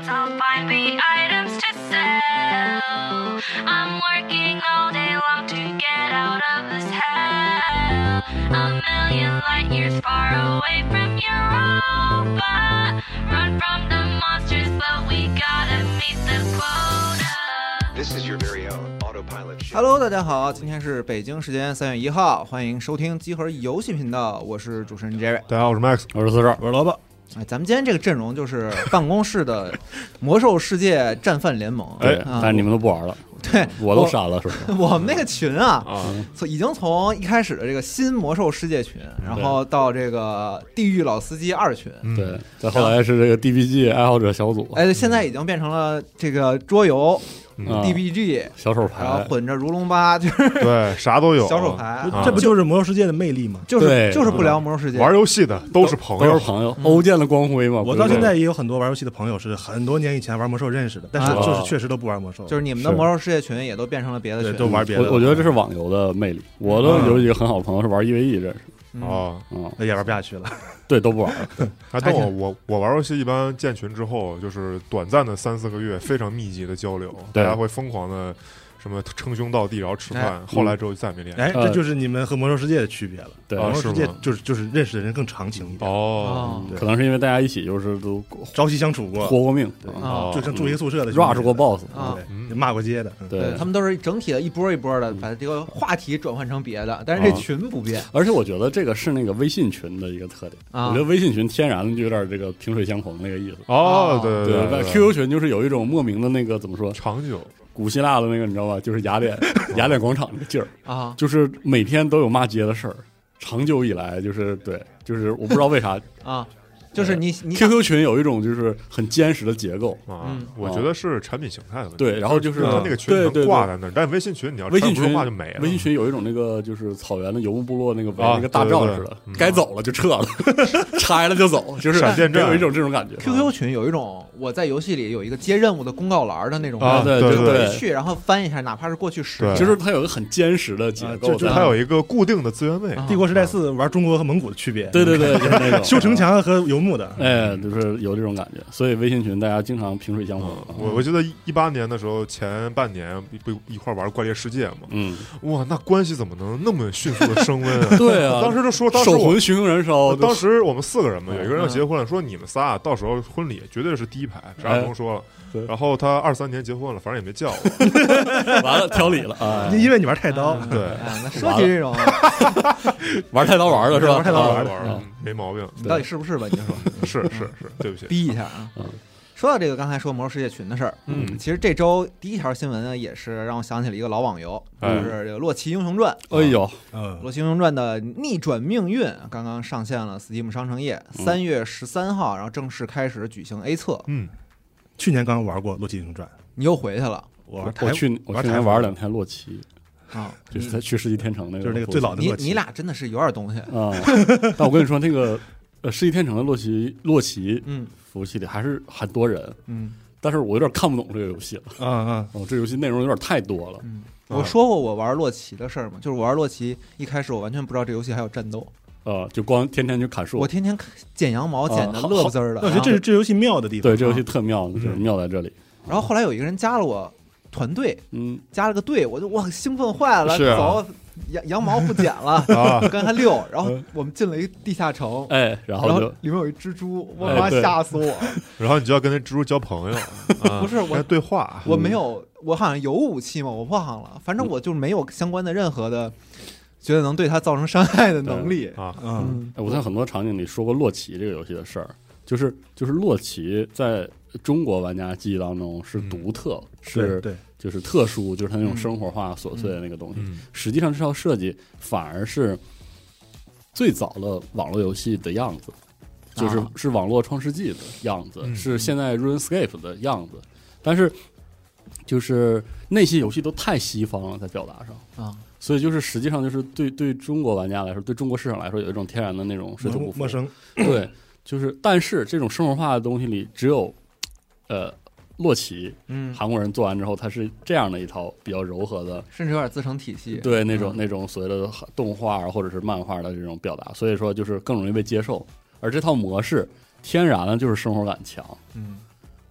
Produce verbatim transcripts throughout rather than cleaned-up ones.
I'll find me items to sell. I'm working all day long to get out of this hell. A million light years far away from Europa. Run from the monsters, but we gotta meet the quota. This is your very own autopilot ship. Hello， 大家好，今天是北京时间三月一号，欢迎收听集合游戏频道，我是主持人 Jerry。 大家好，我是 Max， 我是四少， 我是萝卜。 哎，咱们今天这个阵容就是办公室的魔兽世界战犯联盟。 对， 啊、 但是你们都不玩了， 对， 我都删了，是吧？ 我们那个群啊， 啊已经从一开始的这个新魔兽世界群，然后到这个地狱老司机二群， 嗯对，再后来是这个 D B G 爱好者小组， 哎，现在已经变成了这个桌游。 嗯 D B G 小手然后牌， 混着如龙八，就是对，啥都有。 小手牌， 啊这不就是魔兽世界的魅力吗？ 就是对就是不聊魔兽世界， 玩游戏的都是朋友， 都是朋友，欧剑的光辉嘛。 我到现在也有很多玩游戏的朋友是很多年以前玩魔兽认识的，但是就是确实都不玩魔兽， 就是你们的魔兽世界群也都变成了别的群， 对，都玩别的。 我我觉得这是网游的魅力。我都有一个很好的朋友是玩一 v 一认识， 哦， 嗯， 那也玩不下去了。 对，都不玩了。 还等我我我玩游戏一般建群之后，就是短暂的三四个月，非常密集的交流，大对家会疯狂的什么称兄道弟，然后吃饭哎， 后来之后就再也没联系。 哎， 呃这就是你们和魔兽世界的区别了。 对魔兽世界是吗就是就是认识的人更长情一点， 哦， 对可能是因为大家一起就是都朝夕相处过， 活过命啊就像住一个宿舍的 ，rush 过 boss， 啊对， 嗯骂过街的。嗯对他们都是整体的一波一波的把这个话题转换成别的，但是这群不变而且我觉得这个是那个微信群的一个特点。 啊我觉得微信群天然的就有点这个萍水相逢那个意思。 哦，对对对在 Q Q 群就是有一种莫名的那个怎么说， 长久古希腊的那个你知道吧，就是雅典雅典广场那个劲儿， 啊就是每天都有骂街的事儿，长久以来就是对，就是我不知道为啥啊，就是你你 Q Q 群有一种就是很坚实的结构。 啊嗯， 我觉得是产品形态的问题。 对，然后就是它那个群能对对对挂在那儿，但微信群你要微信群传不出话就没了。 微信群有一种那个就是草原的游牧部落那个围啊那个大帐似的， 对对对该走了就撤了，拆了就走，就是闪电战有一种这种感觉。 Q Q 群有一种我在游戏里有一个接任务的公告栏的那种啊感觉，就对对对回去然后翻一下，哪怕是过去十对年， 就是它有一个很坚实的结构在， 啊就就它有一个固定的资源位。 啊帝国时代四玩中国和蒙古的区别， 对对对，就是那种修城墙和游牧的， 哎，就是有这种感觉，所以微信群大家经常萍水相逢。 嗯我我记得一八年的时候，前半年不一块玩怪猎世界嘛， 嗯， 哇，那关系怎么能那么迅速的升温啊？ 对啊， 当时就说，当时我手魂熊熊燃烧， 当时我们四个人嘛，有一个人要嗯结婚了，说你们仨到时候婚礼绝对是第一排，啥也不用说了对。 然后他二三年结婚了，反正也没叫我。 完了挑理了啊， 因为你玩太刀， 对， 哎，那说起这种， 玩太刀玩了是吧？ 玩太刀玩了玩了，没毛病。 你到底是不是吧？你就说是是是，对不起。 逼一下啊嗯。 说到这个，刚才说魔兽世界群的事儿， 嗯其实这周第一条新闻呢，也是让我想起了一个老网游，就哎是这个《洛奇英雄传》。 哎呦， 《 嗯， 洛奇英雄传》的逆转命运刚刚上线了 Steam 商城页， 嗯三月十三号，然后正式开始举行 A 测。 嗯， 去年刚玩过《洛基英雄传》， 你又回去了我玩台我去我玩去年台玩了两天洛奇， 啊？ 就是他去世纪天成那个， 就是那个最老的你洛奇， 你俩真的是有点东西。 啊。但我跟你说，那个呃世纪天成的洛奇洛奇嗯服务器里还是很多人， 嗯但是我有点看不懂这个游戏了。 啊啊， 哦，这游戏内容有点太多了。 嗯，我说过我玩洛奇的事儿嘛，就是我玩洛奇一开始我完全不知道这游戏还有战斗， 呃，就光天天就砍树我。天天剪羊毛啊剪的好乐不滋儿的。 我觉得这是这游戏妙的地方。 对，这游戏特妙，就是妙在这里。 然后后来有一个人加了我团队， 嗯， 加了个队，我就哇兴奋坏了， 是啊走羊羊毛不剪了， 啊， 跟他溜，然后我们进了一地下城， 哎，然然后后就里面有一蜘蛛，我哎妈对吓死我！ 然后你就要跟那蜘蛛交朋友，啊不是我跟他对话。 我没有，我好像有武器嘛，我忘了，反正我就没有相关的任何的觉得能对他造成伤害的能力。 啊， 嗯， 哎我在很多场景里说过洛奇这个游戏的事儿，就是就是洛奇在中国玩家记忆当中是独特，是对对， 就是特殊，就是它那种生活化琐碎的那个东西。 嗯实际上，这套设计反而是最早的网络游戏的样子，就是啊是网络创世纪的样子， 嗯是现在 RuneScape 的样子。但是，就是那些游戏都太西方了，在表达上。 啊， 所以就是实际上就是对对中国玩家来说，对中国市场来说，有一种天然的那种水土不服。 陌生， 对，就是但是这种生活化的东西里，只有呃洛奇嗯， 韩国人做完之后，它是这样的一套比较柔和的， 甚至有点自成体系。 对那种嗯那种所谓的动画或者是漫画的这种表达，所以说就是更容易被接受。而这套模式天然的就是生活感强， 嗯，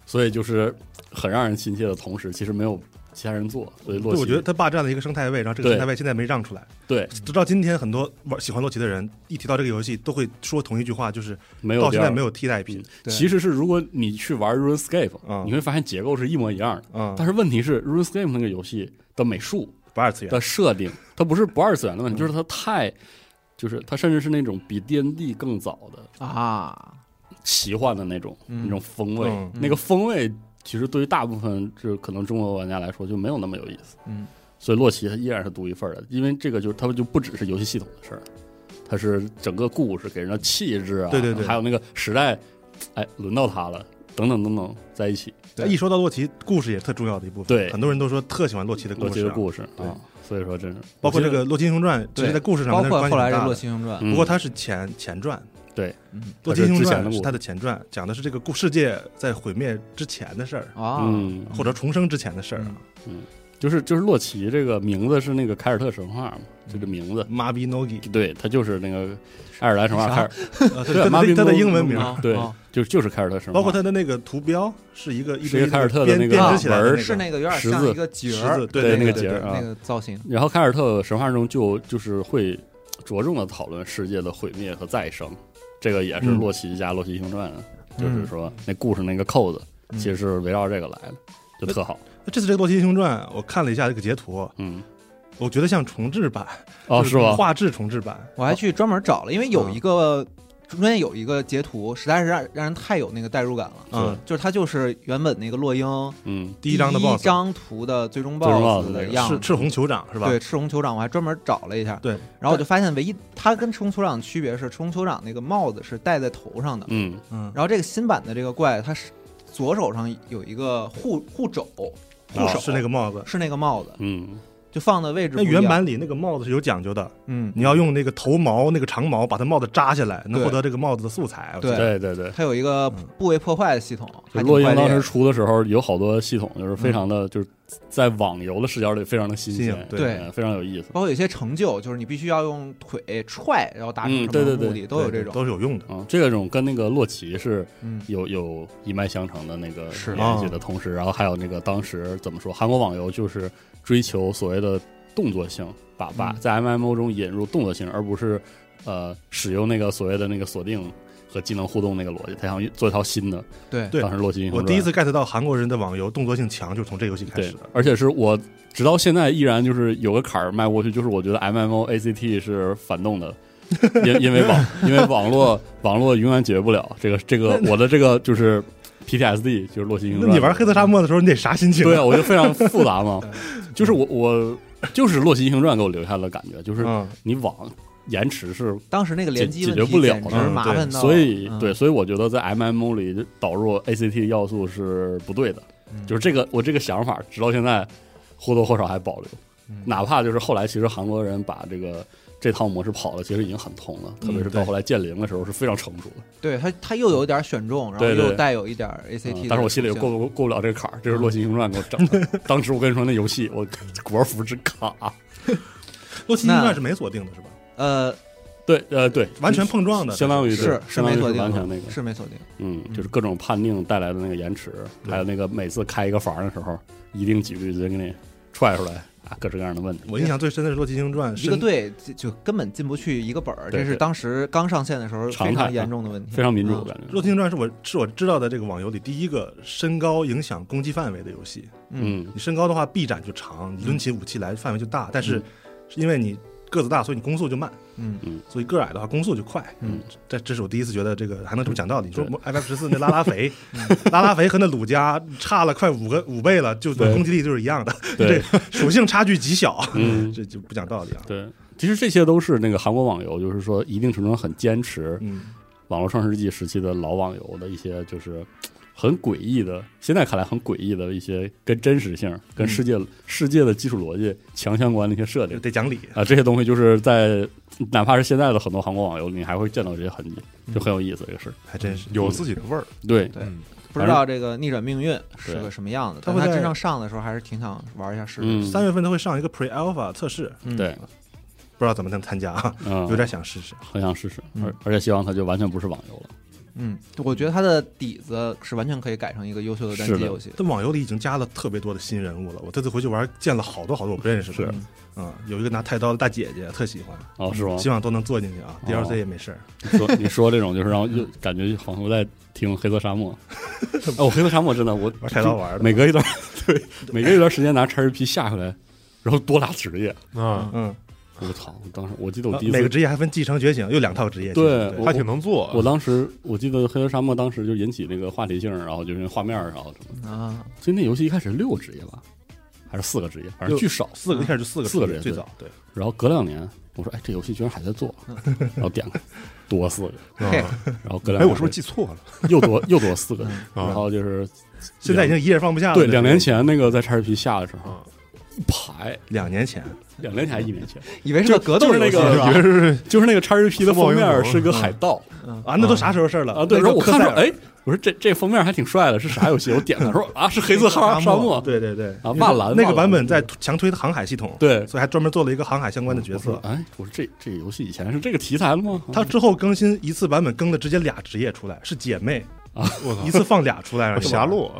所以就是很让人亲切的同时，其实没有其他人做，所以洛奇对，我觉得他霸占了一个生态位，然后这个对生态位现在没让出来。 对直到今天，很多玩喜欢洛奇的人一提到这个游戏，都会说同一句话，就是没有第二到现在没有替代品。 对其实是如果你去玩 RuneScape，、 嗯你会发现结构是一模一样的， 嗯， 但是问题是 RuneScape 那个游戏的美术不二次元的设定，它不是不二次元的问题，就是它太，就是它甚至是那种比 D N D 更早的啊， 奇幻的那种、 嗯那种风味， 嗯那个风味其实对于大部分就可能中国玩家来说就没有那么有意思。 嗯， 所以洛奇它依然是独一份的，因为这个就是它就不只是游戏系统的事儿，它是整个故事给人的气质啊， 对对对还有那个时代，哎，轮到他了，等等等等在一起。 对一说到洛奇，故事也特重要的一部分。 对很多人都说特喜欢洛奇的故事、啊， 洛奇的故事对啊，所以说真是包括这个《洛奇英雄传》，其实在故事上包面括后来这《 关系很大的洛奇英雄传》， 嗯不过它是前前传， 对， 嗯 《洛奇英雄传它是之前的》故事是它的前传，讲的是这个故世界在毁灭之前的事儿， 啊， 嗯， 或者重生之前的事儿。 嗯就是就是洛奇这个名字是那个凯尔特神话嘛，就这名字， 马比诺基， 对，它就是那个爱尔兰神话凯尔， 呃对马比它的它的诺英文名， 啊对啊， 就就是凯尔特神话， 包括它的那个图标是一个一是一个凯尔特的那个编编织起来的纹儿那个是那个有点十字像一个节儿十字，， 对那个对节儿啊那个造型， 然后凯尔特神话中就就是会着重的讨论世界的毁灭和再生，这个也是嗯洛奇加洛奇英雄传， 嗯就是说那故事那个扣子嗯其实是围绕这个来的，就特好。 这次这个《洛奇英雄传》，我看了一下这个截图， 嗯， 我觉得像重制版， 哦， 就是吧？ 画质重制版。 我还去专门找了，因为有一个中间有一个截图，实在是让让人太有那个代入感了。 嗯， 就是它就是原本那个洛英嗯， 第一张的第一 boss 张图的最终最终 boss boss 那个的样子， 赤赤红酋长是吧？ 对，赤红酋长，我还专门找了一下。 对， 然后我就发现，唯一它跟赤红酋长的区别是，赤红酋长那个帽子是戴在头上的， 嗯， 嗯， 然后这个新版的这个怪，它是左手上有一个护护肘，护手、 啊是那个帽子。 是那个帽子， 嗯， 就放的位置不那一样。 原版里那个帽子是有讲究的， 嗯， 你要用那个头毛那个长毛把它帽子扎下来，能对获得这个帽子的素材。我记对得对对对。 它有一个部位破坏的系统，还挺就洛英快烈的当时出的时候，有好多系统就是非常的，就是在网游的视角里非常的新鲜新颖，对对呃非常有意思。 包括有些成就，就是你必须要用腿踹，然后达成什嗯对对对么目的，都有这种。 都是有用的。 嗯，这种跟那个洛奇是嗯， 有有一脉相承的那个是联系的同时，然后还有那个当时怎么说，韩国网游就是追求所谓的动作性，把把嗯在 M M O 中引入动作性，而不是呃使用那个所谓的那个锁定和技能互动那个逻辑，他想做一套新的。 对对当时洛奇英雄传我第一次 get 到韩国人的网游动作性强，就是从这游戏开对始的。， 而且是我直到现在依然就是有个坎儿迈不过去，就是我觉得 M M O A C T 是反动的。因因为网因为网络网络永远解决不了这个这个我的这个就是 P T S D 就是洛奇英雄传。 那你玩黑色沙漠的时候，你得啥心情？ 对啊，我就非常复杂嘛，就是我我就是洛奇英雄传给我留下的感觉，就是嗯， 你网延迟是， 当时那个联机解问题决不了简直嗯对麻烦到， 所以嗯对，所以我觉得在 M M O 里导入 A C T 要素是不对的， 嗯就是这个我这个想法直到现在或多或少还保留， 嗯哪怕就是后来其实韩国人把这个这套模式跑了，其实已经很通了，特别是到后来剑灵的时候是非常成熟的， 对它它又有一点选中，然后对对又带有一点 A C T， 嗯但是我心里过不过不了这个坎儿，这是洛奇英雄传给我整的。当时我跟你说那游戏我国服之卡， 洛奇英雄传是没锁定的是吧？ 呃对呃对， 完全碰撞的， 相当于是是相当于没锁定， 完全那个是没锁定， 嗯，就是各种判定带来的那个延迟， 对还有那个每次开一个房的时候，一定几率直接给你踹出来啊，各式各样的问题。 我印象最深的是洛奇英雄传， 一个队就就根本进不去一个本儿， 对对这是当时刚上线的时候非常常态严重的问题， 非常民主嗯感觉。 洛奇英雄传是我是我知道的这个网游里第一个身高影响攻击范围的游戏。 嗯， 嗯你身高的话，臂展就长，你抡起武器来范围就大，但是嗯是因为你个子大，所以你攻速就慢， 嗯所以个矮的话攻速就快。 嗯， 这这是我第一次觉得这个还能这么讲道理。你说 F F 十四那拉拉肥，拉拉肥和那鲁加差了快五个五倍了，就对攻击力就是一样的， 对， 这属性差距极小， 嗯这就不讲道理啊。 对，其实这些都是那个韩国网游，就是说一定程度上很坚持嗯， 网络创世纪时期的老网游的一些就是很诡异的，现在看来很诡异的一些跟真实性、跟世界、世界的基础逻辑强相关的一些设定得讲理。 啊，这些东西就是在哪怕是现在的很多韩国网游里，你还会见到这些痕迹，就很有意思。这个事， 还真是。 有自己的味儿。 对， 对嗯， 不知道这个逆转命运是对个什么样的， 它会在但它真正上的时候还是挺想玩一下试试。 嗯， 三月份它会上一个 Pre Alpha 测试， 嗯对， 不知道怎么能参加啊， 嗯， 有点想试试。 很想试试， 嗯而而且希望它就完全不是网游了， 嗯，我觉得它的底子是完全可以改成一个优秀的单机游戏。 这网游里已经加了特别多的新人物了，我这次回去玩见了好多好多我不认识的。 是嗯，有一个拿太刀的大姐姐，特喜欢。 哦，是吗？ 希望都能做进去啊。 哦 D L C 也没事儿。 你说你说这种就是让我就感觉好像我在听黑色沙漠。哦，我黑色沙漠真的我玩太刀玩的， 每隔一段对每隔一段时间拿 X R P 下回来，然后多俩职业。 啊， 嗯， 我操！当时我记得我第一次每个职业还分继承觉醒，有两套职业。 对， 还挺能做。 我当时我记得黑色沙漠当时就引起那个话题性，然后就是画面然后什么啊， 所以那游戏一开始六个职业吧，还是四个职业，反正巨少， 四个一开始就四个四个职业最早对。 然后隔两年，我说哎，这游戏居然还在做，然后点开多四个， 嘿然后隔两哎， 年我是不是记错了？ 又多又多四个， 啊然后就是现在已经一页放不下了。 对，两年前那个在 X R P 下的时候啊， 一排， 两年前， 两年前还一年前， 以为是个格斗游戏就是那个是吧以为是就是那个 X R P 的封面是个海盗啊，那都啥时候事儿了啊，对， 那然后我个科赛尔看说哎。我说这这封面还挺帅的，是啥游戏？我点开说啊，是黑色沙沙漠， 对对对啊，万蓝那个版本在强推航海系统， 对， 所以还专门做了一个航海相关的角色。 哎，我说这这个游戏以前是这个题材了吗？ 它之后更新一次版本，更了直接俩职业出来，是姐妹啊， 我操一次放俩出来，然后霞落，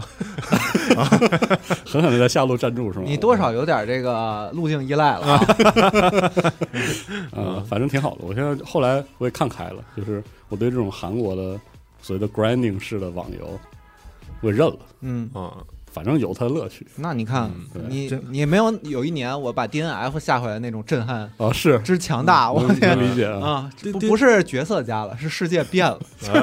狠狠的在下路站住是吗？ 你多少有点这个路径依赖了啊。 啊，反正挺好的。我现在后来我也看开了，就是我对这种韩国的所谓的 grinding 式的网游，我也认了。 嗯啊， 反正有它的乐趣那你看， 对你你没有有一年我把 D N F 下回来那种震撼啊，是之强大，我能能理解啊。 啊，不不是角色加了，是世界变了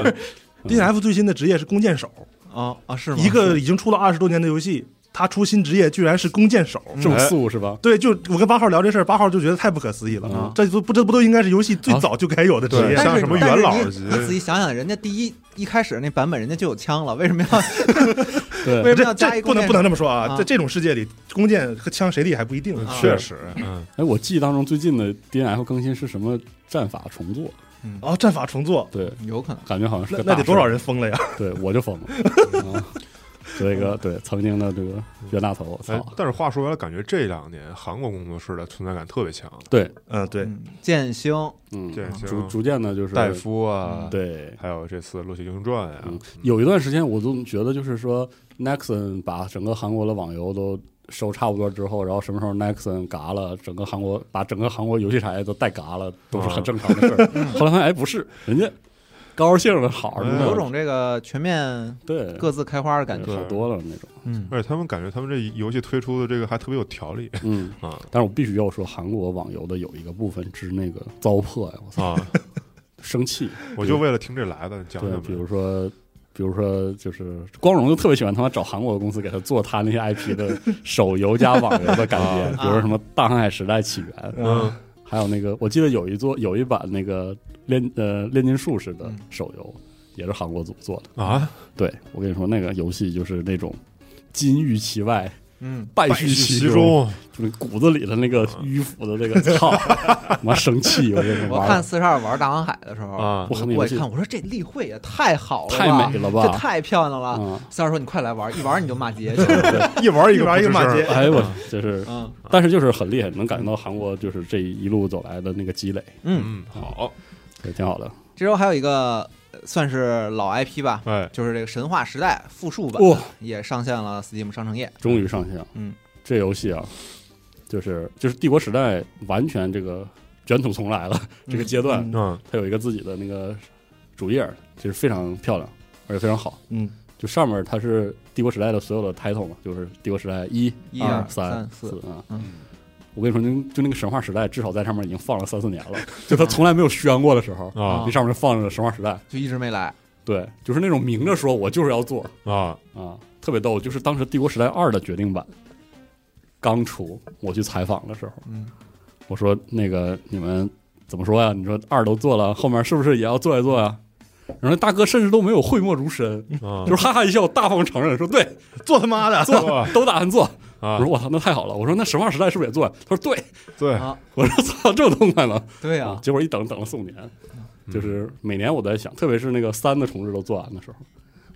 D N F 最新的职业是弓箭手， 啊啊是吗？ 一个已经出了二十多年的游戏，他出新职业居然是弓箭手。 这么素是吧？ 对，就我跟八号聊这事儿，八号就觉得太不可思议了。 嗯这都不这不都应该是游戏最早就该有的职业？ 对像什么元老级你仔细想想，人家第一一开始那版本人家就有枪了，为什么要对为什么要这加一弓箭这不能不能这么说啊！ 啊在这种世界里，弓箭和枪谁厉害不一定。 啊确实，嗯， 哎，我记忆当中最近的 D N F 更新是什么战法重做？ 哦，战法重做， 对， 有可能感觉好像是那个大事那得多少人疯了呀？ 对，我就疯了。啊这个对曾经的这个冤大头， 哎操！， 但是话说回来，感觉这两年韩国工作室的存在感特别强， 对， 嗯，对， 嗯剑星嗯这，行逐逐渐的就是戴夫啊，， 对， 还有这次《洛奇英雄传》呀嗯，，有一段时间我都觉得就是说 Nexon 把整个韩国的网游都收差不多之后，然后什么时候 Nexon 嘎了，整个韩国把整个韩国游戏产业都带嘎了，都是很正常的事儿。后来发现哎，不是，人家高高兴的好着嗯呢， 有种这个全面对各自开花的感觉。 好多了那种。 嗯， 而且他们感觉他们这游戏推出的这个还特别有条理嗯， 啊但是我必须要说，韩国网游的有一个部分之那个糟粕呀，我操， 啊！ 生气。 我就为了听这来的，讲对， 讲比如说。比如说，就是光荣就特别喜欢他妈找韩国的公司给他做他那些 I P 的手游加网游的改编， 啊比如说什么《大航海时代起源》， 嗯还有那个我记得有一座有一版那个炼呃炼金术士的手游，也是韩国组做的。 啊， 对我跟你说，那个游戏就是那种金玉其外， 嗯， 败败絮絮其其中， 就是骨子里的那个迂腐的那个操，妈生气！我跟你说， 我看四十二玩大航海的时候啊我我一看，我说这例会也太好了吧， 太美了吧这太漂亮了。 嗯， 四十二说你快来玩，一玩你就骂街去。 一玩一个一玩一个骂街不吱声哎我就是， 嗯但是就是很厉害，能感觉到韩国就是这一路走来的那个积累， 嗯， 嗯，好， 也挺好的。 这周还有一个呃算是老 I P 吧， 哎， 就是这个神话时代复述版哇也上线了 Steam 商城页。 终于上线， 嗯， 这游戏啊，就是就是帝国时代完全这个卷土重来了，这个阶段嗯嗯它有一个自己的那个主页，其实非常漂亮，而且非常好。 嗯， 就上面它是帝国时代的所有的 title 嘛，就是帝国时代一、 一二、 二三四四啊。 嗯我跟你说，那就那个神话时代，至少在上面已经放了三四年了，就它从来没有宣过的时候， 啊那上面放着神话时代。 就一直没来。 对，就是那种明着说我就是要做啊， 啊，特别逗。就是当时帝国时代二的决定版刚出，我去采访的时候， 嗯， 我说那个你们怎么说呀？你说二都做了，后面是不是也要做一做呀？然后那大哥甚至都没有讳莫如深， 啊就是哈哈一笑，大方承认说对， 做他妈的， 做都打算做。 啊我说我操，那太好了。我说那神话时代是不是也做呀？他说对。 对啊， 我说操，这么痛快呢？ 对呀啊，，结果一等等了四五年，就是每年我都在想，特别是那个三的重置都做完的时候，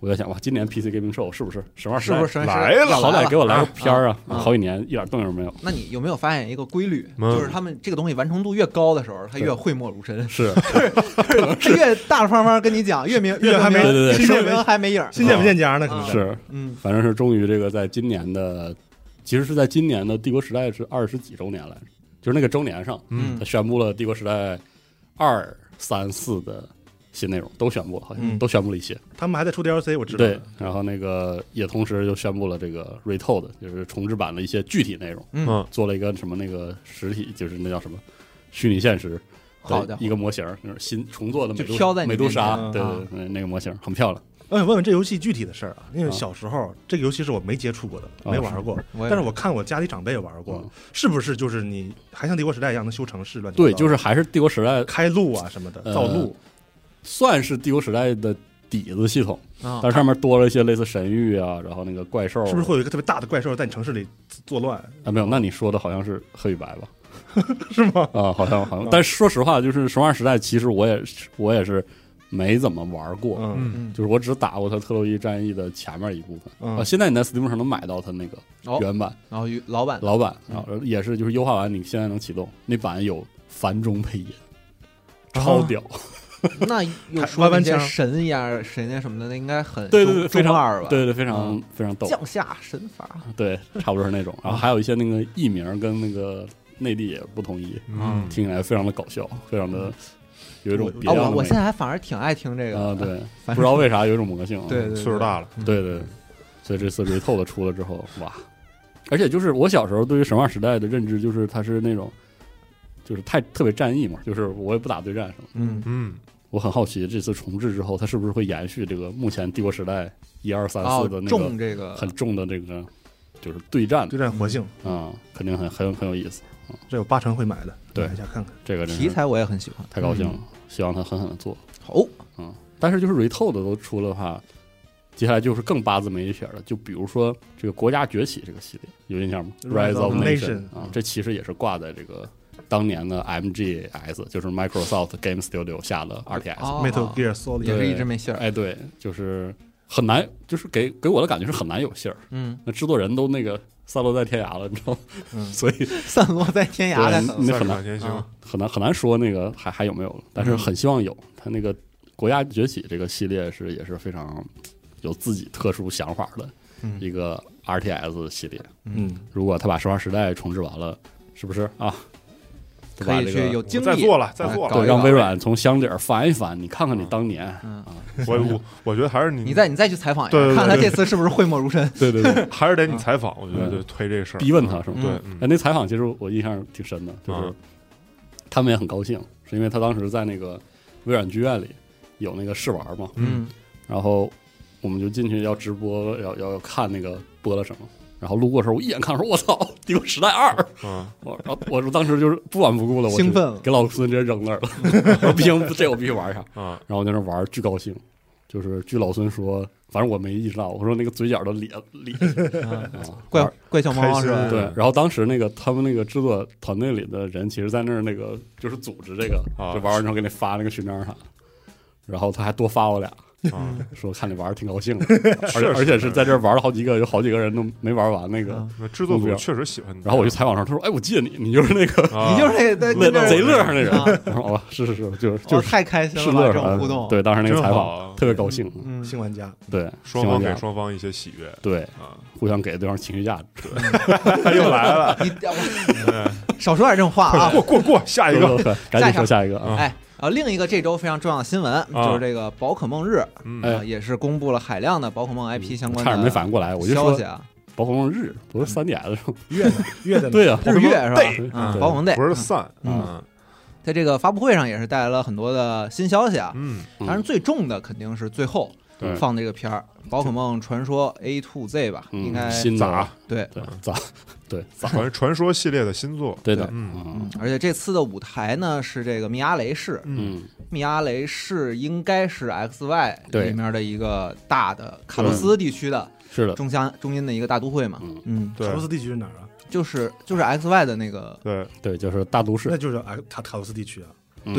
我在想哇，今年 P C Gaming Show 是不是神话时代是不是神来了好歹给我来个片儿啊！ 啊好几年一点动静没有。 那你有没有发现一个规律， 嗯就是他们这个东西完成度越高的时候，它越讳莫如深， 是， 是越大大方方跟你讲，越明越还没证明对对对证明还没影儿。 新见不见家呢，可能是， 嗯反正是终于这个在今年的，其实是在今年的帝国时代是二十几周年来着，就是那个周年上， 嗯他宣布了帝国时代二三四的新内容都宣布了，好像、 嗯都宣布了一些。 他们还在出 D L C， 我知道对的。， 然后那个也同时就宣布了这个 Retold，就是重置版的一些具体内容， 嗯， 嗯做了一个什么那个实体，就是那叫什么虚拟现实的好家伙一个模型，就是新重做的美杜就飘在你美杜莎， 面前对啊对对，那个模型很漂亮。 我想问问这游戏具体的事儿啊，因为啊小时候这个游戏是我没接触过的， 啊没玩过， 我也但是我看我家里长辈玩过嗯， 是不是就是你还像帝国时代一样能修城市乱七八对， 糟就是还是帝国时代开路啊什么的， 呃造路， 算是帝国时代的底子系统， 啊但是上面多了一些类似神域啊，然后那个怪兽， 是不是会有一个特别大的怪兽在你城市里作乱？ 啊？没有，那你说的好像是黑与白吧？ 是吗？ 啊，好像好像，但是说实话，就是生化时代，其实我也是我也是没怎么玩过， 嗯嗯嗯就是我只打过它特洛伊战役的前面一部分。 嗯啊，现在你在 Steam 上能买到它那个哦， 原版、 然后与老板老版，然后也是就是优化完，你现在能启动那版有繁中配音，超屌。 那又说那些弯弯枪神呀神呀什么的，那应该很对对对，非常中二吧？ 对对，非常非常逗。 降下神法， 对，差不多是那种。然后还有一些那个译名跟那个内地也不统一， 嗯， 听起来非常的搞笑，非常的有一种别啊， 样的美我我现在还反而挺爱听这个啊，对， 反正不知道为啥有一种魔性啊。 对对岁数大了， 对对，所以这次 Retold 出了之后，哇！而且就是我小时候对于神话时代的认知，就是它是那种，就是太特别战役嘛，就是我也不打对战什么。 嗯嗯我很好奇这次重置之后，它是不是会延续这个目前帝国时代一二三哦四的那重个这个很重的这个就是对战对战活性， 啊、肯定很很很有意思。 这有八成会买的， 对买一下看看。 这个真是题材我也很喜欢。 太高兴了，希望他狠狠的做。 哦， 嗯，但是就是 Retold 都出了的话，接下来就是更八字没一撇了。就比如说这个国家崛起这个系列，有印象吗 Rise of Nation 啊，这其实也是挂在这个当年的 M G S， 就是 Microsoft Game Studio 下的 R T S。 哦 Metal Gear Solid 也是一直没信儿。 哎，对，就是很难，就是给给我的感觉是很难有信儿。 嗯， 那制作人都那个散落在天涯了，你知道吗？ 嗯所以散落在天涯的对，那很难三两天行啊， 很难很难说那个还还有没有了，但是很希望有。他那个国家崛起这个系列是也是非常有自己特殊想法的嗯一个 R T S 系列。 嗯， 如果他把生化时代重置完了，是不是啊？就可以把这个去有精力再做了，再做了。 搞一搞对让微软从箱底儿翻一翻，你看看你当年嗯啊， 我我我觉得还是你你再你再去采访一下， 对对对看看他这次是不是讳莫如深。 对对对， 还是得你采访，我觉得嗯就推这个事儿。 逼问他是吗？ 嗯对， 哎， 嗯那采访其实我印象挺深的，就是啊他们也很高兴，是因为他当时在那个微软剧院里有那个试玩嘛， 嗯然后我们就进去要直播，要要看那个播了什么。然后路过的时候，我一眼看说：“我操，帝国时代二！” 嗯我然后我当时就是不管不顾了，我就兴奋了给老孙直接扔那儿了。我说不行，这我必须玩一下。 啊然后我在那玩，巨高兴。就是据老孙说，反正我没意识到，我说那个嘴角都咧咧啊啊， 怪玩怪小猫开心是吧？ 对。然后当时那个他们那个制作团队里的人，其实在那儿那个就是组织这个， 啊就玩完之后给你发那个勋章啥的。然后他还多发我俩， 啊， 说看你玩的挺高兴的，而且而且是在这儿玩了好几个，有好几个人都没玩完那个。 嗯那制作组确实喜欢你。 然后我去采访上，他说：“哎，我记得你，你就是那个啊， 你就是那个乐那贼乐上那人。 啊” 我说：“哦，是是是，就是我就是太开心是了吧，这乐上种互动。 对，当时那个采真好访特别高兴， 嗯， 新玩家， 对， 双方给新玩家双方一些喜悦对， 啊， 互相给对方情绪价值。 又来了， 你我少说点这种话啊！ 过过过，下一个， 个，赶紧说下一个啊！ 哎，啊，另一个这周非常重要的新闻就是这个宝可梦日， 嗯哎啊，也是公布了海量的宝可梦 I P 相关差点没的反应过来，我就说消息啊， 宝可梦日不是三 D S 上， 月的月的对呀， 日月是吧？ 对嗯， 对宝可梦 Day 不是散， 嗯嗯在这个发布会上也是带来了很多的新消息啊。 嗯嗯当然最重的肯定是最后对放这个片儿《宝可梦传说 A to Z》吧， 嗯应该新的咋对。 对咋对咋传传说系列的新作， 对的， 嗯嗯而且这次的舞台呢是这个密阿雷市， 嗯密阿雷市应该是 X Y 对里面的一个大的卡洛斯地区的是的， 中乡中阴的一个大都会嘛， 嗯嗯， 对塔罗斯地区是哪儿啊？ 就是就是 X Y 的那个， 对， 对，就是大都市， 那就是啊塔塔罗斯地区啊。 嗯对，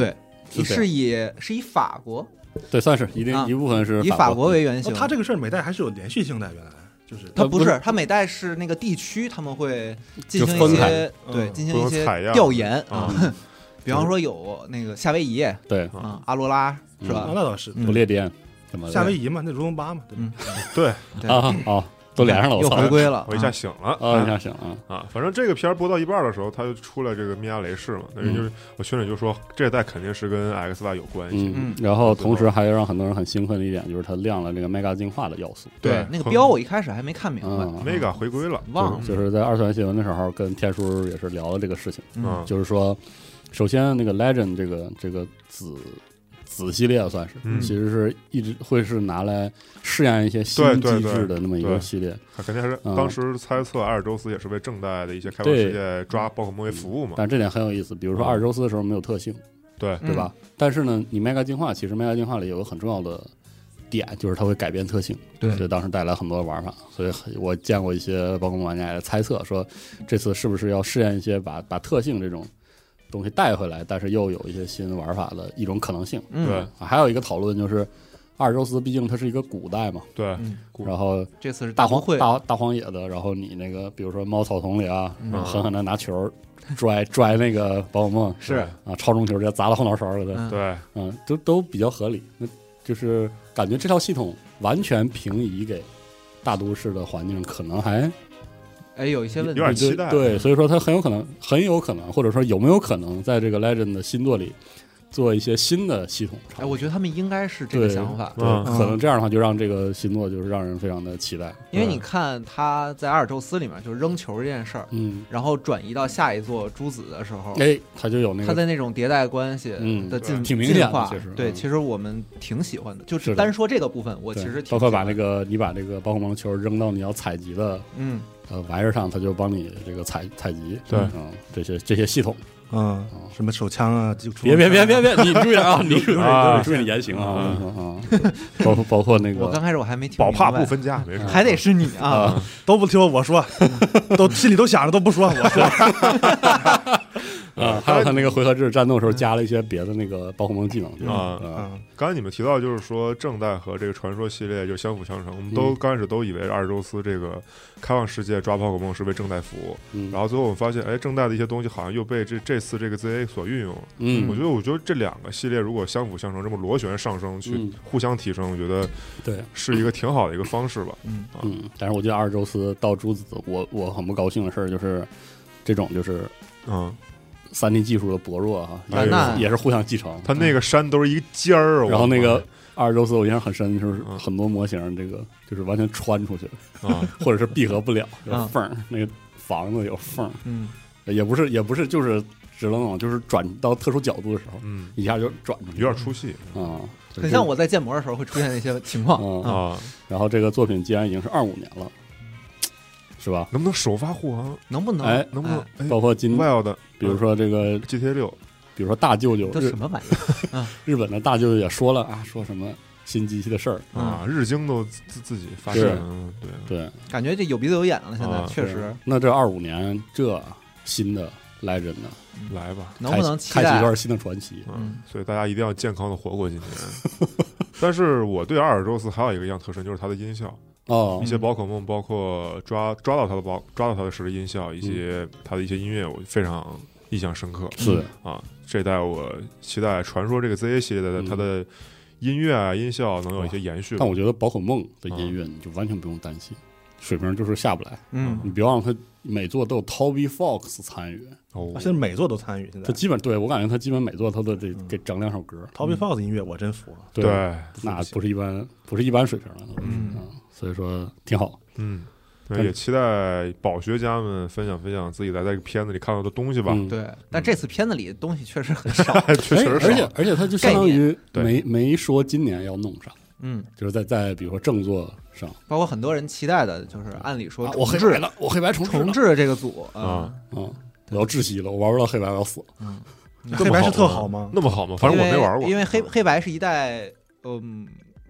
是以是以法国对，算是一定、 啊一部分是以法国国为原型。 哦，它这个事儿每代还是有连续性的，原来就是它不是不是， 它每代是那个地区他们会进就分开行一些对嗯进行一些不用采样调研啊啊，比方说有那个夏威夷对啊，阿罗拉是吧啊，？那倒是嗯不列颠什么的夏威夷嘛，那如龙八嘛，对吧？ 嗯对， 对啊啊都连上了，我又操！ 回归了， 我一下啊醒了啊，一下行啊， 啊！反正这个片儿播到一半的时候，他就出了这个米亚雷士嘛，那人就是我群里就说这代肯定是跟 X 八有关系。 嗯，然后同时还有让很多人很兴奋的一点就是它亮了这个 Mega 进化的要素。 对那个标我一开始还没看明白， 嗯 Mega 回归了， 忘了就是在二次元新闻的时候跟天叔也是聊了这个事情， 嗯， 就是说，首先那个 Legend 这个这个子子系列算是， 嗯其实是一直会是拿来试验一些新对对对机制的那么一对个系列， 他肯定还是嗯当时猜测阿尔宙斯也是为正代的一些开放对世界抓宝可梦为服务嘛。 但这点很有意思。比如说嗯阿尔宙斯的时候没有特性， 对， 嗯对吧？但是呢，你 Mega 进化其实 Mega 进化里有个很重要的点，就是它会改变特性， 对这当时带来很多的玩法。所以我见过一些宝可梦玩家也猜测说，这次是不是要试验一些把把特性这种东西带回来，但是又有一些新玩法的一种可能性。 嗯对啊，还有一个讨论就是，阿尔宙斯毕竟它是一个古代嘛， 对， 嗯， 然后这次是大都会荒大大荒野的，然后你那个比如说猫草丛里啊， 嗯狠狠的拿球拽拽那个宝可梦是啊，超重球直接砸到后脑勺了的， 嗯对， 嗯，都都比较合理。那就是感觉这套系统完全平移给大都市的环境，可能还哎有一些问题有点期待对，所以说它很有可能，很有可能，或者说有没有可能在这个 Legend 的新作里做一些新的系统尝试？ 哎，我觉得他们应该是这个对想法， 对， 嗯可能这样的话就让这个新作就是让人非常的期待。 因为你看他在阿尔宙斯里面就是扔球这件事儿， 嗯， 然后转移到下一座朱子的时候， 哎，它就有那个他在那种迭代关系嗯的进挺明显的进化其实对， 嗯其实我们挺喜欢的，就是的单说这个部分，我其对实挺包括把那喜欢的个你把这个宝可梦球扔到你要采集的嗯呃玩意儿上，它就帮你这个采采集。 对嗯，这些这些系统， 嗯，什么手枪啊，就别别别别别，你注意点啊，你注意啊注意你言行啊，我跟你说啊，包括包括那个我刚开始我还没听宝帕明白不分家，没事。 还得是你啊， 啊， 都不听我说，都心里都想着都不说，我说啊，还有他那个回合制战斗的时候加了一些别的那个宝可梦技能，就是啊啊， 嗯刚才你们提到，就是说正代和这个传说系列就相辅相成，我们都嗯刚开始都以为阿尔宙斯这个开放世界抓宝可梦是为正代服务， 嗯， 然后最后我们发现，哎，正代的一些东西好像又被这这次这个 Z A 所运用了。 嗯， 我觉得，我觉得这两个系列如果相辅相成，这么螺旋上升，去嗯互相提升，我觉得对， 是一个挺好的一个方式吧。 嗯嗯，但是我觉得阿尔宙斯到朱子，我我很不高兴的事儿就是这种就是嗯， 三 D 技术的薄弱哈， 哎也那是也是互相继承。 它那个山都是一个尖儿， 然后那个我的阿尔宙斯我印象很深，就是嗯很多模型这个就是完全穿出去了， 妈啊， 或者是闭合不了，有嗯缝儿，那个房子有缝儿， 嗯也不是也不是就是直愣愣，就是转到特殊角度的时候， 嗯， 一下就转出去， 有点出戏啊， 很像我在建模的时候会出现的一些情况嗯啊， 啊。 然后这个作品既然已经是二五年了，是吧？ 能不能首发护航？ 能不能哎能不能？哎包括今 Wild， 比如说这个， G T A 六， 比如说大舅舅日这什么玩意儿日本的大舅舅也说了啊，说什么新机器的事儿， 啊，日经都自自自己发是现，嗯对， 对， 感觉这有鼻子有眼了，现在啊确实那这二五年这新的 Legend 呢， 来吧， 能不能期待开启一段新的传奇？ 嗯，所以大家一定要健康的活过今年。但是我对阿尔宙斯还有一个样特征，就是它的音效， 哦一，些宝可梦，包括抓抓到它的宝，抓到它的时的音效，一些它的一些音乐，我非常印象深刻。 是的， 啊，这一代我期待传说这个 Z A 系列的嗯它的音乐啊、音效能有一些延续吧。 但我觉得宝可梦的音乐你就完全不用担心，水平就是下不来。 嗯你别忘了，他每作都有 Toby Fox 参与， 哦现在每座都参与。现在他基本对我感觉他基本每作他都得给整两首歌。 Toby Fox 音乐我真服了， 对， 对， 那不是一般，不是一般水平了。 嗯啊，所以说挺好。 嗯， 但对，也期待宝学家们分享分享自己在这个片子里看到的东西吧。 嗯对，但这次片子里的东西确实很少， 确实少而且而且他就相当于概没没说今年要弄上， 嗯， 就是在在比如说正作上包括很多人期待的，就是按理说啊，我重置黑白了，我黑白重置了重置这个组啊， 啊，我要窒息了，我玩不到黑白，我要死。 嗯， 黑白是特好吗？ 那么好吗？反正我没玩过。 因为因为黑黑白是一代，嗯，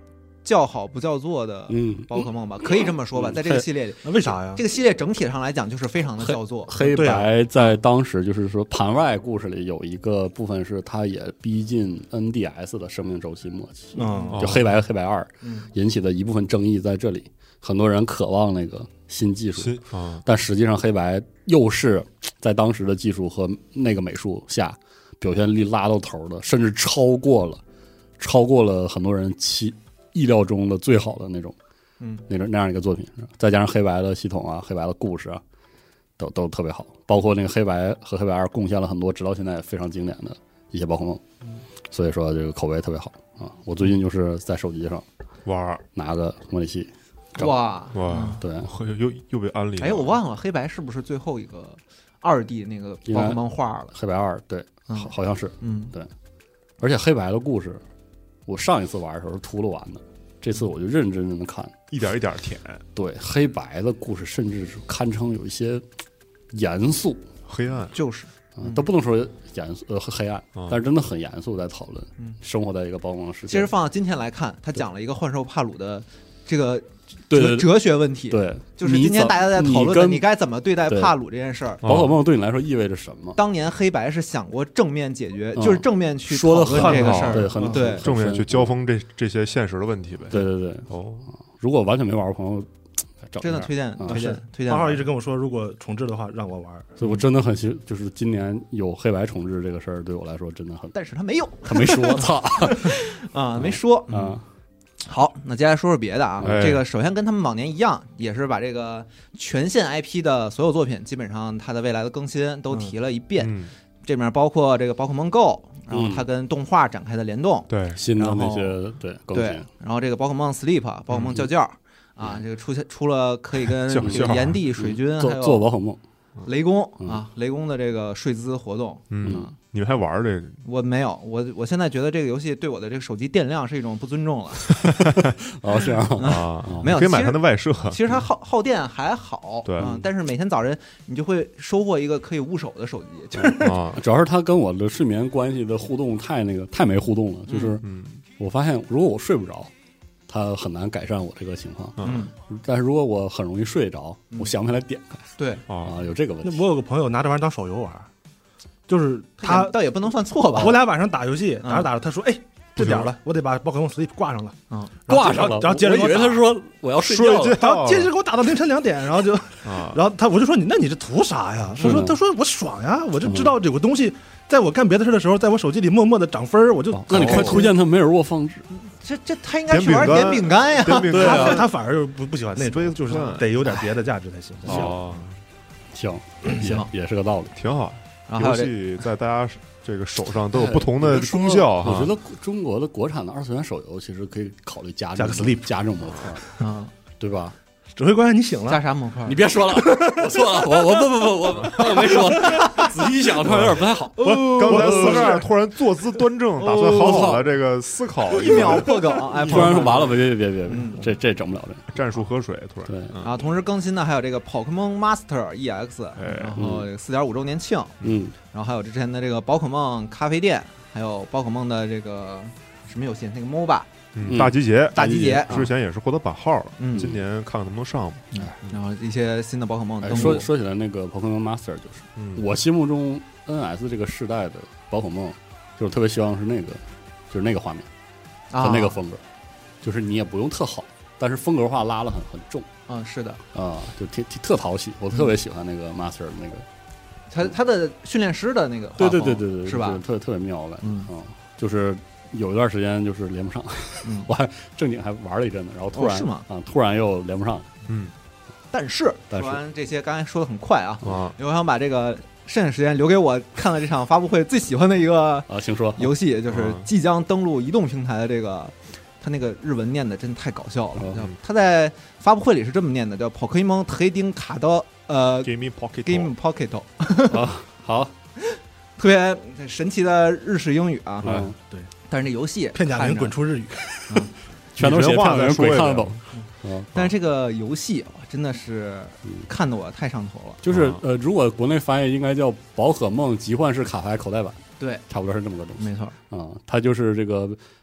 叫好不叫座的嗯， 宝可梦吧，可以这么说吧， 嗯在这个系列里， 那为啥呀？ 这个系列整体上来讲就是非常的叫座。 黑对啊白在当时就是说盘外故事里有一个部分是它也逼近 N D S 的生命周期末期， 嗯就黑白和黑白二嗯引起的一部分争议在这里，很多人渴望那个新技术， 新啊， 但实际上黑白又是在当时的技术和那个美术下表现力拉到头的，甚至超过了超过了很多人期意料中的最好的那种， 嗯， 那种那样一个作品，再加上黑白的系统啊，黑白的故事啊，都都特别好，包括那个黑白和黑白二贡献了很多直到现在非常经典的一些宝可梦，所以说这个口碑特别好啊。我最近就是在手机上玩儿拿个模拟器， 哇哇， 对， 又又又被安利了。 哎，我忘了黑白是不是最后一个二 D 那个宝可梦画了？ 黑白二对， 嗯好好像是， 嗯， 而且黑白的故事，我上一次玩的时候是秃噜玩的，这次我就认认真真的看。 一点一点舔， 对黑白的故事，甚至是堪称有一些严肃黑暗就是啊、都不能说严肃呃黑暗， 嗯但是真的很严肃在讨论嗯生活在一个包容的世界。 其实放到今天来看，他讲了一个幻兽帕鲁的这个对对对哲哲学问题， 对， 就是今天大家在讨论的， 跟你该怎么对待对帕鲁这件事儿。 宝可梦对你来说意味着什么？ 当年黑白是想过正面解决， 嗯就是正面去说得讨论很好这个事儿， 对，很对很正面深去交锋这这些现实的问题呗。 对对对， 哦， 如果完全没玩过朋友，整一下真的推荐啊推荐是推荐。 八号一直跟我说，如果重置的话让我玩。 所以我真的很希，就是今年有黑白重置这个事儿，对我来说真的很， 但是他没有他没说，操啊，没说。 啊， 好，那接下来说说别的啊。 哎这个首先跟他们往年一样，也是把这个全线 I P 的所有作品，基本上它的未来的更新都提了一遍。 嗯， 这面包括这个宝可梦 Go，然后嗯它跟动画展开的联动， 对， 新的那然后些对更对新，， 然后这个宝可梦 Sleep，宝可梦叫叫。啊，这个出现出了可以跟叫这个叫炎帝、水军做还有做宝可梦， 雷公嗯啊，雷公的这个税资活动， 嗯啊， 你们还玩这个？ 我没有，我我现在觉得这个游戏对我的这个手机电量是一种不尊重了。 哦这样啊， 没有可以买其实它的外设。 其实它耗耗电还好， 对嗯，但是每天早晨你就会收获一个可以捂手的手机，就是啊， 主要是它跟我的睡眠关系的互动太那个太没互动了，就是嗯我发现如果我睡不着，它很难改善我这个情况， 嗯但是如果我很容易睡着，我想不起来点开对， 啊啊，有这个问题。 那我有个朋友拿这玩意儿当手游玩，就是他倒也不能算错吧， 我俩晚上打游戏， 嗯打着打着，他说：“哎，这点儿了，我得把宝可梦 Sleep 挂上了。 嗯， 然后挂上了， 然后接着给我打我以为他说我要睡睡觉了， 然觉后接着给我打到凌晨两点，然后就， 啊， 然后他我就说你那你这图啥呀？ 是的他说他说我爽呀，我就知道有个东西，在我干别的事的时候，在我手机里默默的涨分儿，我就哦那你快推荐他梅尔沃放置， 这这他应该去玩点饼干呀， 点饼对啊干他他反而又不不喜欢那种，就是嗯得有点别的价值才行。 哦， 行行也也是个道理。 挺好。 然后还有这游戏在大家这个手上都有不同的功效哈。 我觉得中国的国产的二次元手游其实可以考虑加加个这种 Sleep 加这种模块， 啊， 对吧？ 指挥官，你醒加了？ 啥模块？ 你别说了，我错了，我我不不不，我我没说，仔细一想，突然有点不太好。 不是，刚才四十二突然坐姿端正，打算好好的这个思考一秒破梗，哎， 突然说完了，别别别别别嗯， 这这整不了这。 战术喝水，突然对， 啊，同时更新的还有这个 Pokemon Master E X， 哎然后四点五周年庆， 嗯， 然后还有之前的这个宝可梦咖啡店，还有宝可梦的这个什么游戏，那个 M O B A 嗯，大集结， 大集结， 之前也是获得版号了， 嗯今年看看能不能上吧。 然后一些新的宝可梦哎， 登陆， 说说起来，那个 Pokemon Master 就是嗯， 我心目中 N S 这个世代的宝可梦，就是特别希望是那个，就是那个画面啊和那个风格，就是你也不用特好，但是风格化拉了很很重嗯，是的， 啊，就挺挺特讨喜，我特别喜欢那个 Master 的那个， 他他的训练师的那个画对风， 对对对对， 是吧就是？特特别妙，我感觉， 嗯啊，就是有一段时间就是连不上， 嗯我还正经还玩了一阵子，然后突然哦是吗啊，突然又连不上， 嗯但是但是说完这些，刚才说的很快啊， 啊， 我想把这个剩下时间留给我看了这场发布会最喜欢的一个啊，请说， 游戏，就是嗯即将登陆移动平台的这个，它那个日文念的真的太搞笑了。 嗯叫它在发布会里是这么念的，叫 Pokemon 特丁卡的呃 Game Pocket Game Pocket， 啊，好， 特别神奇的日式英语啊。 嗯， 但是这游戏片假名看着滚出日语， 全都写拟人化片子，人再说一遍鬼看得懂，嗯但是这个游戏啊真的是嗯看得我太上头了。 啊就是呃，如果国内翻译应该叫《宝可梦集幻式卡牌口袋版》， 对， 差不多是这么个东西没错， 啊。它就是这个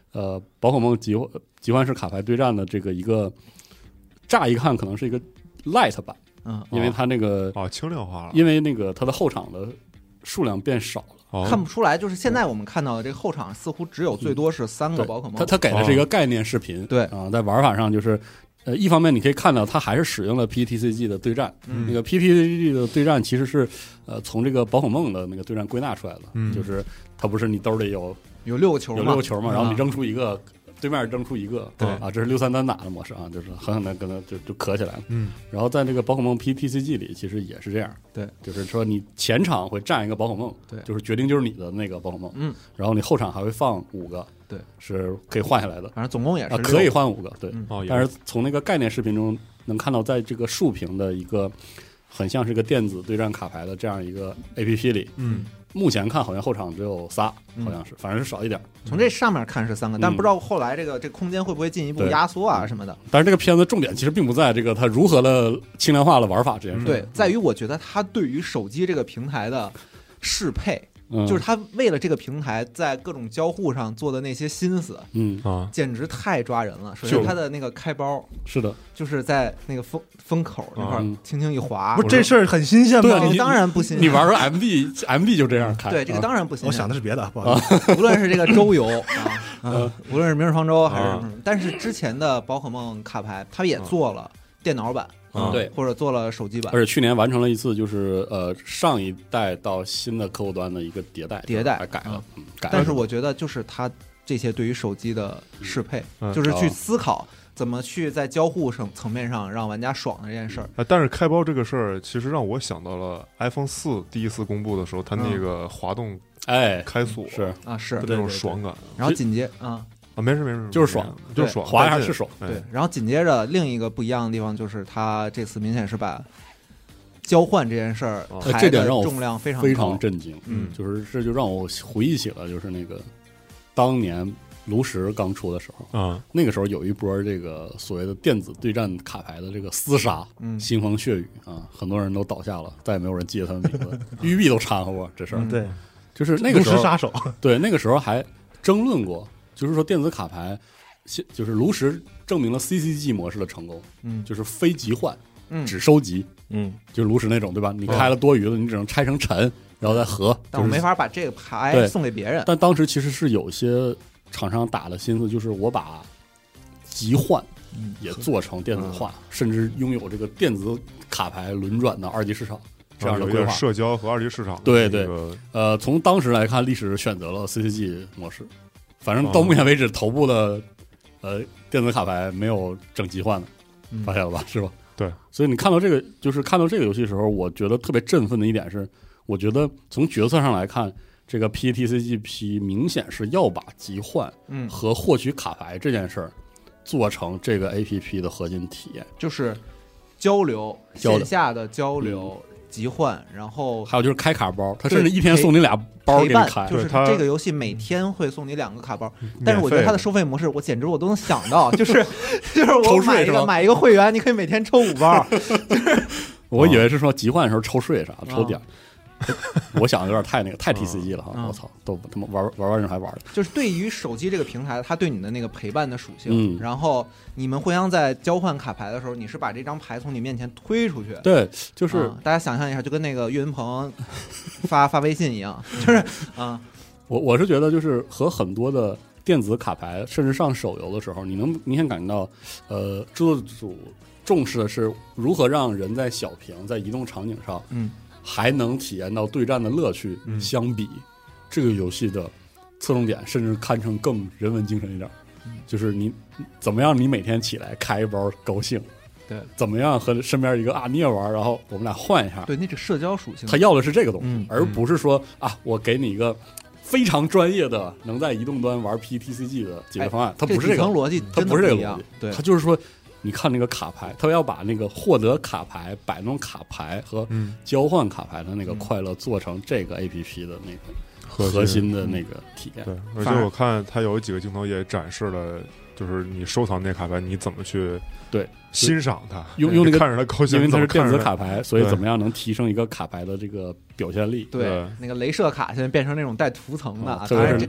呃宝可梦集集幻式卡牌对战的这个一个，乍一看可能是一个 light 版， 嗯， 因为它那个哦轻量化了， 因为那个它的后场的数量变少了。 哦看不出来，就是现在我们看到的这个后场似乎只有最多是三个对宝可梦。 它它给的是一个概念视频， 对啊，在玩法上就是，呃，一方面你可以看到它还是使用了 P T C G 的对战， 嗯那个 P T C G 的对战其实是呃从这个宝可梦的那个对战归纳出来的， 嗯就是它不是你兜里有有六个球嘛， 有六个球嘛， 嗯然后你扔出一个，对面扔出一个， 对啊，这是六三单打的模式啊，就是狠狠的跟它就就磕起来了。 嗯然后在这个宝可梦 P T C G 里，其实也是这样， 对， 就是说你前场会占一个宝可梦， 对就是决定就是你的那个宝可梦， 嗯， 然后你后场还会放五个， 对， 是可以换下来的。 反正总共也是啊， 六可以换五个，对。 嗯哦，也但是从那个概念视频中能看到，在这个竖屏的一个很像是个电子对战卡牌的这样一个 A P P 里， 嗯目前看好像后场只有仨， 嗯好像是，反正是少一点。 从这上面看是三个，但嗯不知道后来这个这空间会不会进一步对压缩啊什么的。 但是这个片子重点其实并不在这个它如何的轻量化了玩法这件事， 对，在于我觉得它对于手机这个平台的适配， 嗯， 就是它为了这个平台在各种交互上做的那些心思， 嗯， 啊， 简直太抓人了。首就先，它的那个开包是的， 就是在那个风风口那块儿嗯轻轻一划， 不是这事儿很新鲜吗？ 对啊你这个当然不新鲜。 你玩个 M D M D 就这样开， 对这个啊当然不新鲜。 我想的是别的，不好意思。 无论是这个周游啊， 嗯无论是明日方舟还是啊什么，但是之前的宝可梦卡牌，它也做了电脑版， 啊对。 或者做了手机版而且去年完成了一次，就是呃上一代到新的客户端的一个迭代， 迭代还改了，嗯改了。 但是我觉得就是它这些对于手机的适配， 嗯就是去哦思考怎么去在交互层层面上让玩家爽的这件事儿。 啊，但是开包这个事儿，其实让我想到了 iPhone 四第一次公布的时候，它那个滑动哎， 开锁是啊，是的，那种爽感然后紧接啊， 啊，没事没事， 就是爽没事就是爽，带劲滑一下是爽， 哎对，然后紧接着另一个不一样的地方就是，它这次明显是把交换这件事儿哦抬的这点让我重量非常非高常震惊， 嗯就是这就让我回忆起了就是那个当年炉石刚出的时候， 啊， 那个时候有一波这个所谓的电子对战卡牌的这个厮杀， 嗯腥风血雨啊，很多人都倒下了，再也没有人记得他们名字，育碧都掺和过这事儿， 嗯对， 就是那个时候， 炉石杀手， 对那个时候还争论过，就是说电子卡牌，现就是炉石证明了 C C G 模式的成功， 嗯就是非集换， 嗯， 只收集， 嗯， 就是炉石那种，对吧？你开了多余的，你只能拆成尘，然后再合。 但我就是没法把这个牌对送给别人。 但当时其实是有些厂商打的心思，就是我把集换嗯也做成电子化，甚至拥有这个电子卡牌轮转的二级市场这样的有一规划。 个社交和二级市场的对对这个呃，从当时来看，历史选择了 C C G 模式，反正到目前为止，头部的呃电子卡牌没有整集换的， 嗯发现了吧？是吧？ 对， 所以你看到这个，就是看到这个游戏的时候，我觉得特别振奋的一点是，我觉得从决策上来看，这个 P T C G P 明显是要把集换嗯， 和获取卡牌这件事儿做成这个 A P P 的核心体验。 就是交流， 交流线下的交流、集换，然后还有就是开卡包，他对甚至一天送你俩包陪伴， 给你开， 就是对它这个游戏每天会送你两个卡包，但是我觉得免费它的收费模式，我简直我都能想到，就是就是我抽税是吧买一个买一个会员，你可以每天抽五包， 我以为是说集换的时候抽税啥抽啊点儿。我想有点太那个太 T C G 了哈！ 啊我操，都他妈玩玩玩人还玩的， 就是对于手机这个平台，它对你的那个陪伴的属性， 嗯然后你们互相在交换卡牌的时候，你是把这张牌从你面前推出去， 对，就是啊大家想象一下，就跟那个岳云鹏发发微信一样，就是啊， 我我是觉得，就是和很多的电子卡牌，甚至上手游的时候，你能明显感觉到，呃，制作组重视的是如何让人在小屏、在移动场景上， 嗯， 还能体验到对战的乐趣。 嗯相比这个游戏的侧重点，甚至堪称更人文精神一点，就是你怎么样，你每天起来开一包高兴， 对， 怎么样和身边一个啊你也玩，然后我们俩换一下， 对，那是社交属性， 他要的是这个东西， 嗯而不是说啊，我给你一个非常专业的能在移动端玩 P T C G 的解决方案，它不是这个底层，逻辑， 它不是这个一样逻辑， 对它，就是说，你看那个卡牌，他要把那个获得卡牌、摆弄卡牌和嗯交换卡牌的那个嗯快乐做成这个 A P P 的那个核核心的那个体验。 对，而且反而我看它有几个镜头也展示了，就是你收藏那卡牌，你怎么去对欣赏它， 用用那个看着它高兴， 因为它是电子怎么看着卡牌，所以对怎么样能提升一个卡牌的这个表现力？ 对对， 那个镭射卡现在变成那种带涂层的， 啊特别是当然这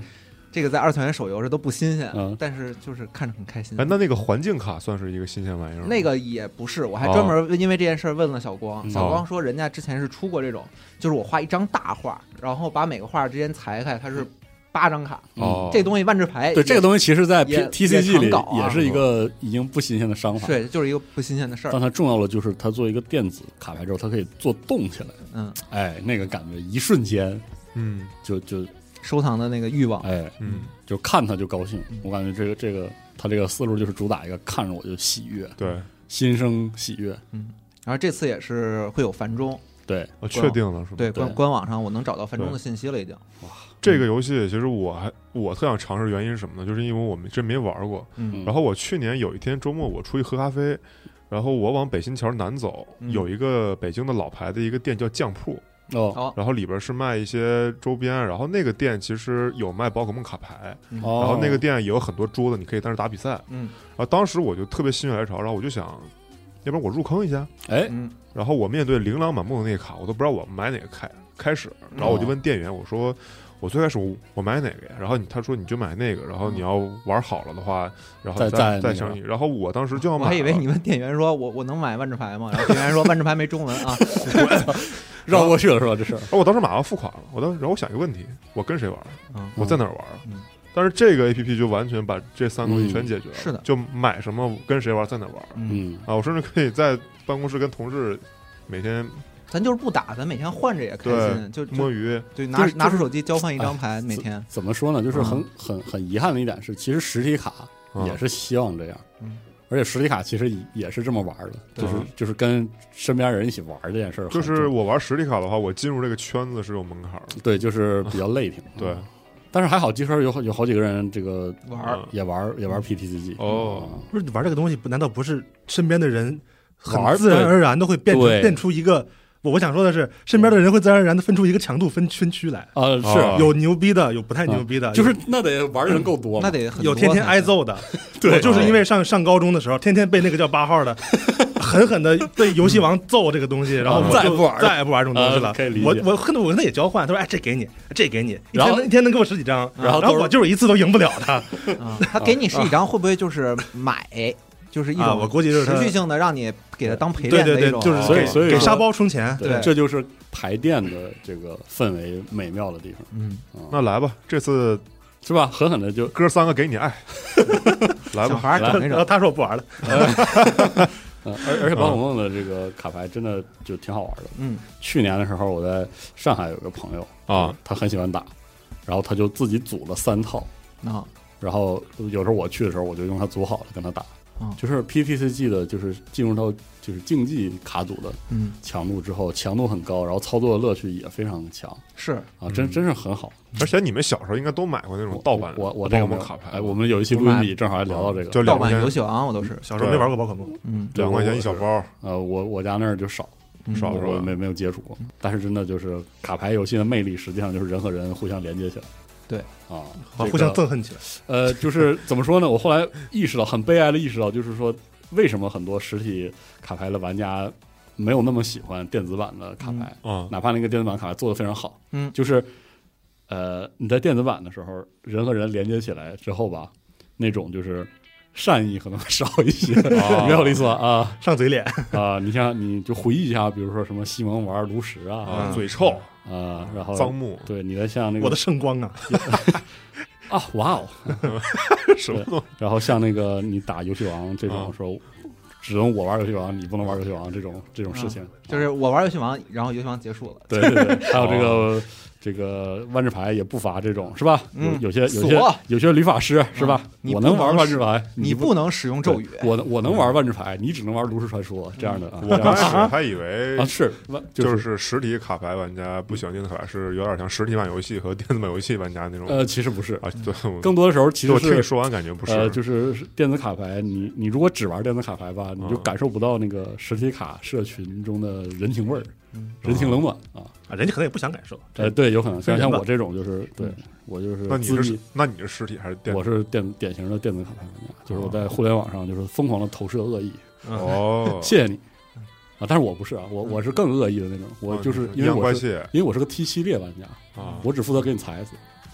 这个在二次元手游这都不新鲜， 嗯但是就是看着很开心。 哎，那那个环境卡算是一个新鲜玩意儿吗？ 那个也不是，我还专门因为这件事问了小光， 哦小光说人家之前是出过这种，就是我画一张大画，然后把每个画之间裁开，它是八张卡。 哦， 这东西万智牌对这个东西，其实，在也 T C G 里也常搞啊也是一个已经不新鲜的商法。 对，就是一个不新鲜的事儿。 但它重要的就是它做一个电子卡牌之后，它可以做动起来。 嗯， 哎，那个感觉一瞬间嗯就就收藏的那个欲望， 哎， 嗯， 就看它就高兴。我感觉这个这个它这个思路就是主打一个看着我就喜悦， 对， 心生喜悦。 然后这次也是会有繁中， 对， 我确定了是吧？ 对官对官网上我能找到繁中的信息了，已经。 这个游戏其实我还我特想尝试，原因是什么呢？就是因为我们真没玩过。 嗯然后我去年有一天周末我出去喝咖啡，然后我往北新桥南走， 嗯有一个北京的老牌的一个店叫酱铺， 哦哦， 然后里边是卖一些周边，然后那个店其实有卖宝可梦卡牌， 哦， 然后那个店也有很多桌子，你可以在那打比赛。 嗯然后当时我就特别心血来潮，然后我就想，要不然我入坑一下。 哎， 嗯然后我面对琳琅满目的那个卡，我都不知道我买哪个开开始，然后我就问店员，我说我最开始我我买哪个呀？然后你他说你就买那个，然后你要玩好了的话，然后再再再那个上去。然后我当时就要买了， 我还以为你问店员说我我能买万智牌吗？然后店员说万智牌没中文啊。 绕过去了是吧？这事儿， 然后我当时马上付款了，我当然后我想一个问题，我跟谁玩？ 嗯我在哪儿玩啊？ 嗯但是这个 A P P 就完全把这三个东西全解决了， 嗯是的就买什么跟谁玩在哪儿玩嗯， 嗯， 啊！我甚至可以在办公室跟同事每天咱就是不打，咱每天换着也开心，就就摸鱼。 对拿就是拿出手机交换一张牌，每天。 怎么说呢？就是很嗯很很遗憾的一点是，其实实体卡啊也是希望这样， 嗯而且实体卡其实也是这么玩的， 对就是就是跟身边人一起玩这件事儿很就重， 是我玩实体卡的话，我进入这个圈子是有门槛的。 对，就是比较累挺。 对嗯，但是还好，集合有好有好几个人这个玩儿嗯也玩也玩 P T C G 哦嗯不是你玩这个东西，不难道不是身边的人玩很自然而然的会变成对变出一个？我我想说的是，身边的人会自然而然的分出一个强度分分区来， 啊哦是有牛逼的，有不太牛逼的， 就是那得玩的人够多嘛， 那得很多有天天才行。 挨揍的。 对我就是因为上上高中的时候，天天被那个叫八号的狠狠的被游戏王揍这个东西，然后我就再也不玩了再也不玩这种东西了。 啊可以理解我我恨我跟他也交换，他说哎这给你，这给你，一然后天一天能给我十几张，然后然后都是我就是一次都赢不了他。 啊他给你十几张，会不会就是买？就是一啊种我估计就是他持续性的让你给他当陪对对练的一种，， 对就是给所以所以说给沙包充钱。 对这就是排店的这个氛围美妙的地方， 嗯， 啊那来吧，这次是吧？狠狠的就哥三个给你爱，来吧。 小孩儿整那种。 然后他说我不玩了， 嗯，而而且宝可梦的这个卡牌真的就挺好玩的。 嗯去年的时候，我在上海有个朋友啊， 他很喜欢打，然后他就自己组了三套， 啊然后有时候我去的时候，我就用他组好了跟他打。 嗯就是 P T C G 的，就是进入到就是竞技卡组的嗯， 强度之后，强度很高，然后操作的乐趣也非常强是啊，真真是很好。 而且你们小时候应该都买过那种盗版我我宝可这个没有梦卡牌， 哎，我们有一期录音笔正好还聊到这个， 就两块钱盗版游戏王，我都是。 小时候没玩过宝可梦， 嗯对两块钱我一小包， 呃，我我家那儿就少， 嗯少是吧我没没有接触过，但是真的就是卡牌游戏的魅力，实际上就是人和人互相连接起来。 对啊， 互这个相憎恨起来。 呃，就是怎么说呢？我后来意识到，很悲哀的意识到，就是说，为什么很多实体卡牌的玩家没有那么喜欢电子版的卡牌？ 啊， 哪怕那个电子版卡牌做的非常好， 嗯就是呃，你在电子版的时候，人和人连接起来之后吧，那种就是善意可能会少一些， 哦没有意思吧啊上嘴脸， 啊！你像你就回忆一下，比如说什么西蒙玩炉石啊啊， 嗯嘴臭， 啊，然后脏木， 对你在像那个我的圣光啊！ 啊，哇哦， 什么东西？ 然后像那个你打游戏王这种啊说，只能我玩游戏王，你不能玩游戏王这种这种事情， 就是我玩游戏王，然后游戏王结束了。 对对对，还有这个这个万智牌也不乏这种是吧？ 嗯有有些有些锁有些理发师是吧？ 你我能玩不能万智牌，不你不能使用咒语。 我我能玩万智牌，你只能玩炉石传说这样的啊。 我这样的刚开始还以为啊是万就是是实体卡牌玩家不喜欢电子卡牌，是有点像实体版游戏和电子版游戏玩家那种呃其实不是， 啊。对，我更多的时候其实就我听你是说完感觉不是呃，就是电子卡牌，你你如果只玩电子卡牌吧，你就嗯感受不到那个实体卡社群中的人情味儿、 嗯人情冷暖啊。 啊，人家可能也不想感受。 呃，对，有可能像分人吧像我这种，就是对我就是那你自闭， 是那你是实体还是电子？ 我是电典型的电子卡牌玩家，就是我在互联网上就是疯狂的投射恶意， 哦， 谢谢你啊！但是我不是啊，我我是更恶意的那种，我就是因为我是阴阳怪气因为我是个 T 系列玩家， 啊， 我只负责给你踩死。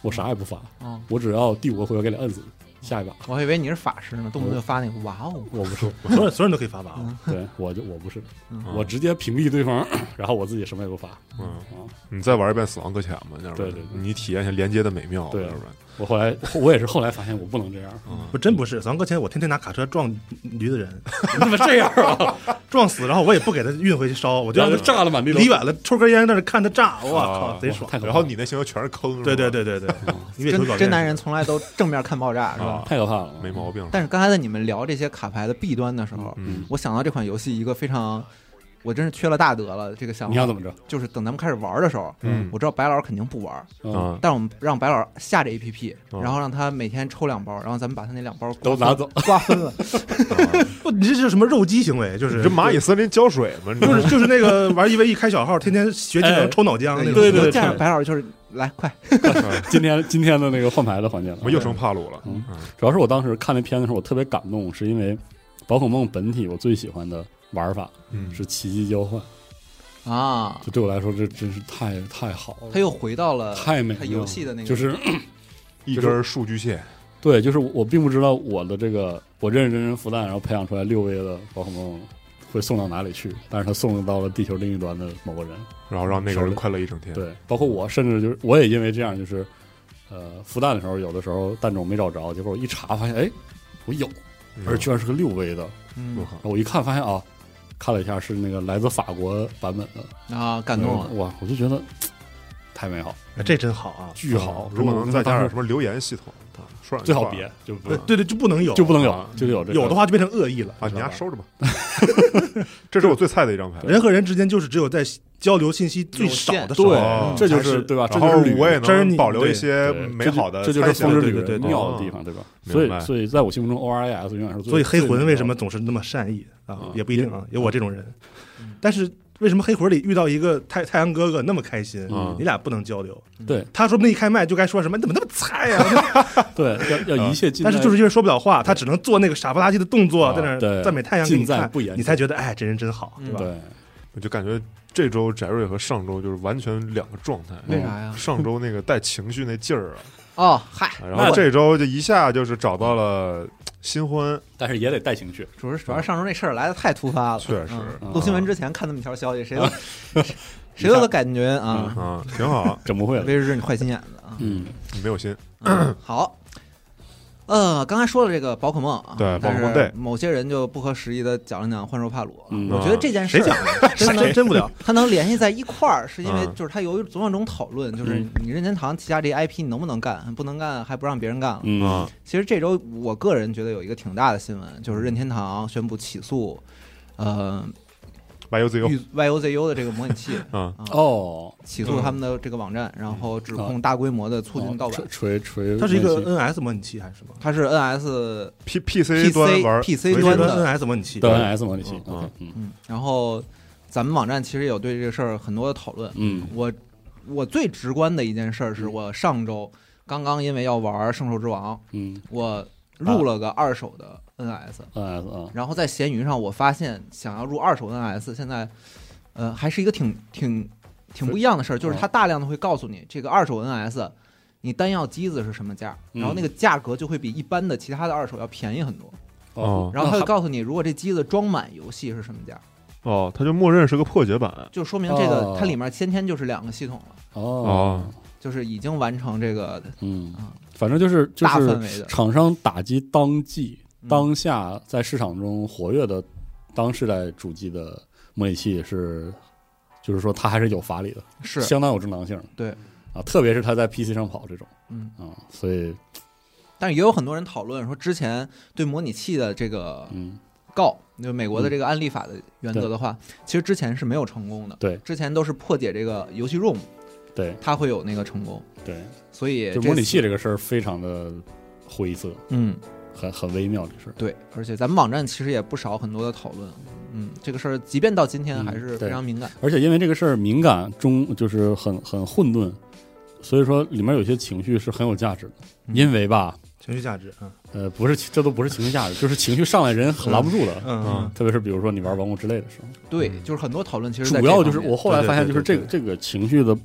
我啥也不发， 哦， 我只要第五个回合给你摁死，下一把。 我还以为你是法师呢，动不动就发那个哇哦， 我不是， 所有所有人都可以发吧？ 对我就我不是， 嗯我直接屏蔽对方，然后我自己什么也不发。 嗯， 啊， 你再玩一遍死亡搁浅嘛，那样对对对你体验一下连接的美妙， 对要不然我后来我也是后来发现我不能这样， 不，真不是。死亡搁浅，我天天拿卡车撞驴子人， 你怎么这样啊？ 撞死，然后我也不给他运回去烧，我就然后让他炸了满地都离远了抽根烟在那看他炸，我靠， 啊贼爽。 太可怕了然后你那星球全是坑， 对对是吧， 对对对，月球表面真真男人从来都正面看爆炸，是吧？ 啊太可怕了， 没毛病。 但是刚才在你们聊这些卡牌的弊端的时候， 嗯我想到这款游戏一个非常，我真是缺了大德了。这个想法， 你想怎么着？ 就是等咱们开始玩的时候， 嗯我知道白老师肯定不玩， 嗯， 啊， 但我们让白老师下这 A P P， 嗯然后让他每天抽两包，然后咱们把他那两包都拿走， 瓜分了。 不，你这是什么肉鸡行为？就是你这蚂蚁森林浇水嘛，你就是就是那个玩一 v 一开小号，天天学技能抽脑浆那种。 对对对这样白老师就是来快， 今天今天的那个换牌的环节了我，们又成帕鲁了。 嗯嗯主要是我当时看那片子的时候，我特别感动，是因为宝可梦本体我最喜欢的玩法嗯， 是奇迹交换， 啊， 就对我来说这真是太太好了， 他又回到了太美妙了他游戏的那个， 就是一根数据线， 对，就是我并不知道我的这个我认认真真孵蛋，然后培养出来六 V 的宝可梦会送到哪里去，但是他送到了地球另一端的某个人。 然后让那个人快乐一整天。 对，包括我，甚至就是我也因为这样，就是呃孵蛋的时候，有的时候蛋种没找着，结果我一查发现，哎，我有， 嗯， 而且居然是个六 V 的。 嗯我靠然后我一看发现啊，看了一下是那个来自法国版本的， 啊，感动了。 哇，我就觉得太美好， 哎这真好啊！ 巨好。 如果能再加上当时什么留言系统，说两句话最好别，就不对对对，就不能有， 就不能有啊， 就有这个有的话就变成恶意了啊，你知道吧丫收着吧。这是我最菜的一张牌。 人和人之间就是只有在交流信息最少的时候， 对哦， 这就才是对吧？这然后就是旅我也这是你能保留一对些对美好的这就这就是猜想风之旅对对对对人妙的地方，对吧？ 明白所以所以在我心目中，O R I S 永远是最所以黑魂为什么最总是那么善意啊啊？ 也不一定啊，有我这种人。但是为什么黑魂里遇到一个太太阳哥哥那么开心嗯？ 你俩不能交流。 对他说不定一开麦就该说什么，你怎么那么菜呀？ 对要要一切尽在， 但是就是因为说不了话，他只能做那个傻不拉几的动作，在那啊对儿赞美太阳给你尽在看不言， 你才觉得哎，这人真好，对吧？ 对我就感觉这周翟瑞和上周就是完全两个状态。 为啥呀？ 上周那个带情绪那劲儿啊， 哦，嗨， 然后这周就一下就是找到了新欢， 但是也得带情绪。 主要主要上周那事儿来的太突发了， 确实嗯录新闻之前看那么一条消息，谁都谁都有感觉啊， 啊，挺好。 整不会了。 威士你坏心眼子啊。 嗯， 你没有心， 嗯好，呃，刚才说了这个宝可梦啊， 对宝可梦但是 Day 某些人就不合时宜的讲了讲幻兽帕鲁啊， 嗯我觉得这件事谁讲儿真真真不了。 它能联系在一块儿，是因为嗯就是它有总有一种讨论，就是嗯你任天堂旗下这 I P 你能不能干，不能干还不让别人干了。 嗯啊， 其实这周我个人觉得有一个挺大的新闻，就是任天堂宣布起诉，呃， Y U Z U， Y U Z U 的这个模拟器啊， 啊， 哦， 起诉他们的这个网站，然后指控大规模的促进盗版。 锤锤， 它是一个模拟器 N S 模拟器还是什么？ 它是 N S P P C 端玩 P C 微端的软的 N S 模拟器。 的 N S 模拟器。 嗯 OK，嗯嗯，然后咱们网站其实也有对这个事儿很多的讨论。 嗯我我最直观的一件事儿是我上周刚刚因为要玩《圣兽之王》， 嗯我入了个二手的 N S，、 ，N S 啊， 然后在闲鱼上我发现想要入二手 N S， 现在呃还是一个挺挺挺不一样的事儿，就是它大量的会告诉你这个二手 N S。你单要机子是什么价， 嗯然后那个价格就会比一般的其他的二手要便宜很多。 哦然后他会告诉你，如果这机子装满游戏是什么价， 哦，它就默认是个破解版。 就说明这个哦它里面先天就是两个系统了， 哦哦， 就是已经完成这个嗯啊， 反正就是就大范是围的。 厂商打击当季嗯当下在市场中活跃的当世代主机的模拟器是，就是说它还是有法理的， 是， 相当有正当性。 对啊，特别是它在 P C 上跑这种嗯， 啊，所以但是也有很多人讨论说，之前对模拟器的这个嗯告，就美国的这个安利法的原则的话，其实之前是没有成功的。 对之前都是破解这个游戏 ROM， 对它会有那个成功。 对， 所以就模拟这次器这个事儿非常的灰色， 嗯， 很很微妙这事儿。 对，而且咱们网站其实也不少很多的讨论。嗯，这个事儿即便到今天嗯还是对非常敏感。 而且因为这个事儿敏感中就是很很混沌，所以说里面有些情绪是很有价值的。 嗯因为吧， 情绪价值啊， 呃，不是这都不是情绪价值，就是情绪上来人很拦不住的。 嗯嗯特别是比如说你玩王国之泪的时候， 对，就是很多讨论其实在主要这方面就是我后来发现，就是这个对这个情绪的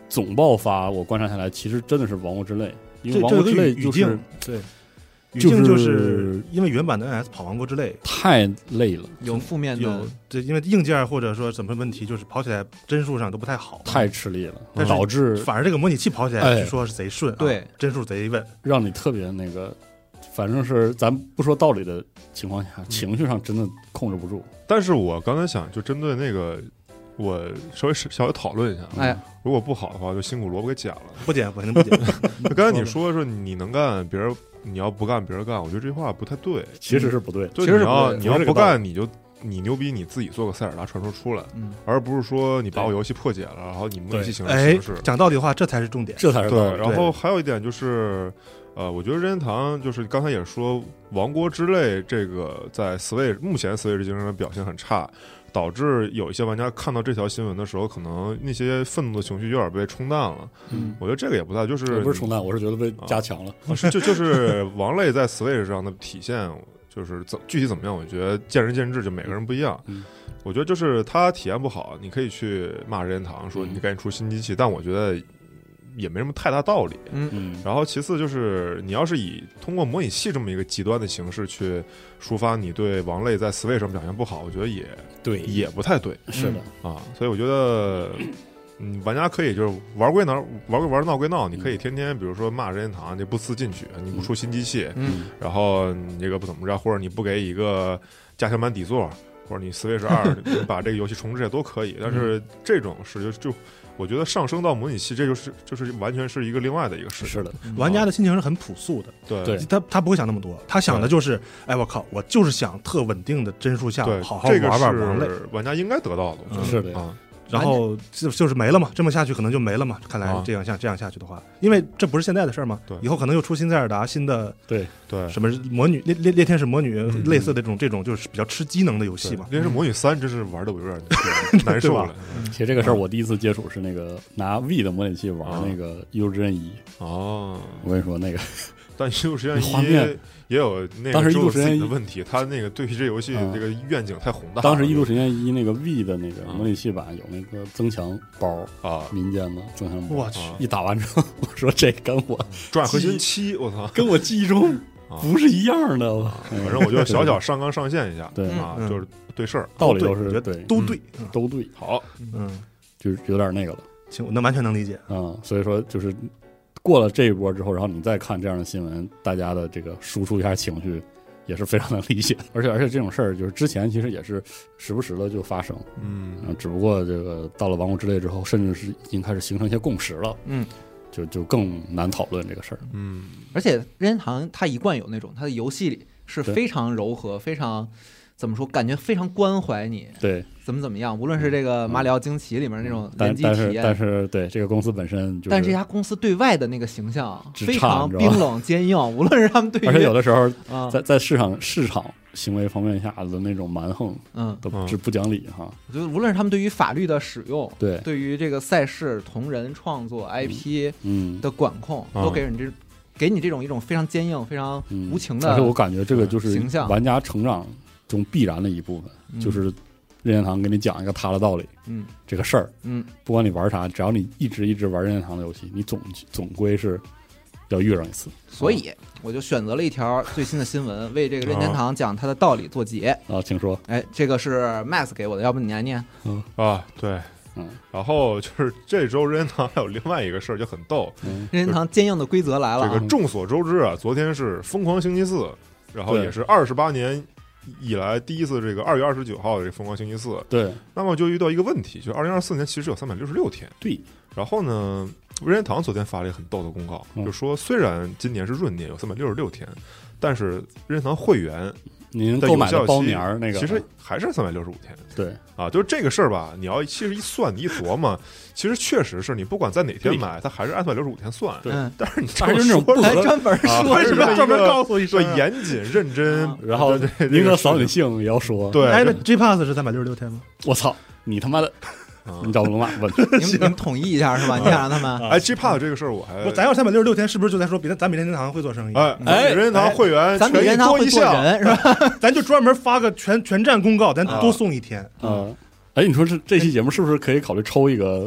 总爆发，我观察下来，其实真的是王国之泪，因为这王国之泪这个语就是对。语就是境就是因为原版的 N S 跑王国之泪太累了， 有负面的有，这因为硬件或者说什么问题，就是跑起来帧数上都不太好， 太吃力了， 但是导致反而这个模拟器跑起来哎据说是贼顺， 对啊，帧数贼稳。 让你特别那个，反正是咱不说道理的情况下，情绪上真的控制不住。 但是我刚才想，就针对那个，我稍微小小讨论一下。 哎， 如果不好的话，就辛苦萝卜给剪了。 不减，肯定不减。 就刚才你说说你能干，别人你要不干，别人干，我觉得这话不太对。 其实是不对， 就其实是你要不对你要不不是这个道理干，你就你牛逼，你自己做个塞尔达传说出来， 嗯， 而不是说你把我游戏破解了，然后你模拟器形式哎形式。， 讲道理的话，这才是重点。 这才是道对， 理。 然后还有一点就是，呃，我觉得任天堂就是刚才也说，《王国之泪》这个在 Switch 目前 Switch 竞争的表现很差，导致有一些玩家看到这条新闻的时候，可能那些愤怒的情绪有点被冲淡了。 嗯， 我觉得这个也不大，就是我不是冲淡，我是觉得被加强了。 啊是就就是王类在 Switch 上的体现，就是怎具体怎么样，我觉得见仁见智，就每个人不一样。 嗯， 我觉得就是他体验不好，你可以去骂任天堂，说嗯你赶紧出新机器，但我觉得也没什么太大道理。 嗯， 然后其次就是你要是以通过模拟器这么一个极端的形式去抒发你对王类在 Switch 上表现不好，我觉得也对， 也不太对是的， 啊。所以我觉得。嗯，玩家可以就是玩归玩，玩归玩，闹归闹。你可以天天，比如说骂任天堂，你不思进取，你不出新机器， 嗯， 然后你这个不怎么着，或者你不给一个加强版底座，或者你 Switch 二你把这个游戏重置也都可以。但是这种是就就我觉得上升到模拟器，这就是就是完全是一个另外的一个事情。 是的， 玩家的心情是很朴素的， 对对他他不会想那么多，他想的就是，哎，我靠，我就是想特稳定的帧数下对， 好好这个玩玩王类， 是玩家应该得到的。我觉得是的啊， 然后就就是没了嘛，这么下去可能就没了嘛。看来啊这样下这样下去的话，因为这不是现在的事儿嘛， 对以后可能又出新塞尔达、新的对对， 什么魔女猎猎猎天使魔女嗯类似的这种这种就是比较吃机能的游戏嘛。 因为是魔女三，真是玩的我有点难受了。 其实这个事儿我第一次接触是那个拿 V 的模拟器玩那个《异度之刃一》， 哦， 我跟你说那个但《异度时间一画面》 也有那个当时异度只有自己时间一的问题，他那个对比这游戏嗯这个愿景太宏大了。 当时《异度神剑一》那个 V 的那个啊模拟器版有那个增强包， 啊， 民间的增强包。 我去， 啊一打完之后，我说这跟我转核心七，我操！ 跟我记忆中啊不是一样的。我反正我就小小上纲上线一下， 对啊， 嗯就是对事儿。 道理都我觉得是对， 都对，嗯都对， 好， 嗯， 就是有点那个了行，我那完全能理解。 啊。所以说就是过了这一波之后，然后你再看这样的新闻，大家的这个输出一下情绪。也是非常能理解，而且而且这种事儿就是之前其实也是时不时的就发生， 嗯嗯，只不过这个到了王国之泪之后，甚至是已经开始形成一些共识了， 嗯， 就就更难讨论这个事儿。 嗯， 而且任天堂它一贯有那种它的游戏里是对非常柔和，非常怎么说，感觉非常关怀你， 对， 怎么怎么样，无论是这个马里奥惊奇里面那种但联机体验， 但是但是对这个公司本身就是， 但是这家公司对外的那个形象直非常差你知道吧冰冷坚硬，无论是他们对于而且有的时候啊， 在在市场市场行为方面下的那种蛮横嗯， 都嗯是不讲理哈。 我觉得无论是他们对于法律的使用， 对， 对于这个赛事、同人创作、I P 嗯的管控， 嗯都给人这给你这种一种非常坚硬、非常嗯无情的而且我感觉这个就是形象玩家成长中必然的一部分， 嗯就是任天堂给你讲一个他的道理， 嗯这个事儿， 嗯， 不管你玩啥，只要你一直一直玩任天堂的游戏，你总总归是要遇上一次。 所以我就选择了一条最新的新闻，为这个任天堂讲它的道理做结。 啊，请说。 哎，这个是 Max 给我的，要不你来念？ 啊，对， 嗯然后就是这周任天堂还有另外一个事儿就很逗， 嗯任天堂坚硬的规则来了啊！ 这个众所周知啊，昨天是疯狂星期四，然后对也是二十八年以来第一次这个二月二十九号的这个疯狂星期四， 对那么就遇到一个问题，就二零二四年其实有三百六十六天， 对， 然后呢，任天堂昨天发了一个很逗的公告， 嗯就说虽然今年是闰年有三百六十六天，但是任天堂会员您的购买的包有效期年儿那个， 其实还是三百六十五天。 对啊，就是这个事儿吧，你要其实一算，你一琢磨，其实确实是你不管在哪天买，它还是按三百六十五天算。 对嗯， 但是你这但是就是那种不么说还专门啊说是吧为什么？ 专门告诉一声啊， 对严谨认真啊， 然后对对宁可扫你这个事兴也要说， 对， 哎，那这 G Pass 是三百六十六天吗？ 我操，你他妈的， 啊你找龙马问， 你们你们统一一下是吧？你想让他们哎 G P A 这个事儿我还不，咱要三百六十六天，是不是就在说比咱咱比任天堂会做生意？ 哎哎任天堂会员咱比任天堂会做权益多一项， 人是吧？ 咱就专门发个全全站公告，咱多送一天。 啊，哎，你说这这期节目是不是可以考虑抽一个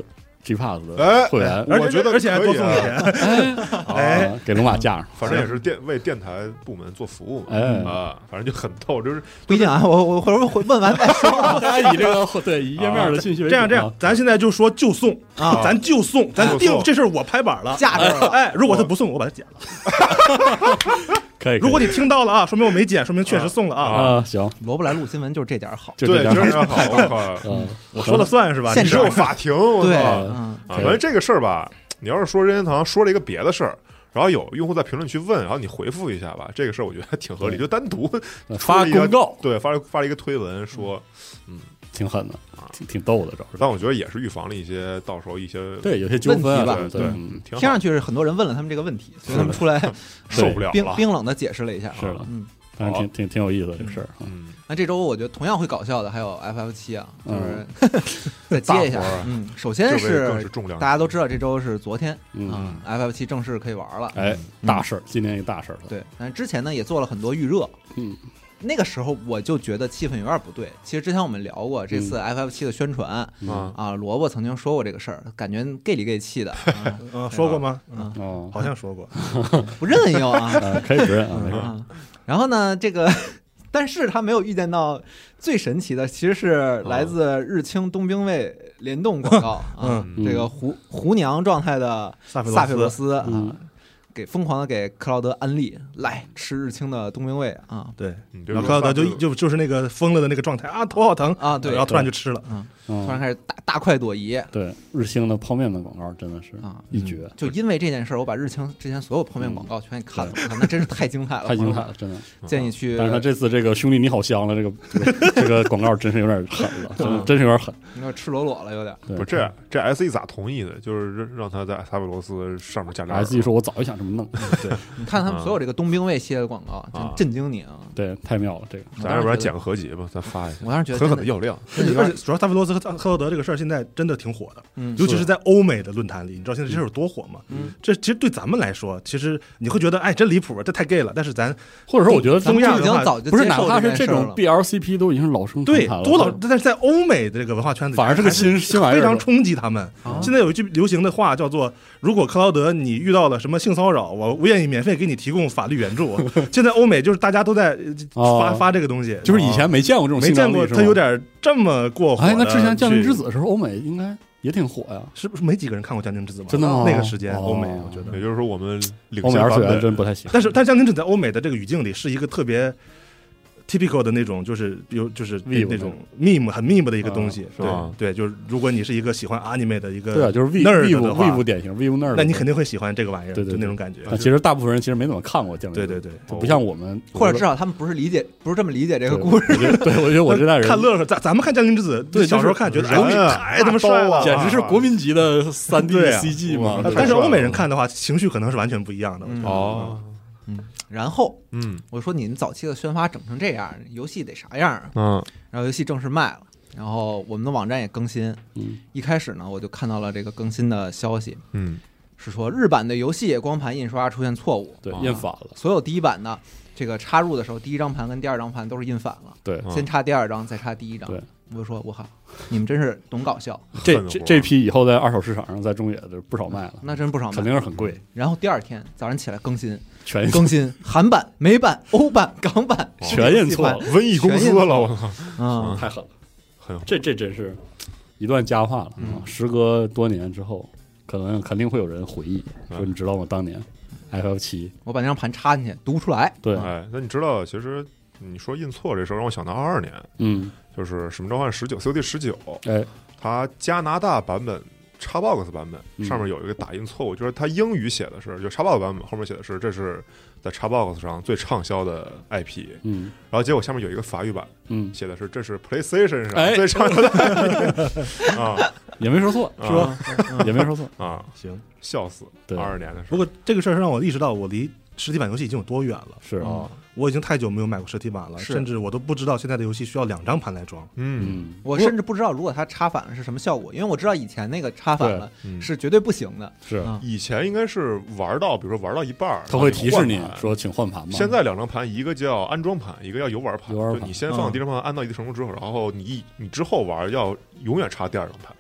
G Pass 哎的会员， 而且我觉得而且还多送可以啊钱，哎啊，给龙马架上， 反正也是电为电台部门做服务嘛， 哎啊，反正就很逗，就是不一定啊，我我回头回问完再说啊。 大家以这个对以页面的信息为主这样这样，咱现在就说就送啊咱就送，咱定就送这事儿我拍板了， 架这儿了哎，如果他不送，我把它剪了。 可以。 如果你听到了啊，说明我没剪，说明确实送了啊。 啊行， 罗布莱录新闻就是这点儿好， 对， 就这样就是这样好，我靠， 嗯， 我说了算是吧？ 现你只有法庭，我对， 操嗯， 啊，反正这个事儿吧，你要是说任天堂说了一个别的事儿，然后有用户在评论区问，然后你回复一下吧，这个事儿我觉得还挺合理， 对就单独发出了一个公告， 对，发了发了一个推文说， 挺狠的，挺挺逗的，主要是。 但我觉得也是预防了一些到时候一些对，有些纠纷啊， 问对对， 嗯挺好听上去是很多人问了他们这个问题，所以他们出来受不了冰了， 冰冷的解释了一下。 是的嗯， 但是挺挺挺有意思的这个事儿啊。 嗯， 那这周我觉得同样会搞笑的还有 F F 七啊，就嗯是再接一下大活儿啊。 嗯，首先这位更是是重量级， 大家都知道这周是昨天嗯啊，F F 七正式可以玩了。 哎，大事儿，今年一个大事儿了。 对，但之前呢也做了很多预热。 嗯， 那个时候我就觉得气氛有点不对。其实之前我们聊过这次 F F 七的宣传啊， 啊，萝卜曾经说过这个事儿，感觉 gay 里 gay 气的，啊嗯，说过吗？嗯， 嗯， 哦， 好像说过。 不认又啊。 啊，可以不认啊，没事。 啊，然后呢，这个，但是他没有预见到最神奇的，其实是来自日清冬兵卫联动广告啊， 嗯这个胡胡娘状态的萨菲萨菲罗斯， 斯啊嗯， 给疯狂的给克劳德安利来吃日清的冬兵卫啊对， 嗯这然后克劳德就就就就是那个疯了的那个状态啊，头好疼啊，对然，后突然就吃了。 突然嗯， 开始大大快朵颐对，日兴的泡面的广告真的是啊。 一绝， 就因为这件事儿，我把日清之前所有泡面广告全给看了，我靠那真是太精彩了， 太精彩了，真的。 建议去。 但是他这次这个兄弟你好香了，这个这个这个广告真是有点狠了，真的真是有点狠。 有点赤裸裸了，有点。 对不是这这 S E 咋同意的？就是让让他在萨菲罗斯上面加点儿 S E 说，我早就想这么弄， 你看他们所有这个冬兵卫系列的广告，真啊震惊你啊！ 对，太妙了，这个咱要不然剪个合集吧，咱发一下， 我当时觉得狠狠真的的要亮。 而且而且主要萨菲罗斯和克劳德这个事儿现在真的挺火的， 嗯尤其是在欧美的论坛里，你知道现在这事儿有多火吗？ 嗯， 这其实对咱们来说，其实你会觉得哎真离谱，这太 gay 了。但是咱或者说我觉得咱们东亚的话已经早就不是， 接受哪怕是这种件事儿了 B L C P 都已经是老生常对谈了， 多老，但是在欧美的这个文化圈子里， 反而是个新新玩意儿非常冲击他们。 啊现在有一句流行的话叫做：“如果克劳德你遇到了什么性骚扰，我我愿意免费给你提供法律援助。”现在欧美就是大家都在呃哦发发这个东西， 就是以前没见过这种没性张力， 见过他是吗有点这么过火的哎，那之前《降临之去子》的时候，欧美应该也挺火呀， 是不是没几个人看过《降临之子》吧？ 真的吗那个时间哦欧美，我觉得也。就是说，我们领欧美二次元先版本真不太行。 但是，但是《降临之子》在欧美的这个语境里是一个特别 typical 的那种，就是有就是那 Meme 那种 meme 很 meme 的一个东西啊， 对是吧对，就是如果你是一个喜欢 anime 的一个对啊，就是 V nerd vivo 的话 vivo 典型 vivo nerd， 那你肯定会喜欢这个玩意儿， 对对对就那种感觉。 但其实大部分人其实没怎么看过《降临之子》， 对对对， 就不像我们， 或者至少他们不是理解，不是这么理解这个故事。 我觉得，对我觉得我这代人看乐呵，咱咱们看《降临之子》， 对小时候看觉得哎呦人啊太他妈帅了， 简直是国民级的三 D 对啊 C G 嘛嗯。 对但是欧美人看的话，情绪可能是完全不一样的。我觉得哦， 然后嗯我说你们早期的宣发整成这样，游戏得啥样啊？ 嗯然后游戏正式卖了，然后我们的网站也更新。 嗯一开始呢，我就看到了这个更新的消息， 嗯是说日版的游戏光盘印刷出现错误， 对啊， 印反了， 所有第一版的这个插入的时候，第一张盘跟第二张盘都是印反了， 对， 嗯先插第二张，再插第一张。 对， 我就说我靠，你们真是懂搞笑， 这恨活这这批以后在二手市场上，在中野的不少卖了， 那真不少卖肯。定是很贵， 然后第二天早上起来更新， 全更新韩版、美版、欧版、港版， 全印错了， 瘟疫公司了，我靠， 嗯， 太狠了， 很这这真是一段佳话了啊！时隔多年之后，可能肯定会有人回忆嗯说，你知道吗？当年 F F 七， 我把那张盘插进去，读不出来。 对， 哎，那你知道，其实你说印错这事儿，让我想到二二年， 嗯， 就是《使命召唤十九》C O D 十九， 哎， 它加拿大版本。Xbox 版本嗯上面有一个打印错误，就是它英语写的是，就 Xbox 版本后面写的是这是在 Xbox 上最畅销的 I P， 嗯然后结果下面有一个法语版嗯， 写的是这是 PlayStation 上哎最畅销的 I P 啊也没说错， 啊是吧？也没说错， 啊， 行。 笑死！ 对二二年的时不过这个事儿让我意识到，我离实体版游戏已经有多远了。 是候啊， 我已经太久没有买过实体版了， 是甚至我都不知道现在的游戏需要两张盘来装。 嗯嗯， 我甚至不知道如果它插反了是什么效果，因为我知道以前那个插反了嗯， 是绝对不行的。 是， 啊以前应该是玩到，比如说玩到一半儿， 他会提示你换盘说请换盘嘛。 现在两张盘，一个叫安装盘，一个叫游玩盘。 游玩盘就你先放第一张盘，按到一定程度之后，然后你一你之后玩要永远插第二张盘。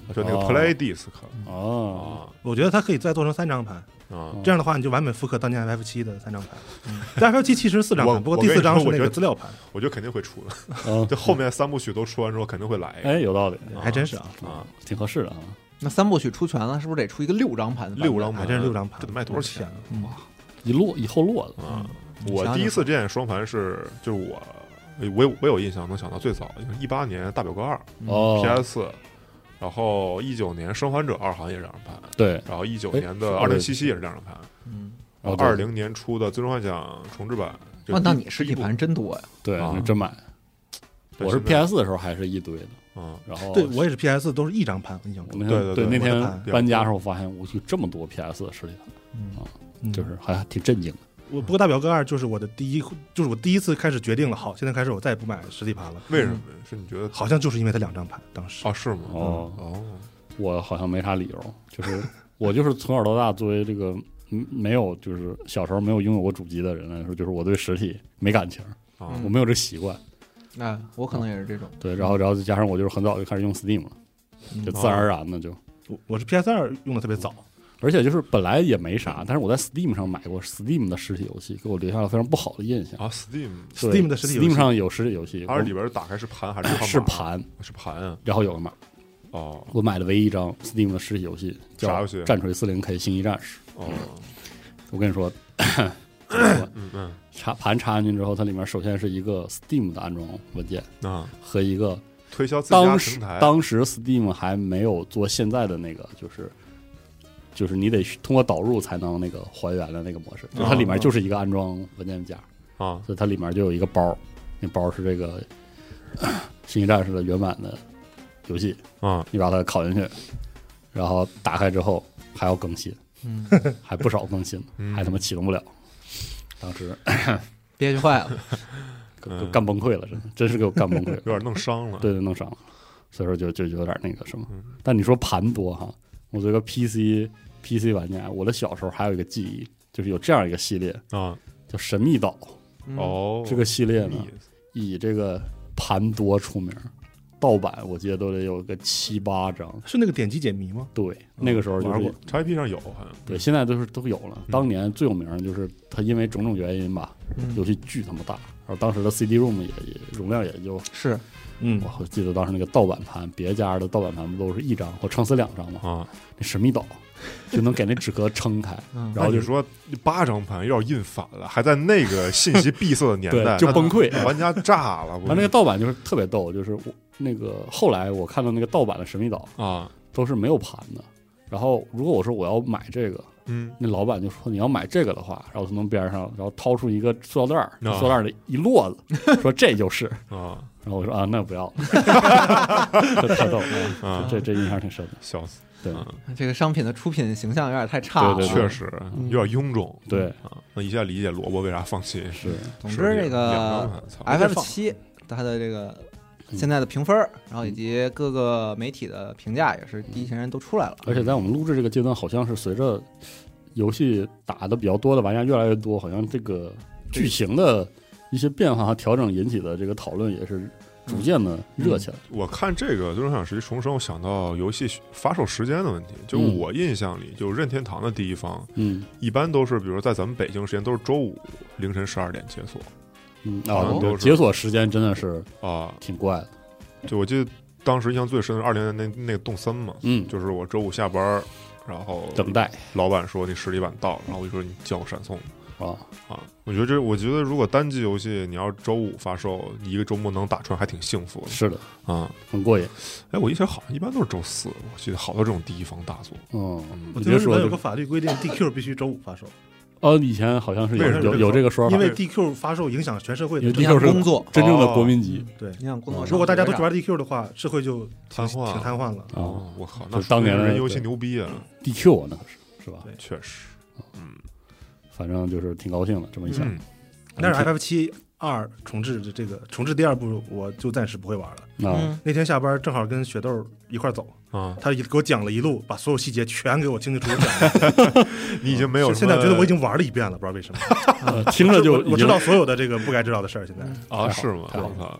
就那个哦 Play Disc 哦， 啊我觉得它可以再做成三张盘， 啊。 这样的话你就完美复刻当年 F F 七的三张盘。但 F F 七其实四张我盘，不过我跟你第四张是那说我觉得个资料盘， 我觉得肯定会出的， 嗯， 就后面三部曲都出完之后肯定会来一个哎，有道理还真是啊， 啊， 挺合适的啊。 那三部曲出全了，是不是得出一个六张盘的版本？ 六张盘还真是六张盘， 这得卖多少钱天啊？ 啊？ 一摞以后摞的， 啊！ 你想想我第一次见双盘是就是我我有我有印象能想到最早，因为一八年大表哥二哦 P S 四，然后一九年生还者二好像也是两张盘， 对， 然后一九哎年的是二零七七也是两张盘， 嗯， 然后哦对二零年出的最终幻想重置版，就哇，那第你实体盘真多呀！ 对， 啊那真买。我是对现 P 在 S 的时候还是一堆的， 嗯然后对我也是 P S 都是一张盘，我印象中。 我那对对对天那天我的盘搬家的时候发现，我去这么多 P S 的实体盘， 嗯就是还挺震惊的。 我不过大表哥二就是我的第一，就是我第一次开始决定了，好，现在开始我再也不买实体盘了。 为什么呀？是你觉得好像就是因为它两张盘，当时啊是吗？ 哦哦， 我好像没啥理由，就是我就是从小到大作为这个嗯没有就是小时候没有拥有过主机的人来说，就是我对实体没感情， 啊嗯我没有这习惯。 哎，我可能也是这种。 对，然后然后再加上我就是很早就开始用 Steam 了，就自然而然的就， 我我是 P S 二用的特别早， 而且就是本来也没啥，但是我在 Steam 上买过 Steam 的实体游戏，给我留下了非常不好的印象。 啊 Steam， 对 Steam 的实体游戏 Steam 上有实体游戏， 它是里边打开是盘还是我看码是盘， 是盘啊？ 然后有个码。 哦我买的唯一一张 Steam 的实体游戏叫啥游戏 《战锤四零 K 星际战士》。 哦， 我跟你说，怎么说嗯嗯插盘插进去之后，它里面首先是一个 Steam 的安装文件啊， 和一个推销自家当时平台， 当时 Steam 还没有做现在的那个，就是就是你得通过导入才能那个还原的那个模式，就它里面就是一个安装文件夹， 啊所以它里面就有一个包，那包是这个星际战士的原版的游戏， 啊你把它拷进去，然后打开之后还要更新， 嗯， 还不少更新， 嗯还他妈启动不了。当时憋屈坏了。 给给干崩溃了，真的，真是给我干崩溃了， 有点弄伤了。 对对，弄伤了，所以说就就就有点那个什么嗯。 但你说盘多哈，我作为一个 P C P C 玩家，我的小时候还有一个记忆，就是有这样一个系列啊叫《神秘岛》， 嗯， 哦， 这个系列呢意思以这个盘多出名，盗版我记得都得有个七八张。 是那个点击解谜吗？ 对，那个时候就是玩过 ，X I P 上有好像对，现在都是都有了。当年最有名的就是它因为种种原因吧， 嗯游戏巨他妈大，然后当时的 C D ROM 也也容量也就是嗯， 我记得当时那个盗版盘，别家的盗版盘不都是一张或撑死两张吗？ 啊。 那神秘岛就能给那纸壳撑开， 嗯然后就那你说八张盘要是印反了，还在那个信息闭塞的年代， 对就那崩溃。 玩家炸了。 他那个盗版就是特别逗，就是我那个后来我看到那个盗版的神秘岛啊， 都是没有盘的。然后如果我说我要买这个， 嗯那老板就说你要买这个的话，然后从边上然后掏出一个塑料袋儿， 啊塑料袋里一摞子，说这就是。 啊然后我说啊，那不要了，这太逗了， 啊， 这这印象挺深的。 笑死。 对嗯这个商品的出品形象有点太差了。 对对确实有点臃肿。 对啊，那一下理解萝卜为啥放弃。 是， 总之，这两张个盘操 F F 七它的这个现在的评分，然后以及各个媒体的评价也是第一时间都出来了。 而且在我们录制这个阶段，好像是随着游戏打的比较多的玩家越来越多，好像这个剧情的一些变化和调整引起的这个讨论也是逐渐的热起来。 我看这个《最终幻想十一重生》，我想到游戏发售时间的问题。就嗯我印象里，就任天堂的第一方嗯一般都是，比如说在咱们北京时间都是周五凌晨十二点解锁嗯好啊像都是解锁时间真的是啊。 挺怪的。 就我记得当时印象最深的二零年那那个动森嘛， 嗯， 就是我周五下班，然后等待老板说你实体版到了，然后我就说你叫我闪送啊， 啊。我觉得这，我觉得如果单机游戏你要周五发售，一个周末能打穿，还挺幸福的是的， 啊。 很过瘾。 哎，我印象好像一般都是周四，我记得好多这种第一方大作。 嗯， 嗯我你别说这记得日本有个法律规定，D Q 必须周五发售， 哦，以前好像是有为什么有有这个说法， 因为 D Q 发售影响全社会因为的。 D 影响 Q 是工作真正的国民级对， 影响工作嗯上。 如果大家都去玩 D Q 的话，社会就挺瘫痪挺瘫痪了。 啊哦，我靠，那就当年的人游戏牛逼啊， ，D Q 啊，那可是是吧？ 对确实。嗯反正就是挺高兴的，这么一想， 嗯但是 F F 七二重置的这个重置第二部，我就暂时不会玩了。 啊， 嗯， 那天下班正好跟雪豆一块走， 啊， 他给我讲了一路，把所有细节全给我清清楚楚讲了。 你已经没有现在我觉得我已经经玩了一遍了，不知道为什么。 呃听着就已经我我知道所有的这个不该知道的事儿。现在啊是吗？ 太好我靠，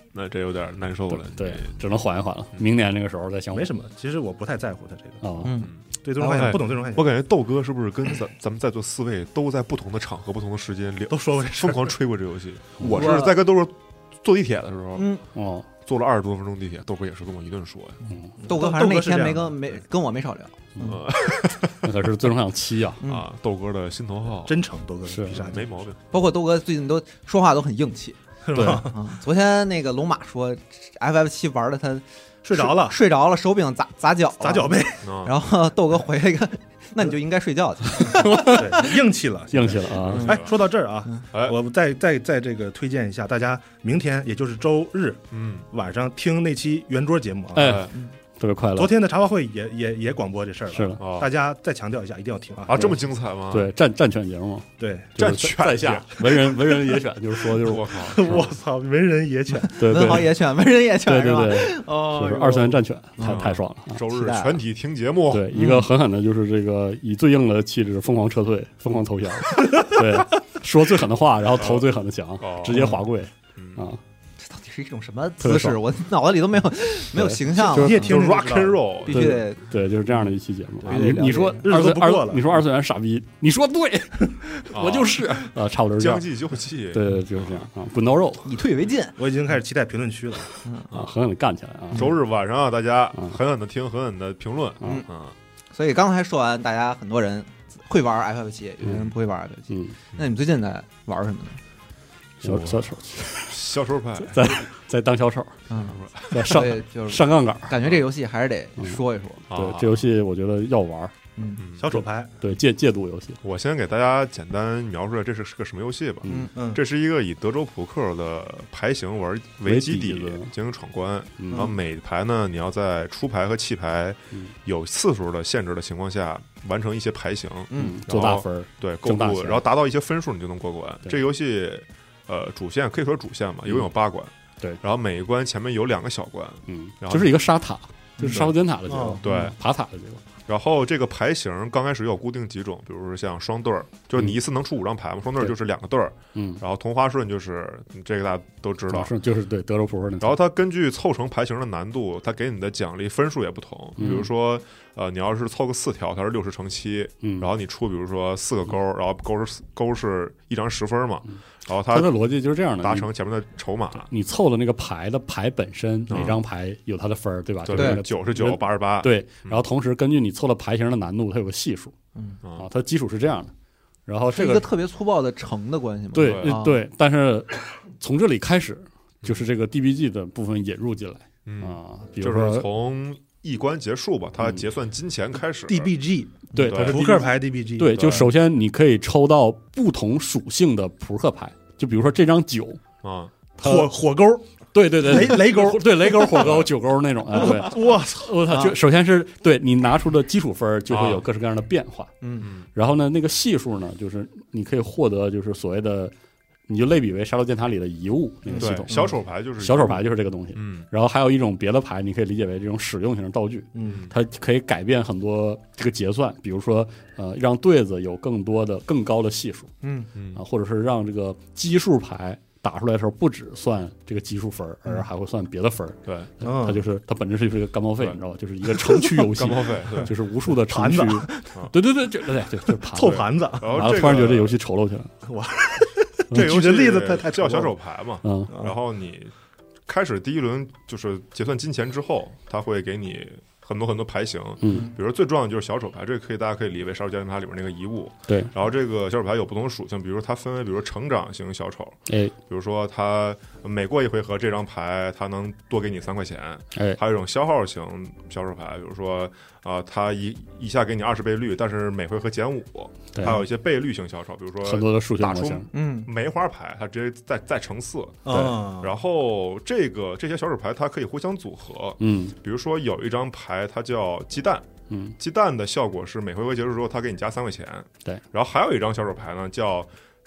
那这有点难受了。 对，只能缓一缓了，明年那个时候再想。 没什么，其实我不太在乎他这个啊， 嗯， 对最终幻想不懂最终幻想， 我感觉豆哥是不是跟咱咱们在座四位都在不同的场合、不同的时间里都说过这事疯狂吹过这游戏？我是在跟豆哥坐地铁的时候， 嗯哦， 坐了二十多分钟地铁，豆哥也是跟我一顿说呀。 嗯， 豆哥反正那天没豆哥跟没跟我没少聊， 嗯那可是最终幻想七啊， 嗯啊，豆哥的心头好， 真诚，豆哥是必杀技没毛病。 包括豆哥最近都说话都很硬气对， 啊。昨天那个龙马说 F F 七玩的他睡着了， 睡着了，手柄砸砸脚了砸脚背， 啊然后豆哥回了一个，那你就应该睡觉去。 对，硬气了， 硬气了啊！ 哎，说到这儿啊， 哎， 我再再再这个推荐一下大家，明天也就是周日嗯， 晚上听那期圆桌节目啊。 哎，特别快乐。 昨天的茶话会也也也广播这事儿了， 是的哦大家再强调一下，一定要听啊！ 啊，这么精彩吗？， 对战战犬节目， 对， 就是战犬在下文人文人野犬，就是说就是我靠， 我操，文人野犬， 对对文豪野犬，文人野犬对对是吧？ 对， 哦， 就是二次元战犬，太嗯太爽了啊！ 周日期待了全体听节目， 对，一个狠狠的，就是这个以最硬的气质疯狂撤退，疯狂投降，对，说最狠的话，然后投最狠的降哦， 直接滑跪嗯啊！ 这到底是一种什么特别爽姿势？我脑子里都没有没有形象了就是你。也听就是着 rock 就知道 and roll， 必须得对，就是这样的一期节目啊！ 对对你你说日子二次二都不过了， 你说二次元傻逼，你说对， 啊我就是啊，差不多是这样。 将计就计， 对对，就是这样啊，滚刀肉以退为进。 我已经开始期待评论区了。 啊，狠狠的干起来啊！ 周日晚上啊，大家嗯狠狠的听，狠狠的评论， 嗯啊， 所以刚才说完，大家很多人会玩 F F 七，有些人不会玩 F F 七。 嗯， 那你们最近在玩什么呢？ 小小丑小手派， 在在当小丑， 嗯， 在上所以就是上杠杆。 感觉这游戏还是得说一说。 对啊， 这游戏我觉得要玩， 嗯嗯小手牌， 对戒戒毒游戏。 我先给大家简单描述一下这是是个什么游戏吧。 嗯嗯， 这是一个以德州扑克的牌型玩为基底为底的进行闯关， 嗯然后每牌呢，你要在出牌和弃牌嗯有次数的限制的情况下，完成一些牌型， 嗯， 做大分儿， 对，够度， 挣大钱然后达到一些分数，你就能过关。 对这个游戏，呃，主线可以说是主线嘛，一共有八关， 对然后每一关前面有两个小关， 嗯， 然后就是一个沙塔，就是沙漏尖塔的结构哦， 对嗯爬塔的结构。 然后这个牌型刚开始有固定几种，比如说像双对儿，就是你一次能出五张牌嘛，双对儿对就是两个对儿， 嗯， 然后同花顺就是这个大家都知道。 是就是对德州扑克那种。 然后它根据凑成牌型的难度，它给你的奖励分数也不同。比嗯如说，呃，你要是凑个四条，它是六十乘七， 嗯， 然后你出比如说四个勾，然后勾是勾是一张十分嘛，然后它它的逻辑就是这样的，你达成前面的筹码， 你凑的那个牌的牌本身， 嗯每张牌有它的分儿，对吧？ 对就是那个九十九、八十八， 对， 嗯然后同时根据你凑的牌型的难度，它有个系数嗯， 啊啊，它基础是这样的。然后是这个一个特别粗暴的乘的关系吗？ 对对啊对，但是从这里开始，就是这个 D B G 的部分引入进来嗯， 啊，比如就是说从一关结束吧，它嗯结算金钱开始 D B G 对， 对它是扑克牌 D B G， 对，就对首先你可以抽到不同属性的扑克牌，就比如说这张九， 啊， 它火火钩， 对对对， 雷雷勾， 对雷勾、火勾、九勾那种，啊，对， 我操， 我操， 啊就首先是对你拿出的基础分儿就会有啊各式各样的变化， 嗯嗯然后呢，那个系数呢，就是你可以获得就是所谓的，你就类比为沙漏剑塔里的遗物那个系统，， 对小手牌就是小手牌就是这个东西。 嗯然后还有一种别的牌，你可以理解为这种使用型道具， 嗯它可以改变很多这个结算，比如说呃，让对子有更多的更高的系数嗯嗯啊，或者是让这个奇数牌打出来的时候不只算这个奇数分儿， 嗯而还会算别的分儿。 对， 嗯它就是它本质就是一个干报费， 对你知道吧？就是一个城区游戏干，报费，对， 就是无数的城区盘子， 对对对，就对对，就是盘子凑盘子， 然后然后这个突然觉得这游戏丑陋起来， 这游戏举的例子太太叫小丑了手牌嘛， 嗯然后你开始第一轮就是结算金钱之后，它会给你很多很多牌型， 嗯， 比如说最重要的就是小手牌，这个可以大家可以理为沙漏剑塔里边那个遗物。 对， 然后这个小手牌有不同属性，比如说它分为，比如说成长型小丑， 哎比如说它每过一回合这张牌它能多给你三块钱， 哎， 还有一种消耗型小手牌，比如说啊、呃它一一下给你二十倍率，但是每回合减五， 对， 还有一些倍率型小丑，比如说很多的数学打出模型， 嗯梅花牌，它直接再再乘四。 啊， 然后这个这些小手牌它可以互相组合， 嗯比如说有一张牌它叫鸡蛋， 嗯鸡蛋的效果是每回合结束之后它给你加三块钱。 对， 然后还有一张小手牌呢叫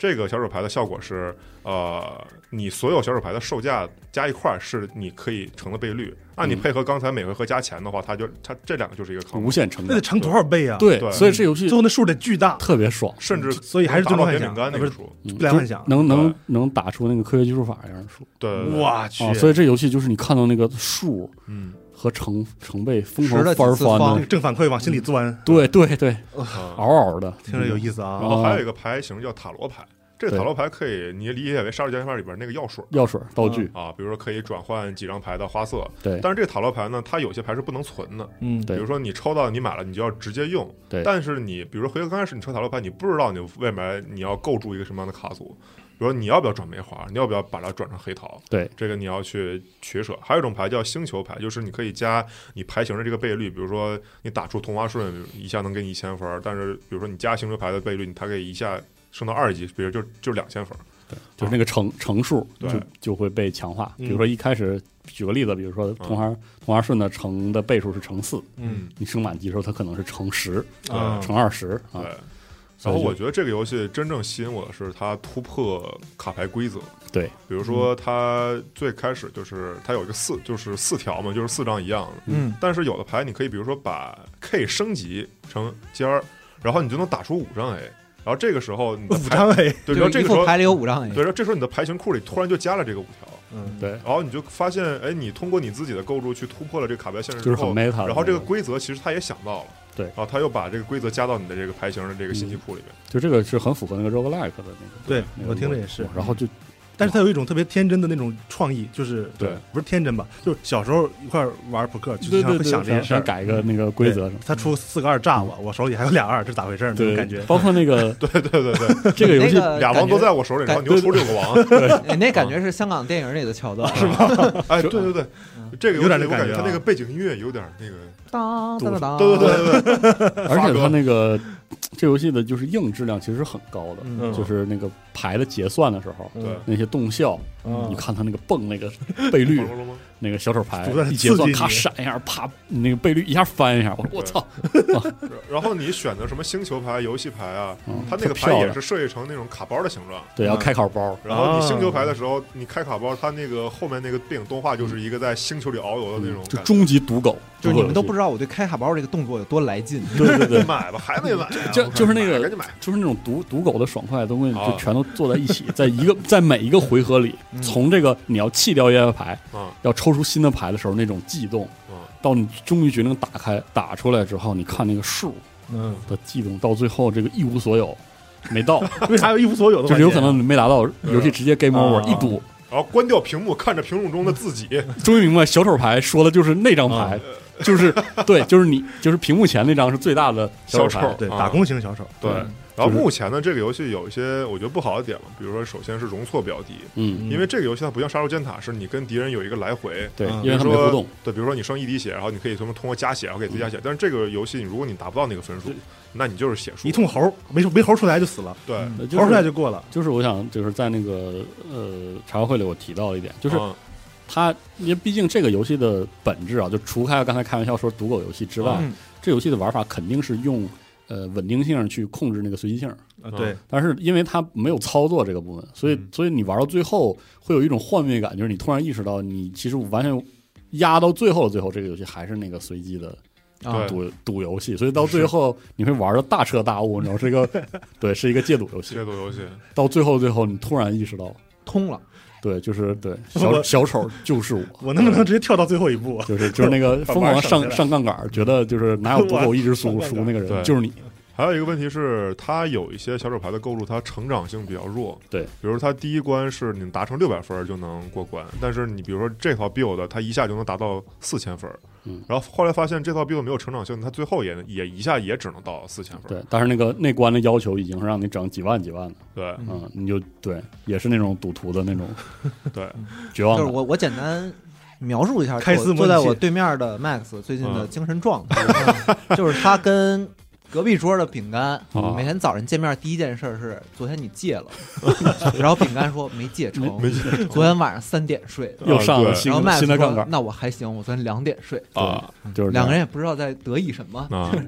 这个小手牌的效果是，呃，你所有小手牌的售价加一块是你可以乘的倍率。按你配合刚才每回合加钱的话，它就它这两个就是一个抗无限乘那得乘多少倍啊？ 对， 对所以这游戏最后那数得巨大， 特别爽， 甚至所以还是最终幻想饼干那个数， 嗯不良幻想能能对能打出那个科学技术法一样的数。 对，对对我去啊，，所以这游戏就是你看到那个数嗯和乘乘倍疯狂十的翻几次方翻的， 正反馈往心里钻， 对对对， 啊嗷嗷的， 听着有意思啊然。后还有一个牌型叫塔罗牌，这个塔罗牌可以你理解为杀手锏法里边那个药水药水道具， 啊，比如说可以转换几张牌的花色。 对但是这个塔罗牌呢，它有些牌是不能存的， 嗯， 对比如说你抽到你买了，你就要直接用。 对但是你比如说回合刚开始你抽塔罗牌，你不知道你未来你要构筑一个什么样的卡组，比如说你要不要转梅花，你要不要把它转成黑桃， 对这个你要去取舍。还有一种牌叫星球牌，就是你可以加你牌型的这个倍率，比如说你打出同花顺一下能给你一千分，但是比如说你加星球牌的倍率，它可以一下升到二级，比如就就两千分。 对，就是那个乘乘数对就就会被强化。 嗯比如说一开始举个例子，比如说同花同花顺的乘的倍数是乘四， 嗯你升满级的时候它可能是乘十、 啊乘二十啊对。 所以就然后我觉得这个游戏真正吸引我的是它突破卡牌规则。 对， 比如说它最开始就是它有一个四，就是四条嘛，就是四张一样的。 嗯， 但是有的牌你可以比如说把 K 升级成尖儿，然后你就能打出五张 A。然后这个时候你的牌五张 A， 对，然就是一后这个时候副牌里有五张 A， 对，然后这时候你的牌型库里突然就加了这个五条， 嗯， 对， 然后你就发现，哎，你通过你自己的构筑去突破了这个卡牌限制就是很之后， meta 的然后这个那种规则其实他也想到了， 对然后他又把这个规则加到你的这个牌型的这个信息库里面。 就这个是很符合那个 roguelike 的那个。 对那个我听着也是然后就但是他有一种特别天真的那种创意，就是对， 不是天真吧，就是小时候一块玩扑克，就经常会对对对， 想这些事儿。 想改个那个规则什么。 他出四个二炸我，我手里还有俩二，这是咋回事儿？那种对， 感觉。 包括那个对对对对， 这个游戏那个俩王都在我手里，然后你又出六个王， 哎那感觉是香港电影里的桥段，是吗？ 哎，对对对，这个游戏有点那我感感觉啊觉它那个背景音乐有点那个， 当当当， 对对对对对， 而且它那个这游戏的就是硬质量其实很高的， 嗯就是那个牌的结算的时候， 对那些动效， 嗯你看它那个蹦那个倍率， 了吗？ 那个小手牌不断地一结算， 刺激你咔闪一下，啪，那个倍率一下翻一下，我说我操， 然后你选的什么星球牌、游戏牌啊， 嗯它那个特漂亮牌也是设计成那种卡包的形状。 对，要开考包， 然后你星球牌的时候，你开卡包，它那个后面那个背景动画就是一个在星球里遨游的那种就感觉。 终极赌狗， 就是你们都不知知道我对开卡包这个动作有多来劲。 对对对， 买吧，还没买啊， 就就是那个赶紧买。 就是那种赌赌狗的爽快的东西， 啊就全都坐在一起，在一个在每一个回合里，从这个你要弃掉一些牌， 啊要抽出新的牌的时候那种悸动， 啊到你终于决定打开打出来之后，你看那个数嗯， 的悸动，到最后这个一无所有，没到， 为啥有一无所有的环节？ 就是有可能你没达到，游戏直接 game over， 啊一赌， 然后关掉屏幕，看着屏幕中的自己。 终于明白小丑牌说的就是那张牌，就是对，就是你就是屏幕前那张是最大的小丑牌小丑，啊对打工型小丑， 对， 嗯然后就是目前呢，这个游戏有一些我觉得不好的点嘛，比如说，首先是容错比较低， 嗯， 因为这个游戏它不像杀戮剑塔，是你跟敌人有一个来回。 对， 嗯因为它比如说没互动， 对，比如说你剩一滴血，然后你可以从通过加血，然后给自己加血。但是这个游戏，如果你达不到那个分数，那你就是血数一。通猴没没猴出来就死了， 对， 就是猴出来就过了。 就是我想就是在那个呃茶话会里我提到了一点，就是嗯它因为毕竟这个游戏的本质啊，就除开刚才开玩笑说赌狗游戏之外， 嗯这游戏的玩法肯定是用呃稳定性去控制那个随机性。 啊，对， 但是因为它没有操作这个部分，所以嗯所以你玩到最后会有一种幻灭感，就是你突然意识到你其实完全压到最后的最后，这个游戏还是那个随机的啊， 赌赌游戏，所以到最后你会玩的大彻大悟，你知道是一个对是一个戒赌游戏。 戒赌游戏。 到最后最后你突然意识到， 通了。 对，就是对我小小丑就是我。 我能不能直接跳到最后一步？ 就是就是那个疯狂上把玩儿省下来上杠杆，觉得就是哪有赌狗一直输我输那个人对就是你。 还有一个问题是，它有一些小手牌的构筑，它成长性比较弱。 对， 比如它第一关是你达成六百分就能过关，但是你比如说这套 build，它一下就能达到四千分。 嗯， 然后后来发现这套 build 没有成长性，它最后也也一下也只能到四千分。 对，但是那个那关的要求已经是让你整几万几万的， 对嗯，你就对，也是那种赌徒的那种对， 绝望感。 就是我我简单描述一下开司模拟器坐坐在我对面的 Max 最近的嗯精神状态，就是他跟隔壁桌的饼干啊每天早上见面第一件事是昨天你戒了，然后饼干说没戒成， 没戒成昨天晚上三点睡， 又上了对新然后 Max 说新的杠杆那我还行，我昨天两点睡， 啊就是两个人也不知道在得意什么。 啊，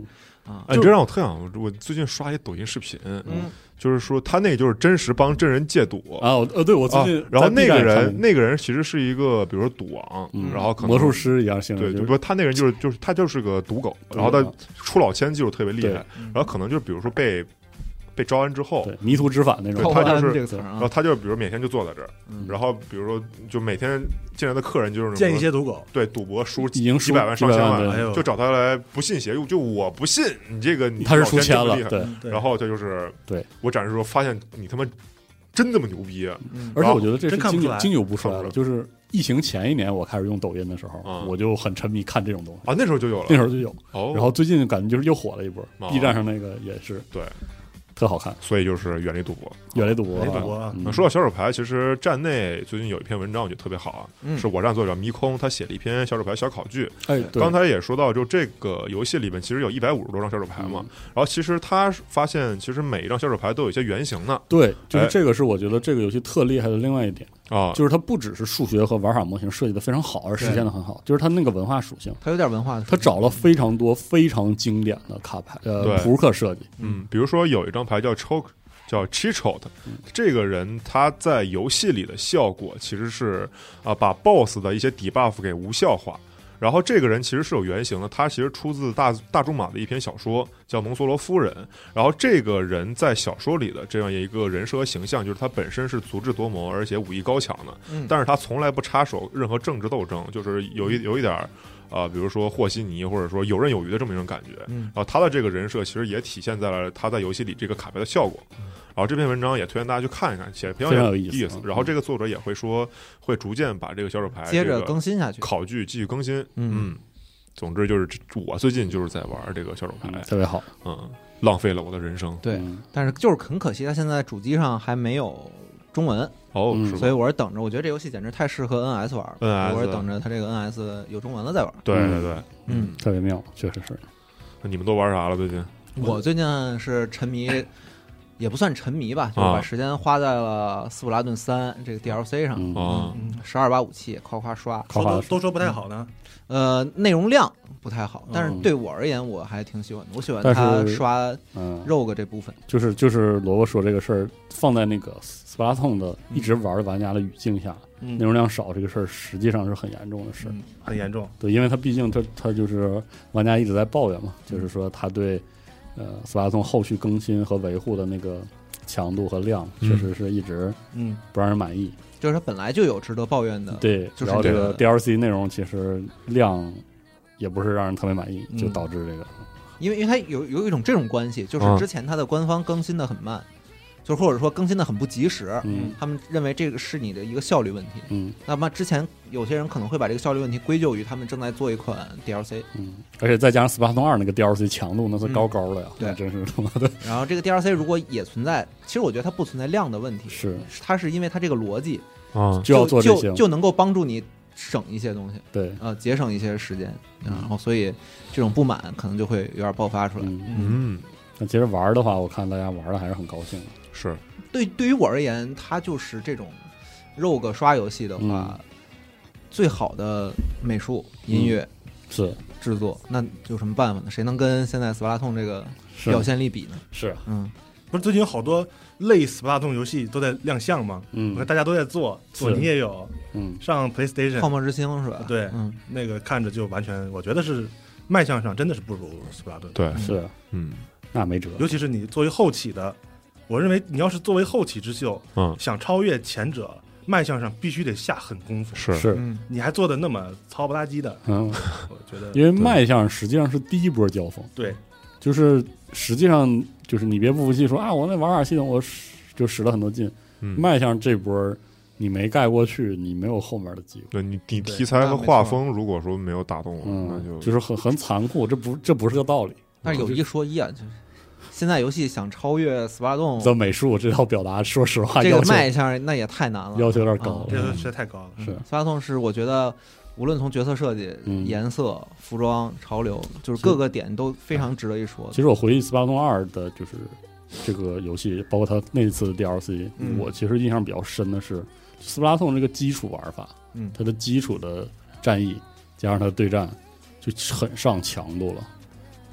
啊， 哎，你这让我特想，我最近刷一抖音视频， 嗯， 就是说他那个就是真实帮真人戒赌啊，我呃，对我最近啊，然后那个在 B 站看人那个人其实是一个，比如说赌王， 嗯然后可能魔术师一样性质， 对， 就是不，他那个人就是就是他就是个赌狗，然后他出老千技术特别厉害， 嗯然后可能就是比如说被被招安之后， 对迷途知返那种靠对他就是安这个词儿然后啊， 他就比如每天就坐在这儿， 嗯然后比如说就每天进来的客人就是那种见一些赌狗， 对赌博输已经输几百万上千几百万万， 哎呦就找他来不信邪，就我不信你这个你他是老输钱了， 千这么厉害， 对， 对然后他就是对我展示说发现你他妈真这么牛逼啊， 嗯而且我觉得这是真看不出来经久经久不衰了， 看不出来就是疫情前一年我开始用抖音的时候， 啊我就很沉迷看这种东西， 啊那时候就有了， 那时候就有， 哦， 然后最近感觉就是又火了一波哦 ，B 站上那个也是对， 特好看， 所以就是远离赌博。 远离赌博远离赌博啊嗯那说到小手牌，其实站内最近有一篇文章，我觉得特别好啊， 嗯是我站作者迷空，他写了一篇小手牌小考据。 哎，对刚才也说到，就这个游戏里面其实有一百五十多张小手牌嘛， 嗯然后其实他发现，其实每一张小手牌都有一些原型呢对，就是哎这个是我觉得这个游戏特厉害的另外一点， 啊， 就是它不只是数学和玩法模型设计的非常好，而实现的很好，就是它那个文化属性， 它有点文化的属性， 它找了非常多非常经典的卡牌，呃， 对扑克设计， 嗯，比如说有一张牌叫 Choke。叫 Chichot，这个人他在游戏里的效果其实是啊、把 B O S S 的一些 debuff 给无效化。然后这个人其实是有原型的，他其实出自大大仲马的一篇小说，叫《蒙索罗夫人》。然后这个人在小说里的这样一个人设和形象，就是他本身是足智多谋，而且武艺高强的， 嗯但是他从来不插手任何政治斗争，就是有一有一点儿。啊、比如说和稀泥，或者说有刃有余的这么一种感觉。 嗯然后他的这个人设其实也体现在了他在游戏里这个卡牌的效果。然后这篇文章也推荐大家去看一看，写得非常非常有意意思嗯然后这个作者也会说，会逐渐把这个小手牌接着这个更新下去。 考据继续更新。 嗯嗯，总之就是这我最近就是在玩这个小手牌， 嗯特别好， 嗯，浪费了我的人生。 对， 嗯但是就是很可惜，它现在主机上还没有中文， 哦， 嗯是吧所以我是等着。我觉得这游戏简直太适合 N S 玩了 N S 我是等着它这个 N S 有中文了再玩。 对对对， 嗯， 特别妙，确实是， 那你们都玩啥了最近？ 我最近是沉迷，也不算沉迷吧，就是把时间花在了《斯普拉顿三》这个 D L C 上。 嗯啊， 嗯，十二把武器，夸夸刷。 夸夸说都都说不太好呢。 呃，内容量不太好，但是嗯对我而言，我还挺喜欢的。我喜欢但它是刷嗯， rogue 这部分。 就是就是萝卜说这个事儿放在那个斯巴达通的一直玩的玩家的语境下， 嗯内容量少这个事儿实际上是很严重的事儿。 嗯很严重。 对，因为他毕竟他他就是玩家一直在抱怨嘛，就是说他对呃斯巴达通后续更新和维护的那个强度和量， 嗯确实是一直嗯， 不让人满意。 就是它本来就有值得抱怨的。 对， 就是然后这个这个 D L C 内容其实量也不是让人特别满意， 嗯就导致这个因为因为它有有一种这种关系，就是嗯之前它的官方更新的很慢，就是或者说更新的很不及时。 嗯他们认为这个是你的一个效率问题。 嗯那么之前有些人可能会把这个效率问题归咎于他们正在做一款 D L C， 嗯，而且再加上斯巴达通二那个 D L C 强度那是高高的呀， 对那真是他妈的然后这个 D L C 如果也存在，其实我觉得它不存在量的问题， 是它是因为它这个逻辑啊， 就要做这些就，就能够帮助你省一些东西， 对， 呃，节省一些时间， 嗯然后所以这种不满可能就会有点爆发出来。 嗯， 嗯， 那其实玩的话，我看大家玩的还是很高兴的。 是对，对于我而言，它就是这种 rogue 刷游戏的话，最好的美术、音乐、 是制作，那有什么办法呢？谁能跟现在斯巴达通这个是表现力比呢？ 是， 嗯， 不是最近有好多类斯巴达通游戏都在亮相吗？我看嗯大家都在做，索尼也有， 嗯上泡 PlayStation 沫之星是吧？ 对嗯， 那个看着就完全，我觉得是卖相上真的是不如斯普拉顿。 对， 是， 嗯那没辙。 尤其是你作为后起的，我认为你要是作为后起之秀， 嗯想超越前者，卖相上必须得下狠功夫。 是是， 嗯， 你还做的那么糙不拉几的， 嗯， 我觉得因为卖相实际上是第一波交锋， 对， 就是实际上就是你别不服气说啊，我那玩法系统我使就使了很多劲， 嗯， 卖相这波你没盖过去，你没有后面的机会。 对你你对题材和画风如果说没有打动我，那嗯， 就就是很很残酷，这不这不是个道理。 但是有一说一啊，就是现在游戏想超越斯巴达洞， 这美术这套表达，说实话， 这个要求卖相那也太难了， 要求有点高啊这个嗯实在太高了。 是斯巴达洞是我觉得无论从角色设计、 嗯颜色、服装、潮流，就是各个点都非常值得一说的。 其实我回忆《斯巴达通二》的，就是这个游戏，包括它那次的 D L C，、 嗯我其实印象比较深的是斯巴达通这个基础玩法， 嗯它的基础的战役加上它的对战就很上强度了。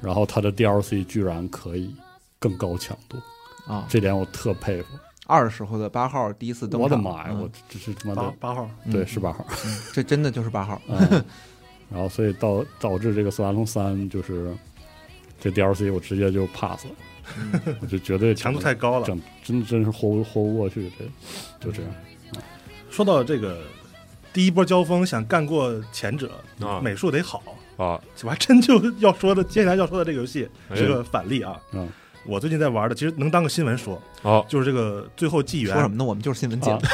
然后它的 D L C 居然可以更高强度啊， 这点我特佩服。 二时候的八号第一次登场， 我的妈呀！ 嗯、 我这是他妈的八八号， 对， 嗯、 是八号、 嗯，这真的就是八号。 嗯、然后所以导导致这个斯拉通三就是这 D L C 我直接就 pass 了， 嗯、 我就绝对强度太高了， 真真真是 hold hold 不过去，这就这样。 说到这个第一波交锋，想干过前者， 啊、 美术得好啊， 我还真就要说的，接下来要说的这个游戏哎是个反例啊。 嗯。 我最近在玩的，其实能当个新闻说， 哦， 就是这个最后纪元。 说什么呢？我们就是新闻节目。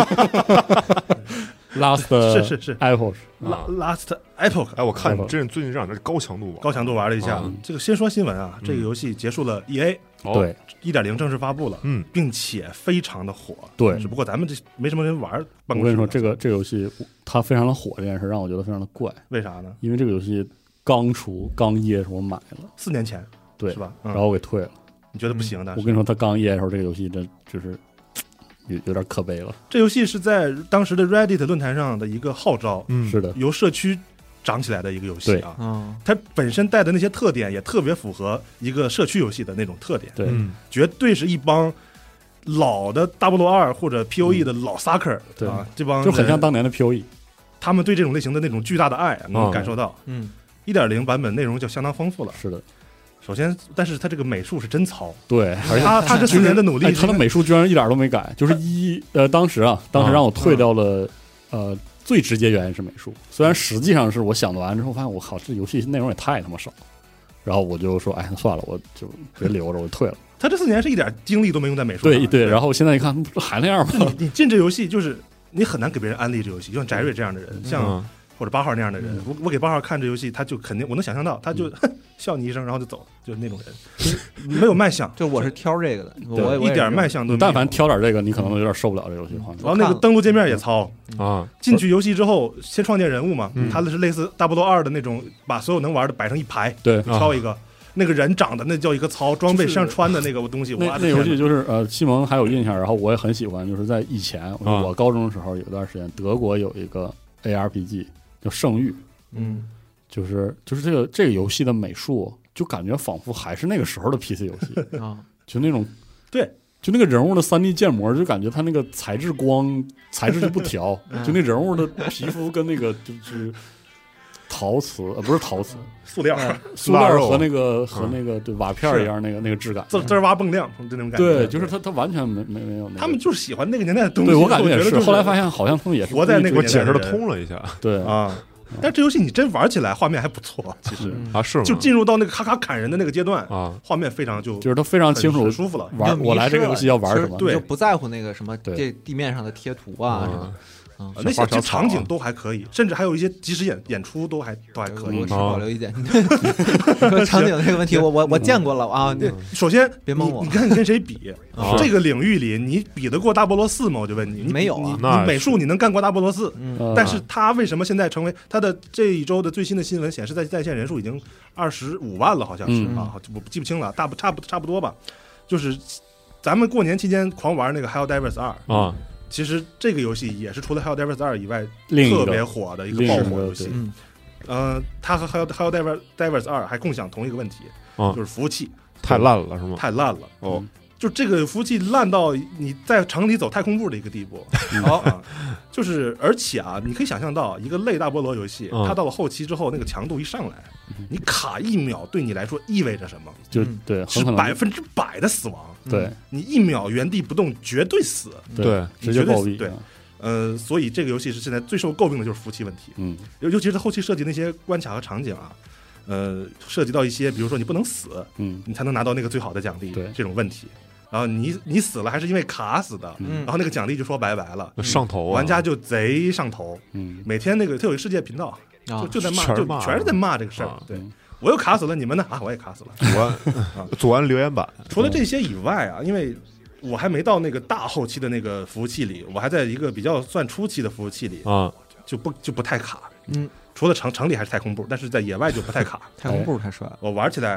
Last 是是是 Epoch Last Epoch。 哎，我看你这最近这两个高强度吧， 高强度玩了一下。这个先说新闻啊，这个游戏结束了 E A， 对一点零正式发布了， 嗯， 并且非常的火。 对， 只不过咱们这没什么人玩。 我跟你说，这个这个游戏它非常的火，这件事让我觉得非常的怪。 为啥呢？ 因为这个游戏刚出刚一的时候我买了， 四年前， 对， 是吧？ 然后我给退了。 你觉得不行的？ 我跟你说，它刚一的时候，这个游戏真就是有有点可悲了。 这游戏是在当时的 Reddit 论坛上的一个号召， 嗯，是的， 由社区长起来的一个游戏啊。 嗯， 它本身带的那些特点也特别符合一个社区游戏的那种特点。 对， 嗯、 绝对是一帮老的大菠萝二或者 P O E 的老 sucker、嗯、 对啊，这帮就很像当年的 P O E， 他们对这种类型的那种巨大的爱、啊、能感受到。 嗯， 一点零版本内容就相当丰富了。 是的。 首先，但是他这个美术是真糙， 对，而且他他这四年的努力、 哎，他的美术居然一点都没改，就是一呃，当时啊，当时让我退掉了、嗯、呃，最直接原因是美术，虽然实际上是我想完之后发现我靠，这游戏内容也太他妈少，然后我就说，哎，算了，我就别留着，我就退了。 他这四年是一点精力都没用在美术上， 对对，然后现在一看，不还那样吗？ 你你进这游戏就是你很难给别人安利这游戏，就像翟瑞这样的人，像。 嗯或者八号那样的人，我我给八号看这游戏，他就肯定我能想象到，他就、嗯、笑你一声，然后就走，就是那种人，没有卖相。 就我是挑这个的， 我一点卖相都没有。 但凡挑点这个，你可能有点受不了这游戏画面。 然后那个登录界面也糙啊， 进去游戏之后先创建人物嘛， 嗯、 它是类似大菠萝二的那种，把所有能玩的摆成一排， 对， 挑一个。啊那个人长得那叫一个糙，装备上穿的那个东西， 那那游戏就是呃，西蒙还有印象，然后我也很喜欢，就是在以前、啊、我高中的时候有一段时间，德国有一个 A R P G 叫《圣域》。 嗯， 就是就是这个这个游戏的美术，就感觉仿佛还是那个时候的 P C 游戏啊， 就那种对， 就那个人物的 三 D 建模，就感觉他那个材质光材质就不调，就那人物的皮肤跟那个就是陶瓷呃不是陶瓷， 塑料塑料和那个和那个对瓦片一样，那个那个质感， 滋滋哇蹦亮就那种感觉。 对，就是他他完全没没没有那个。 他们就是喜欢那个年代的东西。 对我感觉也是， 是。 后来发现好像他们也是活在那个我解释的通了一下。 对啊。但这游戏你真玩起来，画面还不错，其实啊是吗？ 就进入到那个咔咔砍人的那个阶段啊， 画面非常就就是他非常清楚舒服了。 玩我来这个游戏要玩什么， 对， 就不在乎那个什么这地面上的贴图啊什么。 啊，那些场景都还可以，甚至还有一些即时演演出都还都还可以。 我持保留意见。说场景这个问题，我我我见过了啊。 首先， 别蒙我。 你看你跟谁比？这个领域里，你比得过大菠萝四吗？我就问你， 没有啊。 你美术你能干过大菠萝四？但是他为什么现在成为他的这一周的最新的新闻显示，在在线人数已经二十五万了，好像是啊，我记不清了，大不差不差不多吧。就是咱们过年期间狂玩那个《Helldivers 二》 啊。 其实这个游戏也是除了《Helldivers 二》以外特别火的一个爆火游戏。嗯，呃，它和《Helldivers 二》还共享同一个问题， 啊、 就是服务器太烂了，是吗？ 太烂了哦。 就这个服务器烂到你在城里走太空步的一个地步。好、啊，就是而且啊，你可以想象到一个类大菠萝游戏，它到了后期之后，那个强度一上来，你卡一秒对你来说意味着什么？ 就对， 是百分之百的死亡。 对， 你一秒原地不动，绝对死。 对，直接暴毙。 对，呃，所以这个游戏是现在最受诟病的就是服务器问题。 嗯， 尤尤其是后期设计那些关卡和场景啊，呃，涉及到一些，比如说你不能死， 嗯， 你才能拿到那个最好的奖励， 对， 这种问题。然后你你死了还是因为卡死的， 嗯， 然后那个奖励就说拜拜了， 上头啊， 玩家就贼上头。 嗯， 每天那个他有一个世界频道，就就在骂，就全是在骂这个事儿。对。我又卡死了，你们呢？啊，我也卡死了。 左岸，左岸留言板。 除了这些以外啊，因为我还没到那个大后期的那个服务器里，我还在一个比较算初期的服务器里啊， 就不就不太卡。 嗯， 除了城城里还是太空步，但是在野外就不太卡。 太空步太帅了， 我玩起来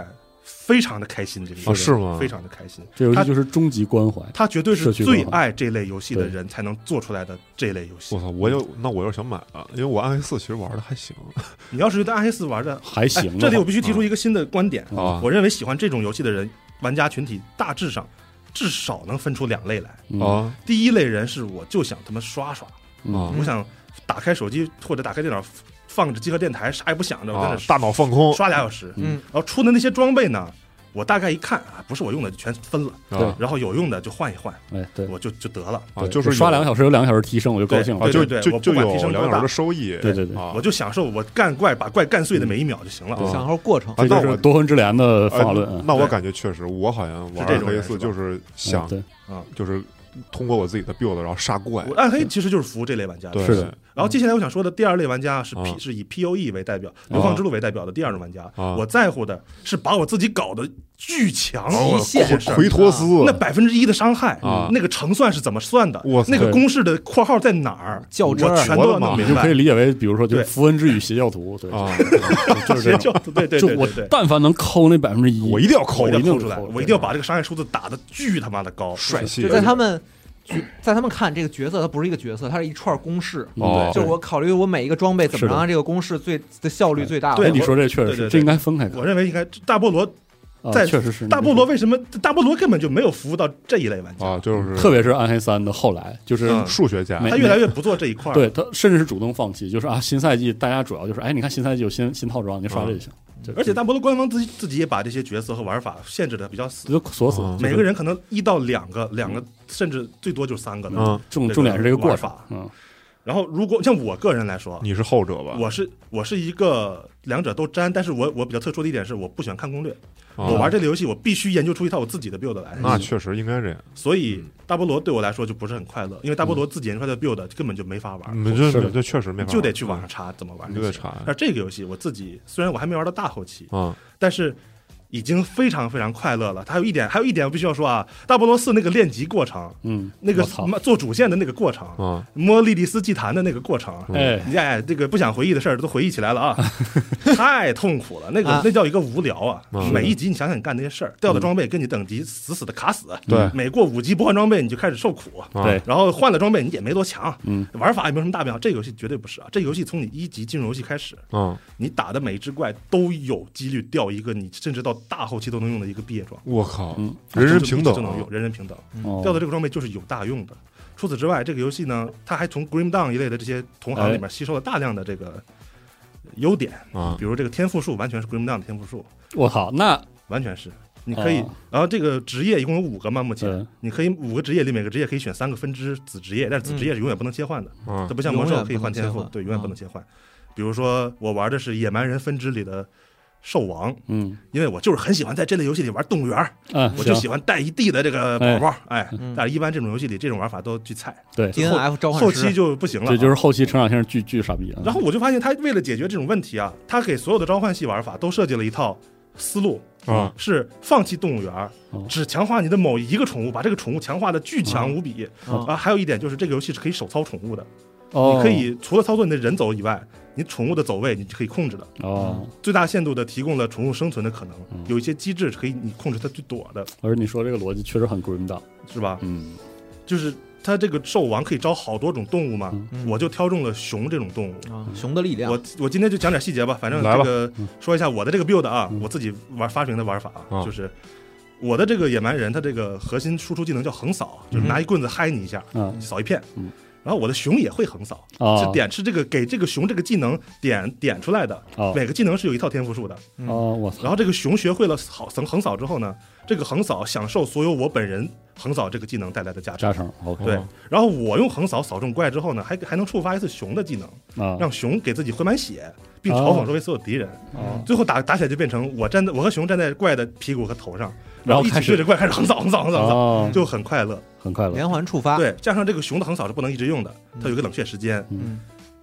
非常的开心，这个游戏、 啊、是吗？ 非常的开心， 这游戏就是终极关怀， 他绝对是最爱这类游戏的人才能做出来的这类游戏。 我操，我有那我要想买了，因为我暗黑四其实玩的还行。 你要是觉得暗黑四玩的还行、 哎，这里我必须提出一个新的观点啊， 我认为喜欢这种游戏的人，玩家群体大致上至少能分出两类来啊、 嗯。第一类人是我就想他妈刷刷， 嗯、 我想打开手机或者打开电脑。放着集合电台，啥也不想着，我在那大脑放空刷俩小时。嗯，然后出的那些装备呢，我大概一看啊，不是我用的就全分了， 对， 然后有用的就换一换， 哎，对， 我就就得了啊，就是刷两个小时有两个小时提升，我就高兴了， 对对对， 就就有两个小时的收益， 对对对， 我就享受我干怪把怪干碎的每一秒就行了， 享受过程。 这就是多魂之镰的方法论。 那我感觉确实，我好像玩暗黑四就是想啊， 就是通过我自己的 build 然后杀怪。 暗黑其实就是服务这类玩家的， 是的。 然后接下来我想说的第二类玩家是 P 是以 P O E 为代表、流放之路为代表的第二种玩家。我在乎的是把我自己搞得巨强， 极限奎托斯那百分之一的伤害，那个成算是怎么算的？那个公式的括号在哪儿？ 较真， 我全都要弄明白。 你就可以理解为，比如说，就是符文之语邪教徒，对啊， 就是邪教徒，对对对， 我但凡能抠那百分之一， 我一定要抠， 我一定要抠出来，我一定要把这个伤害数字打得巨他妈的高， 帅气。 就在他们。在他们看这个角色，它不是一个角色，它是一串公式。 哦， 就是我考虑我每一个装备怎么让这个公式最的效率最大。 对， 你说这确实是，这应该分开看。 我认为应该大菠萝在确实是大菠萝为什么大菠萝根本就没有服务到这一类玩家啊？就是特别是暗黑三的后来，就是数学家， 他越来越不做这一块， 对他甚至是主动放弃，就是啊，新赛季大家主要就是哎，你看新赛季有新新套装，你刷这就行。 而且大菠萝官方自己自己也把这些角色和玩法限制的比较死， 锁死。 每个人可能一到两个，两个甚至最多就三个的。 嗯，重重点是这个玩法。嗯，然后如果像我个人来说， 你是后者吧？ 我是我是一个两者都沾，但是我我比较特殊的一点是，我不喜欢看攻略。我玩这类游戏，我必须研究出一套我自己的 build 来。 那确实应该这样。 所以大菠萝对我来说就不是很快乐，因为大菠萝自己研究出来的 build 根本就没法玩。 嗯，这这确实没法， 就得去网上查怎么玩。 就得查。 但这个游戏我自己虽然我还没玩到大后期啊， 但是已经非常非常快乐了。还有一点，还有一点我必须要说啊，大菠萝四那个练级过程， 嗯， 那个做主线的那个过程， 啊， 摸莉莉丝祭坛的那个过程， 哎， 哎，这个不想回忆的事儿都回忆起来了啊，太痛苦了。那个那叫一个无聊啊！每一集你想想你干那些事儿，掉的装备跟你等级死死的卡死， 对， 每过五级不换装备你就开始受苦， 对， 然后换了装备你也没多强， 嗯， 玩法也没有什么大变化。这个游戏绝对不是啊！这个游戏从你一级进入游戏开始， 嗯， 你打的每一只怪都有几率掉一个你甚至到大后期都能用的一个毕业装。 我靠，嗯，人人平等就能用，人人平等。 哦， 掉的这个装备就是有大用的。除此之外，这个游戏呢，它还从 Grim Dawn 一类的这些同行里面吸收了大量的这个优点啊， 比如这个天赋树完全是 Grim Dawn 的天赋树。 我靠，那完全是你可以。然后这个职业一共有五个嘛，目前你可以五个职业里每个职业可以选三个分支子职业，但是子职业是永远不能切换的，它不像魔兽可以换天赋，对，永远不能切换。比如说我玩的是野蛮人分支里的兽王， 嗯， 因为我就是很喜欢在这类游戏里玩动物园， 嗯， 我就喜欢带一地的这个宝宝，哎，但是一般这种游戏里这种玩法都巨菜， 对 ，D N F 召唤后期就不行了， 这就是后期成长性巨巨傻逼。 然后我就发现他为了解决这种问题啊，他给所有的召唤系玩法都设计了一套思路啊， 是放弃动物园，只强化你的某一个宠物，把这个宠物强化的巨强无比啊。还有一点就是这个游戏是可以手操宠物的，你可以除了操作你的人走以外，你宠物的走位你可以控制的哦， 最大限度的提供了宠物生存的可能，有一些机制可以你控制它去躲的。 而你说这个逻辑确实很 grim down， 是吧？ 嗯， 就是它这个兽王可以招好多种动物嘛， 嗯、 我就挑中了熊这种动物啊，熊的力量。 我我今天就讲点细节吧，反正这个说一下我的这个 build 啊，我自己玩发明的玩法啊，就是我的这个野蛮人，他这个核心输出技能叫横扫，就是拿一棍子嗨你一下， 嗯， 扫一片， 嗯。 然后我的熊也会横扫， 哦、 是点是这个给这个熊这个技能点点出来的， 哦、 每个技能是有一套天赋数的。 哦，我然后这个熊学会了好横横扫之后呢，这个横扫享受所有我本人横扫这个技能带来的加成。 加成 ，OK。 对，然后我用横扫扫中怪之后呢，还还能触发一次熊的技能， 哦、 让熊给自己回满血，并嘲讽周围所有敌人。 哦、 最后打打起来就变成我站在我和熊站在怪的屁股和头上， 然后一起对着怪开始横扫横扫横扫， 哦、 就很快乐。 很快乐， 连环触发。 对，加上这个熊的横扫是不能一直用的，它有一个冷却时间。 嗯，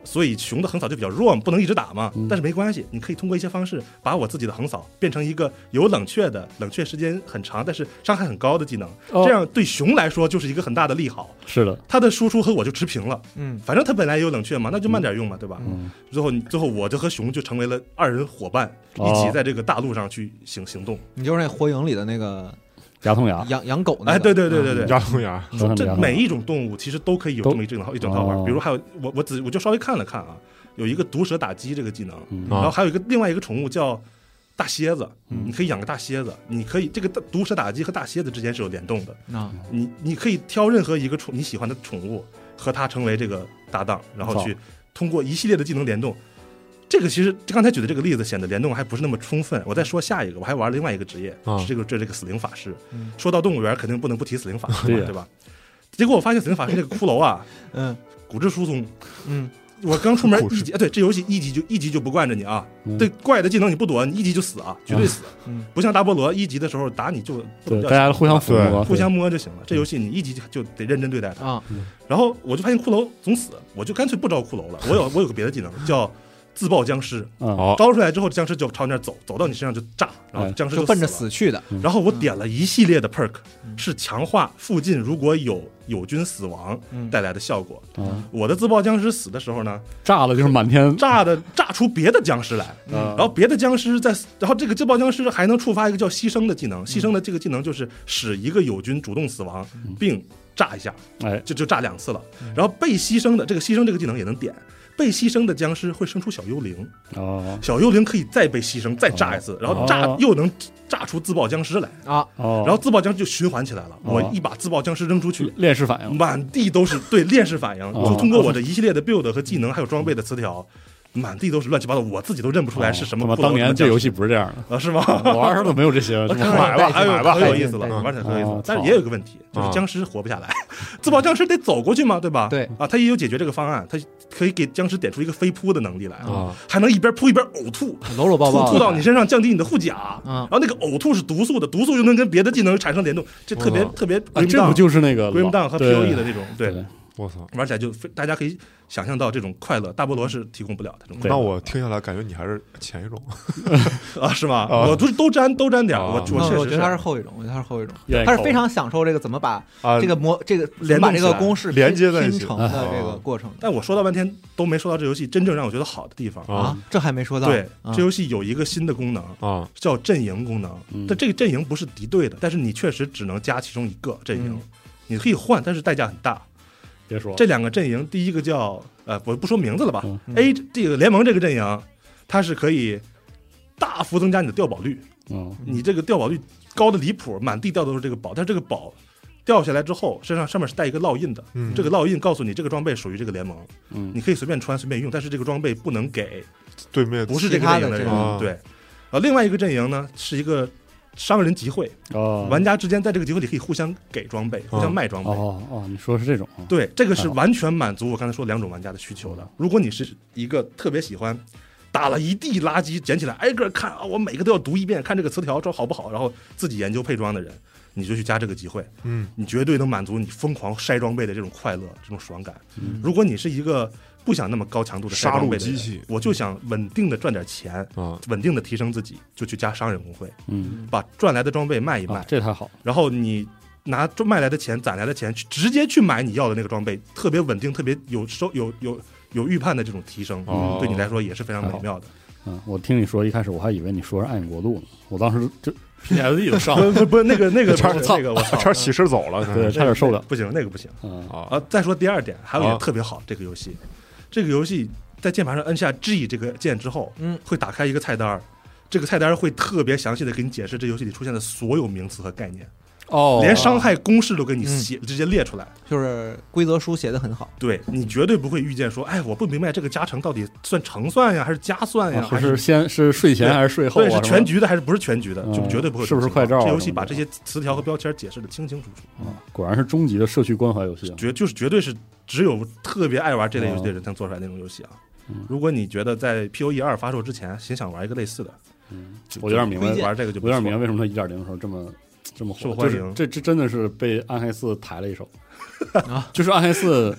所以熊的横扫就比较弱，不能一直打嘛。 嗯但是没关系，你可以通过一些方式把我自己的横扫变成一个有冷却的、冷却时间很长，但是伤害很高的技能。 哦这样对熊来说就是一个很大的利好。 是的， 它的输出和我就持平了， 嗯， 反正它本来也有冷却嘛，那就慢点用嘛，对吧？ 嗯， 最后最后我就和熊就成为了二人伙伴， 哦一起在这个大陆上去行行动。 你就是那火影里的那个牙痛牙， 养养狗那个， 哎，对对对对对， 牙痛牙， 说这每一种动物其实都可以有都这么一整套一整套玩哦。 比如还有我我只我就稍微看了看啊，有一个毒蛇打击这个技能， 嗯然后还有一个另外一个宠物叫大蝎子， 嗯你可以养个大蝎子，你可以这个毒蛇打击和大蝎子之间是有联动的， 啊， 你你可以挑任何一个宠你喜欢的宠物和它成为这个搭档，然后去通过一系列的技能联动。这个其实刚才举的这个例子显得联动还不是那么充分。我再说下一个，我还玩了另外一个职业， 啊是这个这这个死灵法师。 嗯说到动物园，肯定不能不提死灵法师嘛， 对呀对吧？结果我发现死灵法师这个骷髅啊， 嗯骨质疏松。 嗯， 我刚出门骨质一级，哎对，这游戏一级就一级就不惯着你啊， 嗯对怪的技能你不躲，你一级就死啊，绝对死。 嗯不像大菠萝一级的时候打你就不对， 能大家互相抚摸， 互相摸就行了。这游戏你一级就得认真对待它。 啊， 然后我就发现骷髅总死，我就干脆不招骷髅了。我有我有个别的技能叫自爆僵尸， 嗯， 好， 招出来之后僵尸就朝你那儿走，走到你身上就炸，然后哎僵尸就奔着死了。 死去的， 然后我点了一系列的 perk， 嗯是强化附近如果有友军死亡嗯带来的效果。 啊， 我的自爆僵尸死的时候呢， 炸了就是满天， 炸的炸出别的僵尸来， 嗯然后别的僵尸在，然后这个自爆僵尸还能触发一个叫牺牲的技能，牺牲的这个技能就是使一个友军主动死亡，并炸一下， 哎， 就就炸两次了。然后被牺牲的这个牺牲这个技能也能点，被牺牲的僵尸会生出小幽灵， 哦小幽灵可以再被牺牲，再炸一次，然后炸哦又能炸出自爆僵尸来， 啊， 哦， 然后自爆僵尸就循环起来了。 哦我一把自爆僵尸扔出去， 链式反应， 满地都是对链式反应， 哦就通过我这一系列的 build 和技能还有装备的词条，满地都是乱七八糟，我自己都认不出来是什么骷髅。 他妈当年这游戏戏不是这样的， 啊是吗？ 我玩的时候都没有这些，这么买吧， 带哎呦， 买吧可有意思了， 带进玩起来可有意思哦了。但是操也有一个问题，就是啊僵尸活不下来，自爆僵尸得走过去嘛，对吧？ 对啊，他也有解决这个方案，他可以给僵尸点出一个飞扑的能力来， 啊还能一边扑一边呕吐， 搂搂抱抱的， 吐吐到你身上，降低你的护甲。 嗯然后那个呕吐是毒素的，毒素又能跟别的技能产生联动，这特别哦特别啊，这不就是那个 Grim Dawn 和 P O E 的那种对。 对， 我操！ 玩起来就非大家可以想象到这种快乐，大菠萝是提供不了的这种快那乐。 我听下来感觉你还是前一种， 啊，是吗？ 啊我都都沾都沾点儿， 啊我我确实嗯我觉得他是后一种，我觉得他是后一种愿意，扣他是非常享受这个怎么把啊这个模这个联动起来把这个公式连接在一起拼成的啊这个过程但我说到半天都没说到这游戏真正让我觉得好的地方。 啊啊，这还没说到， 对， 啊这游戏有一个新的功能啊叫阵营功能， 嗯但这个阵营不是敌对的，但是你确实只能加其中一个阵营嗯， 你可以换，但是代价很大。 别说这两个阵营，第一个叫呃，我不说名字了吧嗯 ，A 这个联盟这个阵营，它是可以大幅增加你的掉宝率， 嗯你这个掉宝率高的离谱，满地掉的都是这个宝，但是这个宝掉下来之后，身上上面是带一个烙印的， 嗯这个烙印告诉你这个装备属于这个联盟， 嗯你可以随便穿随便用，但是这个装备不能给对面不是这个阵营的人其他的阵营对，啊，另外一个阵营呢是一个商人集会， 哦， 玩家之间在这个集会里可以互相给装备，互相卖装备。 哦哦，你说的是这种， 对，这个是完全满足我刚才说两种玩家的需求的。如果你是一个特别喜欢打了一地垃圾，捡起来挨个看啊，我每个都要读一遍，看这个词条说好不好，然后自己研究配装的人，你就去加这个集会， 嗯你绝对能满足你疯狂筛装备的这种快乐、这种爽感。 嗯如果你是一个不想那么高强度的筛装备的人杀戮机器我就想稳定的赚点钱， 啊稳定的提升自己，就去加商人工会， 嗯把赚来的装备卖一卖， 啊，这太好， 然后你拿赚卖来的钱、攒来的钱去直接去买你要的那个装备，特别稳定、特别有收有有有预判的这种提升， 哦对你来说也是非常美妙的。 嗯，我听你说一开始我还以为你说是暗影国度呢，我当时就 P S D 都上了， 不不不，那个那个差不是操那个我操， 差点起身走了， 对，差点受不了， 不行，那个不行嗯啊啊！再说第二点，还有一啊点特别好，这个游戏，这个游戏在键盘上摁下 G 这个键之后， 嗯， 会打开一个菜单儿，这个菜单儿会特别详细的给你解释这游戏里出现的所有名词和概念， 哦， 连伤害公式都给你写直接列出来。 就是规则书写的很好， 对你绝对不会遇见说，哎，我不明白这个加成到底算乘算呀，还是加算呀， 啊还是先是税前还是税后啊？ 对，是吧全局的还是不是全局的， 嗯就绝对不会有是不是这种情况快照啊这游戏什么的把这些词条和标签解释的清清楚楚， 啊果然是终极的社区关怀游戏啊， 绝就是绝对是只有特别爱玩这类游戏的人才做出来那种游戏啊。 嗯如果你觉得在 P O E 二发售之前挺想玩一个类似的， 嗯， 就我有点明白就玩这个就不错我有点明白为什么它一点零的时候这么这么火， 受欢迎就是这这真的是被暗黑四抬了一手啊， 就是暗黑四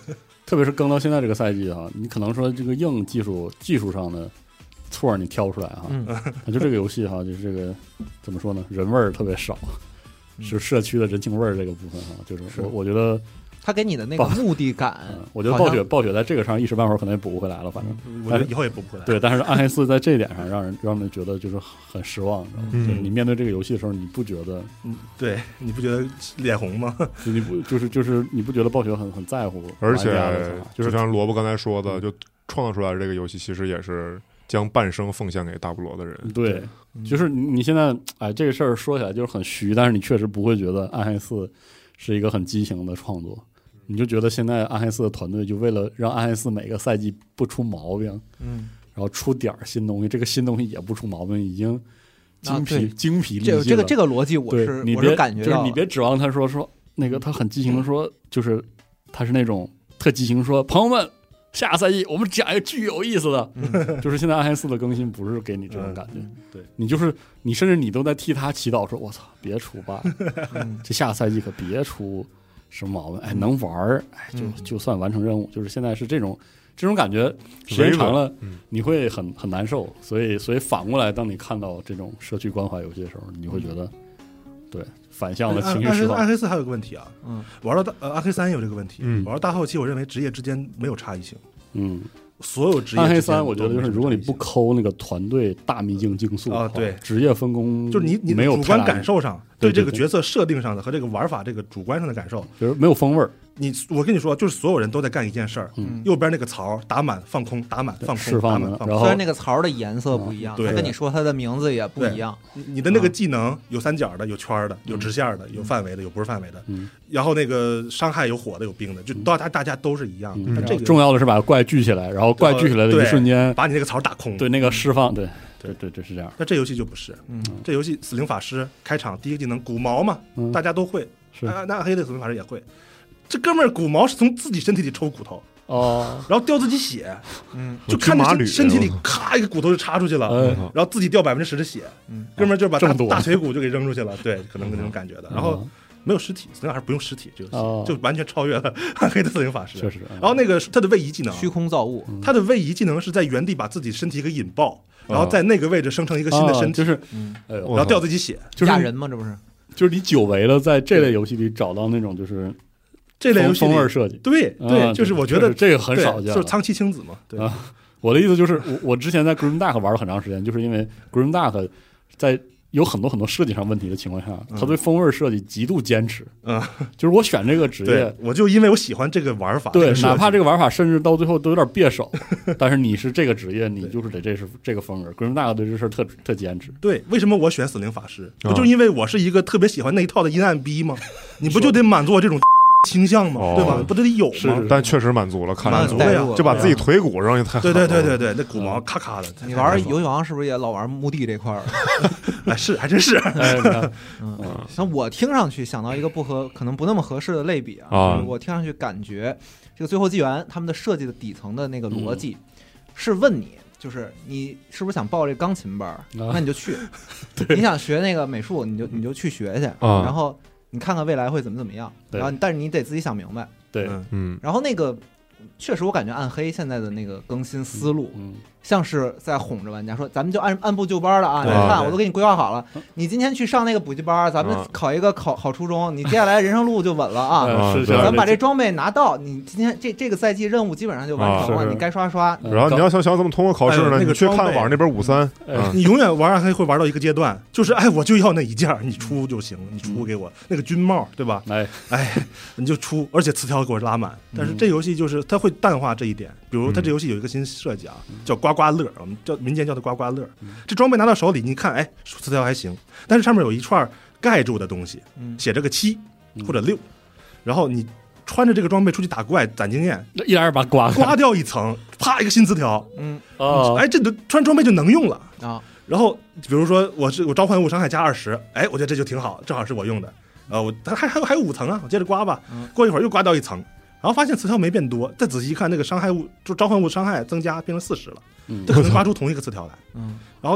特别是更到现在这个赛季哈，你可能说这个硬技术技术上的错你挑出来哈， 嗯， 就这个游戏哈，就是这个怎么说呢，人味儿特别少，是社区的人情味儿这个部分哈，就是我我觉得。 他给你的那个目的感， 嗯、我觉得暴雪暴雪在这个上一时半会儿可能也补不回来了，反正、 嗯、我觉得以后也补不回来。 对，但是暗黑四在这一点上让人让人觉得就是很失望，你知道吗？ 嗯、 就是你面对这个游戏的时候，你不觉得？ 嗯，对，你不觉得脸红吗？ 就你不就是就是你不觉得暴雪很很在乎？ 而且就是像萝卜刚才说的，就创造出来的这个游戏其实也是将半生奉献给大菠萝的人。 对，对就是你你现在哎这个事儿说起来就是很虚，但是你确实不会觉得暗黑四是一个很畸形的创作。你就觉得现在暗黑四的团队就为了让暗黑四每个赛季不出毛病， 嗯， 然后出点新东西，这个新东西也不出毛病，已经精疲、啊、精疲力尽了。 这个这个逻辑我是你我是感觉就是你别指望他说说那个他很激情的说，就是他是那种特激情说朋友们下个赛季我们讲一个巨有意思的，嗯、就是现在暗黑四的更新不是给你这种感觉， 嗯、对你就是你甚至你都在替他祈祷说，我操别出吧，嗯、这下个赛季可别出。什么毛病？哎，能玩儿，哎，就就算完成任务。就是现在是这种这种感觉，时间长了，你会很很难受。所以，所以反过来，当你看到这种社区关怀游戏的时候，你会觉得，对反向的情绪释放。 暗黑四还有个问题啊， 嗯， 玩到大呃暗黑三也有这个问题， 嗯， 玩到大后期，我认为职业之间没有差异性， 嗯。 所有职业暗黑三，我觉得就是如果你不抠那个团队大秘境竞速啊，对， 职业分工就是你你没有主观感受上对这个对角色设定上的和这个玩法这个主观上的感受， 就是没有风味儿。 你我跟你说，就是所有人都在干一件事儿， 嗯， 右边那个槽打满放空，打满放空， 释放的， 然后虽然那个槽的颜色不一样， 嗯、 他跟你说他的名字也不一样。 你的那个技能有三角的，有圈的，有直线的，有范围的，有不是范围的。 嗯， 然后那个伤害有火的，有冰的，就大家大家都是一样的。 嗯、 但这个重要的是把怪聚起来，然后怪聚起来的一瞬间， 把你那个槽打空。 对，那个释放，对对对对，是这样。 那这游戏就不是， 嗯， 这游戏死灵法师开场第一个技能鼓毛嘛， 嗯、 大家都会。 是啊，那黑的死灵法师也会。这哥们儿鼓毛是从自己身体里抽骨头哦， 然后掉自己血， 嗯， 就看着身体里咔一个骨头就插出去了， 嗯、 然后自己掉百分之十的血， 嗯， 哥们儿就把大大腿骨就给扔出去了，对，可能那种感觉的。然后没有尸体，死灵法师不用尸体，这个游戏、 哦、 就完全超越了暗黑的死灵法师， 确实。 然后那个他的位移技能， 虚空造物， 他的位移技能是在原地把自己身体给引爆，然后在那个位置生成一个新的身体， 哦、就是， 嗯， 然后掉自己血， 就是吓人吗？这不是？ 就是你久违了，在这类游戏里找到那种就是这类游戏风味设计， 对对、 啊， 就是我觉得这个很少见， 就是苍崎青子嘛。对啊，我的意思就是，我我之前在 Grim Dark 玩了很长时间，就是因为 Grim Dark 在有很多很多设计上问题的情况下，他对风味设计极度坚持。 嗯， 就是我选这个职业， 我就因为我喜欢这个玩法， 对， 这哪怕这个玩法甚至到最后都有点别手，但是你是这个职业，你就是得这是这个风格。Grim Dark 对这事特特坚持。 对，为什么我选死灵法师？不就因为我是一个特别喜欢那一套的阴暗逼吗？你不就得满足我这种倾向吗？ 哦、 对吧？不得有吗？ 是是但确实满足了，看来满足了呀， 就把自己腿骨扔一太对对对对对，那骨毛咔咔的。 你玩游戏王是不是也老玩墓地这块儿？ 哎，是还真是。 嗯，那我听上去想到一个不合，可能不那么合适的类比啊。 啊我听上去感觉这个最后纪元他们的设计的底层的那个逻辑是问你。就是你是不是想报这钢琴班、啊、那你就去你想学那个美术你就你就去学去、 啊、 然后你看看未来会怎么怎么样，然后但是你得自己想明白。 对， 嗯， 然后那个确实我感觉暗黑现在的那个更新思路、 嗯嗯、 像是在哄着玩家说咱们就按按部就班了啊，你看我都给你规划好了，你今天去上那个补习班，咱们考一个考好初中，你接下来人生路就稳了啊、 嗯、 咱们把这装备拿到，你今天这这个赛季任务基本上就完成了、啊、你该刷刷。 然后你要想想怎么通过考试呢、 哎、那个你去看网那边五三、 哎嗯、你永远玩暗黑会玩到一个阶段，就是哎我就要那一件你出就行，你出给我、嗯、那个军帽对吧， 哎哎你就出，而且词条给我拉满。但是这游戏就是它会淡化这一点，比如它这游戏有一个新设计啊，叫刮刮乐，我们叫民间叫的刮刮乐。这装备拿到手里，你看，哎，词条还行，但是上面有一串盖住的东西，写着个七或者六，然后你穿着这个装备出去打怪攒经验， 一点把刮刮掉一层，啪一个新词条， 嗯哦， 哎，这穿装备就能用了啊。然后比如说我是我召唤物伤害加二十，哎，我觉得这就挺好，正好是我用的。呃，我还还有还有五层啊，我接着刮吧，过一会儿又刮掉一层。然后发现词条没变多，再仔细一看，那个伤害物就召唤物伤害增加变成四十了，嗯，这可能刮出同一个词条来， 嗯， 然后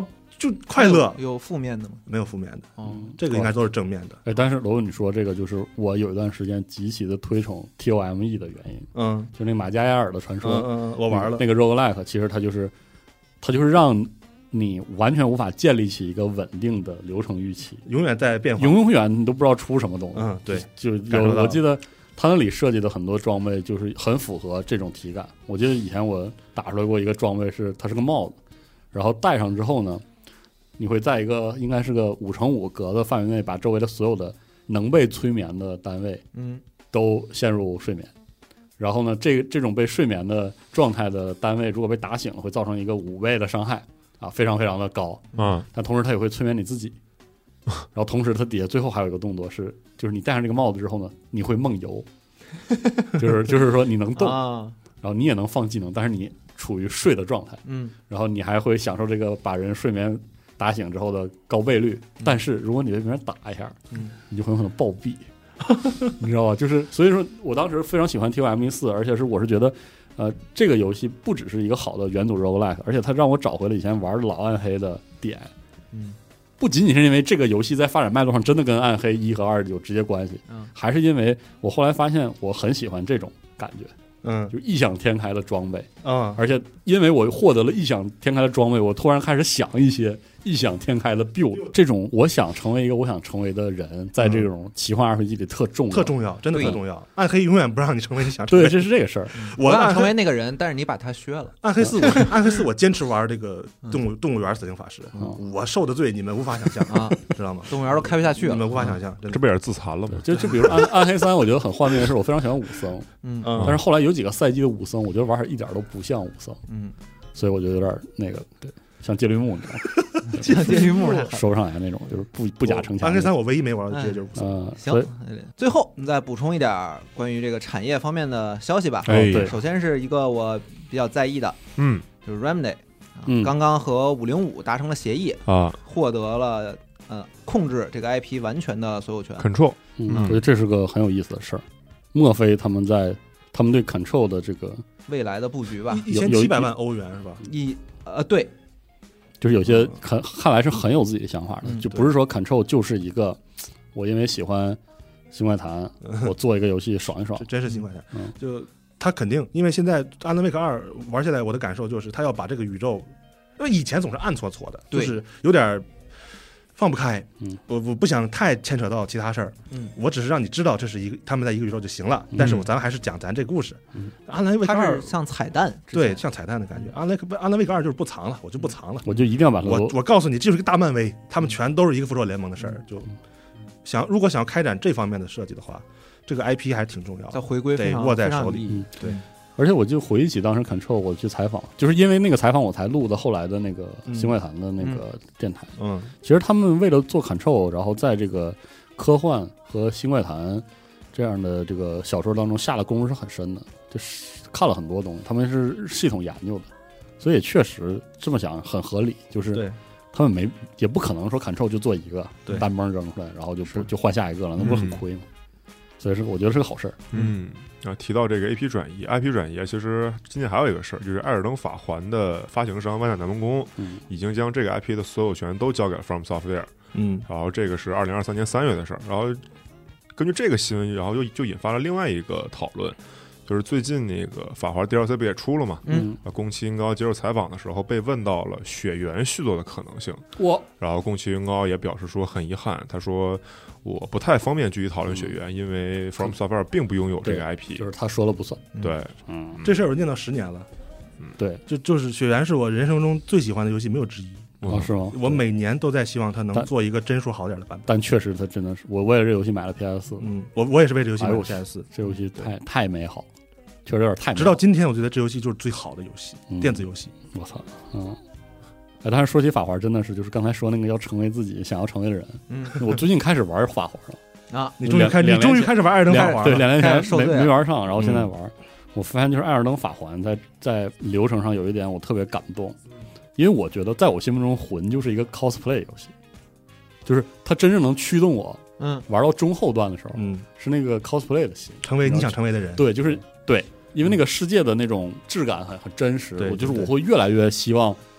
就快乐， 有负面的吗？ 没有负面的， 哦， 这个应该都是正面的。 哎，但是罗文你说这个就是我有一段时间极其的推崇 T O M E 的原因， 嗯， 就那马加亚尔的传说， 嗯嗯，我玩了那个 roguelike， 其实它就是它就是让你完全无法建立起一个稳定的流程预期， 永远在变化， 永远你都不知道出什么东西。 嗯，对， 就有我记得他那里设计的很多装备就是很符合这种体感。我记得以前我打出来过一个装备是它是个帽子，然后戴上之后呢，你会在一个应该是个五乘五格的范围内，把周围的所有的能被催眠的单位， 嗯， 都陷入睡眠。然后呢，这这种被睡眠的状态的单位，如果被打醒了，会造成一个五倍的伤害啊，非常非常的高啊。 但同时它也会催眠你自己。然后同时它底下最后还有一个动作是，就是你戴上这个帽子之后呢，你会梦游，就是就是说你能动， 啊、 然后你也能放技能，但是你处于睡的状态， 嗯， 然后你还会享受这个把人睡眠打醒之后的高倍率。 嗯、 但是如果你被别人打一下， 嗯， 你就很有可能暴毙，你知道吧？就是所以说我当时非常喜欢 T O M E 四，而且是我是觉得，呃，这个游戏不只是一个好的元祖 roguelike， 而且它让我找回了以前玩老暗黑的点， 嗯。 不仅仅是因为这个游戏在发展脉络上真的跟暗黑一和二有直接关系， 嗯， 还是因为我后来发现我很喜欢这种感觉， 嗯， 就异想天开的装备， 嗯， 而且因为我获得了异想天开的装备，我突然开始想一些异想天开的 build， 这种我想成为一个我想成为的人，在这种奇幻 R P G 里特重要， 特重要，真的特重要。暗黑永远不让你成为你想成为， 对，这是这个事儿。 我想成为那个人，但是你把他削了。 暗黑四，我暗黑四我坚持玩这个动物动物园死灵法师，我受的罪你们无法想象啊，知道吗？ 动物园都开不下去了， 你们无法想象， 这不也是自残了吗？ 就就比如暗暗黑三，我觉得很幻灭的是，我非常喜欢武僧， 嗯， 但是后来有几个赛季的武僧，我觉得玩起来一点都不像武僧， 嗯， 所以我觉得有点那个，对，像戒律木，你知道吗？ 像戒律木收不上来那种，就是不不假城墙。 暗黑三我唯一没玩的职业就是武僧。 嗯， 行，最后你再补充一点关于这个产业方面的消息吧。 哎， 对， 首先是一个我比较在意的， 嗯， 就是 Remedy， 嗯， 刚刚和五零五达成了协议啊， 获得了呃控制这个 I P 完全的所有权 ，Control， 嗯，我觉得这是个很有意思的事儿。莫非他们在他们对 Control 的这个未来的布局吧？ 一千七百万欧元是吧？ 一呃对。 就是有些看看来是很有自己的想法的， 嗯、 就不是说 Control 就是一个我因为喜欢新怪谈，我做一个游戏爽一爽， 真是新怪谈。 嗯， 就他肯定，因为现在《阿兰威克二》玩下来，我的感受就是他要把这个宇宙，因为以前总是暗搓搓的，就是有点放不开。 嗯， 我我不想太牵扯到其他事儿。 嗯， 我只是让你知道这是一个他们在一个宇宙就行了。但是我咱还是讲咱这故事。 嗯， 阿兰威克二像彩蛋， 对，像彩蛋的感觉。阿兰阿兰威克二就是不藏了，我就不藏了， 我就一定要把它。 我我告诉你，这就是个大漫威，他们全都是一个复仇者联盟的事儿。就想如果想要开展这方面的设计的话，这个 I P 还是挺重要的， 在回归得握在手里。 嗯， 对。 而且我就回忆起当时 Control 我去采访，就是因为那个采访我才录的后来的那个新怪谈的那个电台。 嗯， 其实他们为了做 Control， 然后在这个科幻和新怪谈这样的这个小说当中下的功夫是很深的，就是看了很多东西，他们是系统研究的，所以确实这么想很合理。就是他们没也不可能说 Control 就做一个单崩扔出来，然后就不就换下一个了，那不是很亏吗？嗯，所以是我觉得是个好事儿。 嗯。啊，提到这个 A P 转移 ，I P 转移啊，其实今年还有一个事儿，就是《艾尔登法环》的发行商万代南梦宫， 嗯， 已经将这个 I P 的所有权都交给了 From Software， 嗯， 然后这个是二零二三年三月的事儿，然后根据这个新闻，然后又就引发了另外一个讨论，就是最近那个法环 D L C 不也出了嘛， 嗯， 啊，宫崎英高接受采访的时候被问到了血缘续作的可能性， 我， 然后宫崎英高也表示说很遗憾，他说。我不太方便具体讨论血缘，嗯，因为 From Software 并不拥有这个 I P， 就是他说了不算。 对， 嗯， 这事儿我念到十年了。 嗯，对， 就就是血缘是我人生中最喜欢的游戏，没有之一。 哦，是吗？ 我每年都在希望它能做一个帧数好点的版本。 但确实，它真的是我为了这游戏买了 P S 四。 嗯，我我也是为这游戏买了 P S 四。 这游戏太太美好，确实有点太美好。 直到今天，我觉得这游戏就是最好的游戏， 嗯， 电子游戏。 我操，嗯。哎，但是说起法环，真的是就是刚才说那个要成为自己想要成为的人。 嗯， 我最近开始玩法环了。 啊， 你终于开，你终于开始玩艾尔登法环了。 对，两年前没没玩上，然后现在玩， 嗯， 我发现就是艾尔登法环在在流程上有一点我特别感动，因为我觉得在我心目中魂就是一个 cosplay 游戏，就是它真正能驱动我， 嗯， 玩到中后段的时候， 嗯， 是那个 cosplay 的心， 成为你想成为的人。 对，就是对，因为那个世界的那种质感很很真实， 对， 我就是我会越来越希望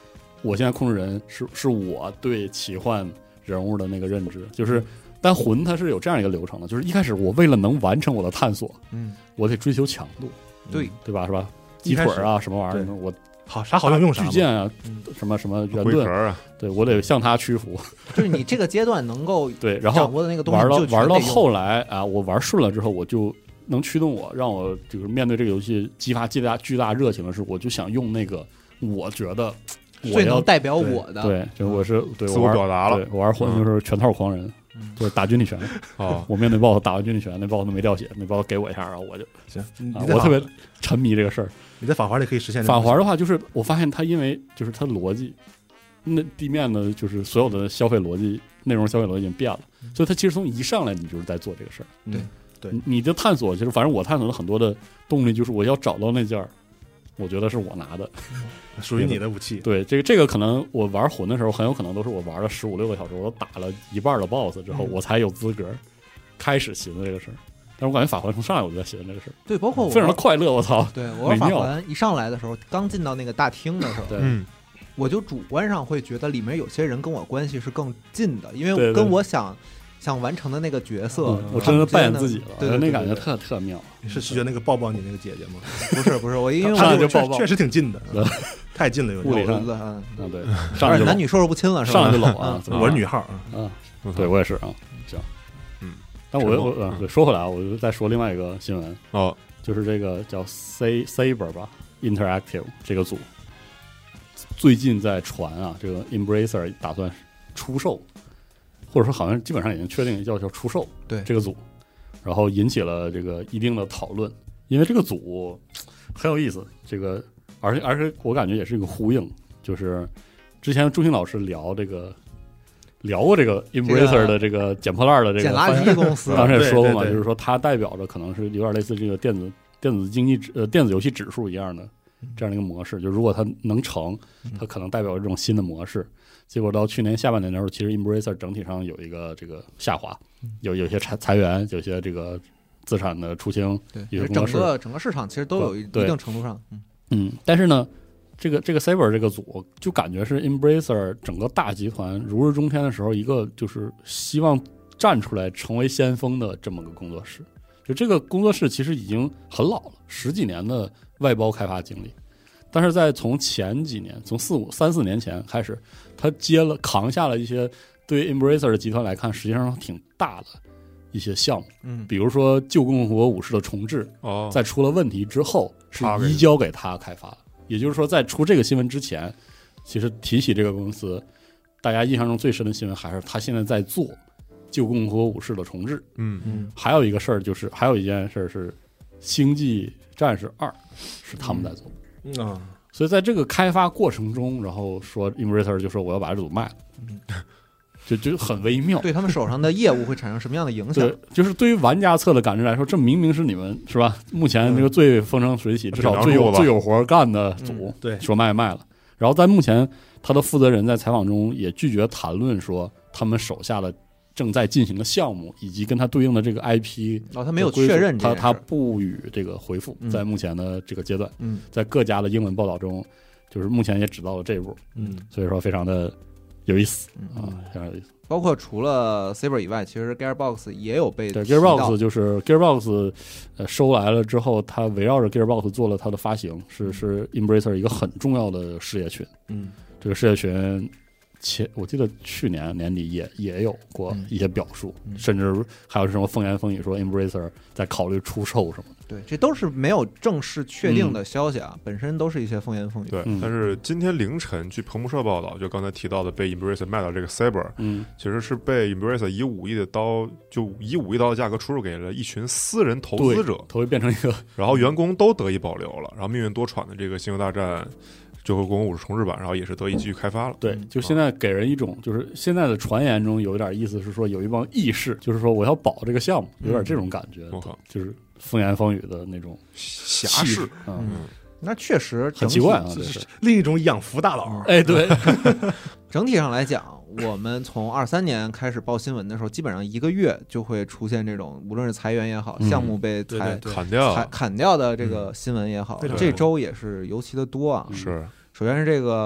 我现在控制人是是我对奇幻人物的那个认知，就是但魂它是有这样一个流程的，就是一开始我为了能完成我的探索， 嗯， 我得追求强度， 对对吧？是吧？鸡腿啊，什么玩意儿？我好啥好用用啥， 巨剑啊，什么什么圆盾啊， 对我得向他屈服。 就是你这个阶段能够对，然后掌握的那个东西玩到就玩到后来啊，我玩顺了之后，我就能驱动我，让我就是面对这个游戏激发巨大巨大热情的时候，我就想用那个我觉得我最能代表我的， 对，就是我是对自我表达了， 对我玩魂就是全套狂人。就是打军体拳啊！ 我面对 boss 打完军体拳，那 boss 都没掉血，那 boss 给我一下，然后我就行。 啊、我特别沉迷这个事儿。 你在法环里可以实现。 法环的话，就是我发现它因为就是它逻辑，那地面的就是所有的消费逻辑、内容消费逻辑已经变了，所以它其实从一上来你就是在做这个事儿。 对对， 你的探索其实，反正我探索了很多的动力，就是我要找到那件儿，我觉得是我拿的。 属于你的武器， 对这个这个可能我玩魂的时候，很有可能都是我玩了十五六个小时，我打了一半的 boss 之后，嗯、我才有资格开始寻思这个事儿。但是我感觉法环从上来我就在寻思这个事儿， 对，包括我非常的快乐，我操！ 对我玩法环一上来的时候，刚进到那个大厅的时候， 对， 嗯， 我就主观上会觉得里面有些人跟我关系是更近的，因为跟我想。想完成的那个角色， 嗯、我真的扮演自己了， 对对对对对， 那感觉特特妙。 你是学那个抱抱你那个姐姐吗？ 不是不是，我因为上来就抱抱， 确实挺近的，太近了，有物理上的啊，对，上来就男女授受不亲了，是吧？ 上来就搂啊， 我是女号啊，对我也是啊，行， 嗯， 但我我啊，对，说回来啊，我就再说另外一个新闻哦， 就是这个叫 C Saber 吧 ，Interactive 这个组最近在传啊，这个 Embracer 打算出售。或者说好像基本上已经确定要叫出售对这个组，然后引起了这个一定的讨论，因为这个组很有意思，这个而且而且我感觉也是一个呼应，就是之前朱鑫老师聊这个聊过这个 Embracer 的这个捡破烂的这个捡垃圾公司， 当时也说过嘛，就是说它代表着可能是有点类似这个电子电子经济呃电子游戏指数一样的这样的一个模式，就如果它能成，它可能代表这种新的模式。结果到去年下半年的时候，其实 Embracer 整体上有一个这个下滑，有有些裁裁员，有些这个资产的出清， 对， 有些整个整个市场其实都有一定程度上， 嗯嗯，但是呢，这个这个 Saber 这个组就感觉是 Embracer 整个大集团如日中天的时候，一个就是希望站出来成为先锋的这么个工作室。就这个工作室其实已经很老了，十几年的外包开发经历。但是在从前几年，从四五三四年前开始，他接了扛下了一些对于 Embracer 的集团来看，实际上挺大的一些项目。 嗯， 比如说《旧共和武士》的重置， 哦， 在出了问题之后是移交给他开发。也就是说，在出这个新闻之前，其实提起这个公司，大家印象中最深的新闻还是他现在在做《旧共和武士》的重置。 嗯嗯， 还有一个事儿就是，还有一件事是《星际战士二》是他们在做。 嗯啊， 所以在这个开发过程中，然后说 Embracer 就说我要把这组卖了，嗯、就就很微妙。 对他们手上的业务会产生什么样的影响？ 对，就是对于玩家侧的感知来说，这明明是你们是吧？目前这个最风生水起，嗯、至少最有最有活干的组， 嗯、对， 说卖卖了。然后在目前，他的负责人在采访中也拒绝谈论说他们手下的正在进行的项目以及跟他对应的这个 I P， 哦，他没有确认这他他不予这个回复，在目前的这个阶段， 嗯， 在各家的英文报道中，就是目前也只到了这一步， 嗯， 所以说非常的有意思、嗯、啊，非常有意思。 包括除了 Saber 以外，其实 Gearbox 也有被对 Gearbox 就是 Gearbox 呃收来了之后，它围绕着 Gearbox 做了它的发行，是是 Embracer 一个很重要的事业群， 嗯， 这个事业群。前我记得去年年底也也有过一些表述， 嗯、 甚至还有什么风言风语说 Embracer 在考虑出售什么的。 对，这都是没有正式确定的消息啊，嗯、本身都是一些风言风语。 对， 嗯、 但是今天凌晨，据彭博社报道，就刚才提到的被 Embracer 卖到这个 Saber， 嗯， 其实是被 Embracer 以五亿的刀，就以五亿刀的价格出售给了一群私人投资者， 它会变成一个， 然后员工都得以保留了，然后命运多舛的这个《星球大战》。旧和共和武士重置版，然后也是得以继续开发了。 对，就现在给人一种，就是现在的传言中有一点意思是说，有一帮义士，就是说我要保这个项目，有点这种感觉， 嗯、 就是风言风语的那种侠士。 嗯， 嗯那确实很奇怪啊， 这是另一种养福大佬。 哎，对， 整体上来讲，我们从二三年开始报新闻的时候，基本上一个月就会出现这种，无论是裁员也好， 嗯、 项目被裁对对对砍掉、 砍砍掉的这个新闻也好， 嗯、 这周也是尤其的多啊。 是， 首先是这个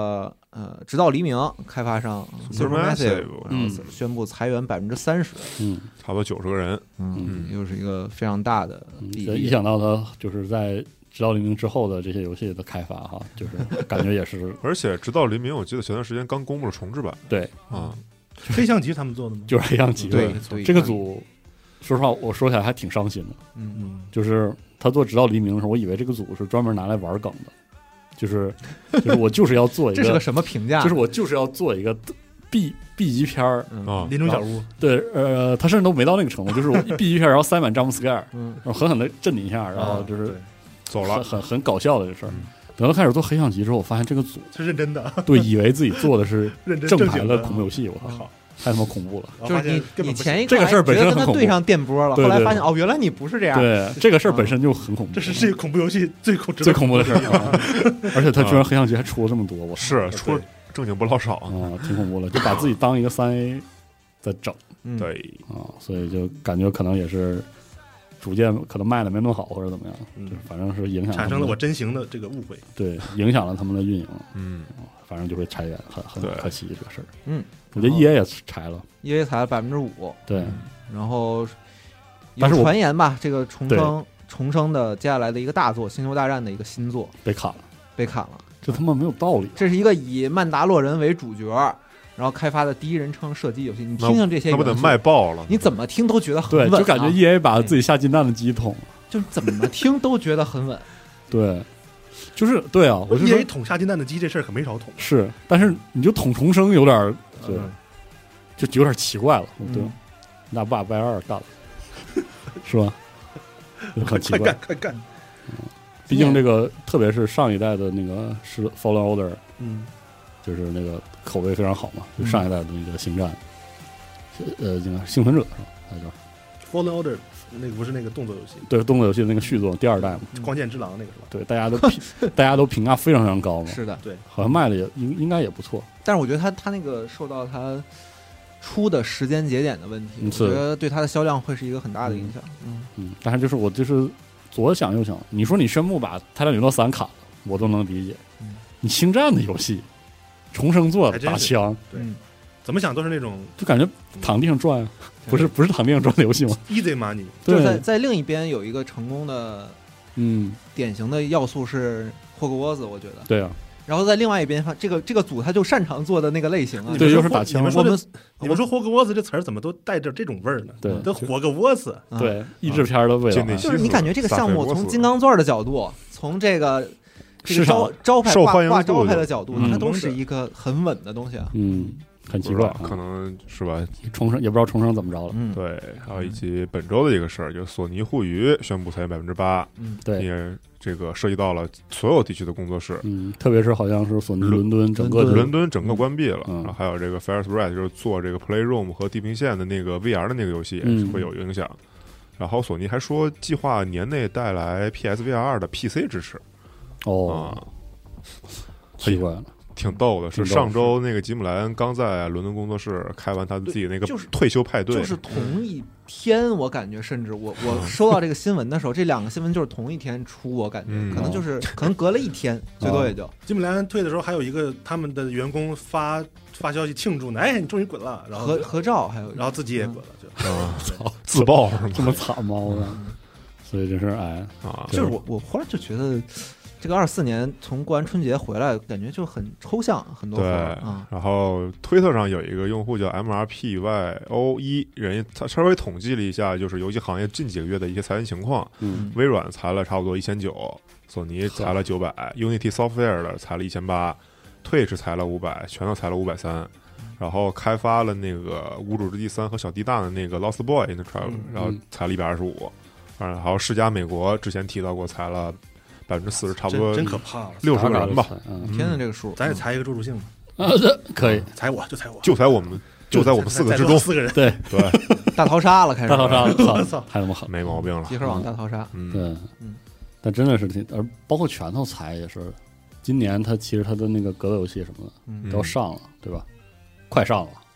呃，直到黎明开发商 Supermassive 嗯宣布裁员百分之三十， 嗯， 差不多九十个人， 嗯，又是一个非常大的比例。 一想到他就是在直到黎明之后的这些游戏的开发哈，就是感觉也是， 而且直到黎明，我记得前段时间刚公布了重置版， 对啊， 黑象棋是他们做的吗？ 就是黑象棋， 对对， 这个组，说实话，我说起来还挺伤心的， 嗯嗯， 就是他做直到黎明的时候，我以为这个组是专门拿来玩梗的。就是就是我就是要做一个， 这是个什么评价？ 就是我就是要做一个 B B 级片儿啊， 林中小屋。 对，呃，他甚至都没到那个程度，就是我 B 级片，然后塞满 jump scare， 嗯， 然后狠狠的震你一下，然后就是走了， 很很很搞笑的这事儿。等到开始做黑象棋之后，我发现这个组是认真的， 对，以为自己做的是正牌的恐怖游戏，我靠，太他妈恐怖了！ 就是你你前一这个事儿本身很恐怖， 跟他对上电波了，后来发现哦，原来你不是这样。 对，这个事儿本身就很恐怖， 这是这个恐怖游戏最恐最恐怖的事儿。而且他居然黑象棋还出了这么多，我是出了正经不老少啊，挺恐怖的，就把自己当一个三 A 在整， 对啊，所以就感觉可能也是。逐渐可能卖的没那么好，或者怎么样，嗯，反正是影响产生了我真行的这个误会， 对，影响了他们的运营， 嗯， 反正就会裁员，很很可惜这个事儿。 嗯， 我觉得 E A 也裁了 ，E A 裁了百分之五， 对， 然后但是有传言吧，这个重生重生的接下来的一个大作《星球大战》的一个新作被砍了， 被砍了， 这他妈没有道理。 这是一个以曼达洛人为主角。然后开发的第一人称射击游戏，你听听这些， 那不得卖爆了？ 你怎么听都觉得很稳、啊， 对，就感觉 E A 把自己下金蛋的鸡捅了， 就怎么听都觉得很稳。 对，就是对啊，我就 E A 捅下金蛋的鸡这事儿可没少捅， 是，但是你就捅重生有点，对，嗯、就有点奇怪了，对，嗯、那不把 Y 二干了，是吧？很奇怪， 快干快干！ 嗯，毕竟这个，特别是上一代的那个是 Fallen Order， 嗯。 就是那个口碑非常好嘛，就上一代的那个星战，嗯、呃，应该是幸存者是吧？还叫 Fallen Order， 那个不是那个动作游戏， 对，动作游戏的那个续作第二代嘛， 嗯、光剑之狼那个是吧？ 对，大家都评大家都评价非常非常高嘛， 是的， 对， 好像卖的也应应该也不错。 但是我觉得他他那个受到他出的时间节点的问题， 嗯、 我觉得对他的销量会是一个很大的影响。 嗯嗯，但是就是我就是左想右想，你说你宣布把《泰坦陨落三》砍了，我都能理解。 嗯、 你星战的游戏。重生做打枪， 对，怎么想都是那种， 就感觉躺地上转，不是不是躺地上转的游戏吗 ？Easy money， 就是在在另一边有一个成功的， 嗯， 典型的要素是霍格沃兹，我觉得， 对啊。 然后在另外一边，这个这个组他就擅长做的那个类型啊， 对，就是打枪。 你们说我们你们说霍格沃兹这词儿怎么都带着这种味儿呢？ 对， 都霍格沃兹， 对，译制片的味道。 就是你感觉这个项目从金刚钻的角度，从这个。这个招招牌受挂欢迎度挂招牌的角度， 嗯、 它都是一个很稳的东西啊。 嗯，很奇怪、啊， 可能是吧？ 重生也不知道重生怎么着了。 嗯， 对。还有以及本周的一个事儿，就是索尼互娱宣布裁员百分之八。 嗯， 对， 也这个涉及到了所有地区的工作室。 嗯，特别是好像是索尼伦敦整个伦敦整个关闭了， 嗯、 然后还有这个 Firesprite 就是做这个 Playroom 和地平线的那个 V R 的那个游戏也会有影响。嗯、然后索尼还说计划年内带来 P S V R 二的 P C 支持。 哦。 啊奇怪了， 挺逗的。是上周那个吉姆莱恩刚在伦敦工作室开完他自己那个退休派对， 就是同一天，我感觉甚至我我收到这个新闻的时候，这两个新闻就是同一天出，我感觉、嗯、可能就是可能隔了一天，最多也就。 吉姆莱恩退的时候，还有一个他们的员工发发消息庆祝呢，哎，你终于滚了，然后合合照，还有然后自己也滚了，就啊，自爆是吗？ 这么惨吗？嗯、所以真是哎啊， 就是我我忽然就觉得。这个二四年从过完春节回来，感觉就很抽象，很多对啊。 然后推特上有一个用户叫 M R P Y O 一，人他稍微统计了一下，就是游戏行业近几个月的一些裁员情况。 嗯， 微软裁了差不多一千九，索尼裁了九百 ，Unity Software 的裁了一千八 ，Twitch 裁了五百，全都裁了五百三。然后开发了那个《无主之地三》和小地大的那个 Lost Boy in the Travel，、嗯、然后裁了一百二十五。嗯，还有世嘉美国之前提到过裁了。百分之四十，差不多真可怕了， 六十个人吧。 嗯、天哪，这个数， 咱也裁一个助助兴吧。 啊，可以， 裁我就裁我， 就裁我们，就在我们四个之中， 四个人。 对对， 大逃杀了，开始大逃杀了， 我操， 太他妈狠， 没毛病了。 集合网大逃杀， 嗯， 对， 嗯， 但真的是挺，而包括拳头裁也是，今年他其实他的那个格斗游戏什么的嗯都上了，对吧？快上了，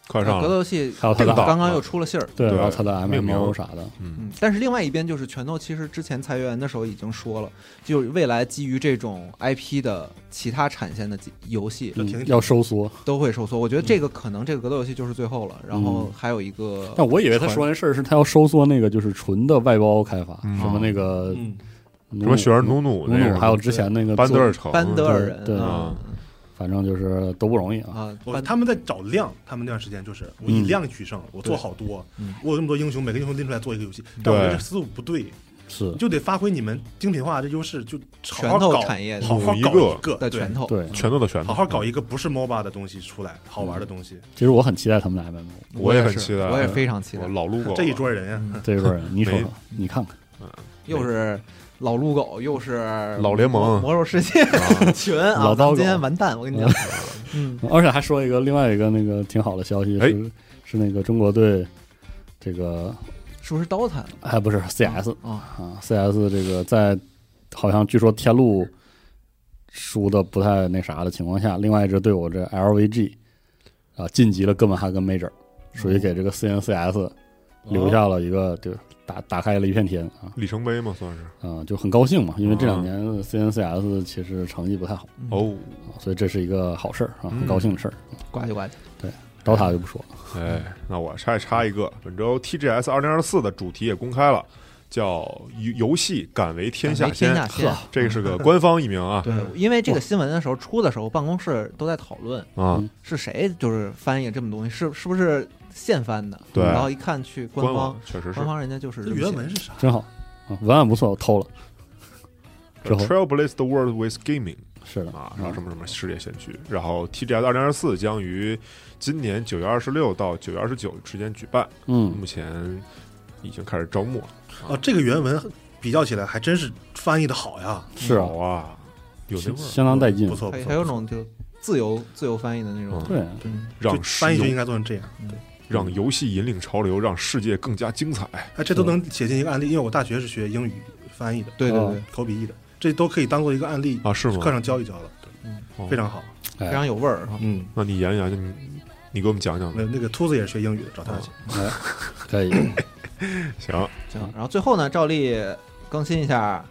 快上了格斗游戏还有它的刚刚又出了信儿， 对， 对然后它的 M 命 M O 名啥的， 嗯嗯，但是另外一边就是拳头，其实之前裁员的时候已经说了，就是未来基于这种 I P 的其他产线的游戏嗯停停要收缩。 都会收缩。我觉得这个可能这个格斗游戏就是最后了，然后还有一个， 但我以为他说那事儿是他要收缩那个就是纯的外包开发， 嗯什么那个嗯， 努什么雪儿努努那个努努，还有之前那个做班德尔城班德尔人对对啊反正就是都不容易啊。 啊， 我班他们在找量，他们那段时间就是我以量取胜，我做好多， 嗯我有这么多英雄，每个英雄拎出来做一个游戏，但我觉得这思路不对， 是就得发挥你们精品化的优势，就好好拳头搞产业的好好搞一个个对的拳头， 对， 拳头的拳头， 好好搞一个不是 M O B A 的东西出来，好玩的东西。 其实我很期待他们的 M M O 我也也是很期待， 我也非常期待我。老撸狗这一桌人呀， 嗯这一波人，你瞅没瞅，你看看， 又是老撸狗，又是老联盟魔兽世界群啊， 老刀狗咱们今天完蛋，我跟你讲，嗯， 而且还说一个另外一个那个挺好的消息哎是是那个中国队这个是不是 D O T A 还不是 C S 啊？ 啊 ，C S 这个在好像据说天路输的不太那啥的情况下，另外一支队伍这 L V G 啊晋级了哥本哈根 Major，属于给这个 C N C S 留下了一个就打打开了一片天啊， 里程碑嘛，算是嗯、就很高兴嘛，因为这两年 C N C S 其实成绩不太好哦， 啊，所以这是一个好事儿啊，很高兴的事儿。 呱唧呱唧， 刀塔就不说了， 哎，那我再插一个，本周 T G S 二零二四的主题也公开了，叫游游戏敢为天下先， 天下先。 这个是个官方译名啊对，因为这个新闻的时候出的时候，办公室都在讨论啊， 嗯是谁就是翻译这么东西，是是不是现翻的？ 对然后一看去官方官网，确实是官方人家就是这这么写原文是啥？ 真好啊，文案不错，我偷了。之后 Trailblaze the world with gaming 是的啊，然后什么什么世界先驱，然后 T G S 二零二四将于今年九月二十六到九月二十九之间举办， 嗯， 目前已经开始招募了。 哦，这个原文比较起来还真是翻译的好呀， 是啊， 好啊，有那味儿， 相当带劲不，错不错， 还还有种就自由自由翻译的那种， 对， 嗯， 让就翻译就应游该做成这样。 让游戏引领潮流，让世界更加精彩。 哎，这都能写进一个案例，因为我大学是学英语翻译的， 哦对对对， 口笔译的，这都可以当做一个案例啊是吗课上教一教了， 哦非常好。 哎非常有味儿哈。 嗯， 那你研究研究，你你给我们讲讲那那个秃子也是学英语的，找他去。 哎，可以， 行， 行，然后最后呢，照例更新一下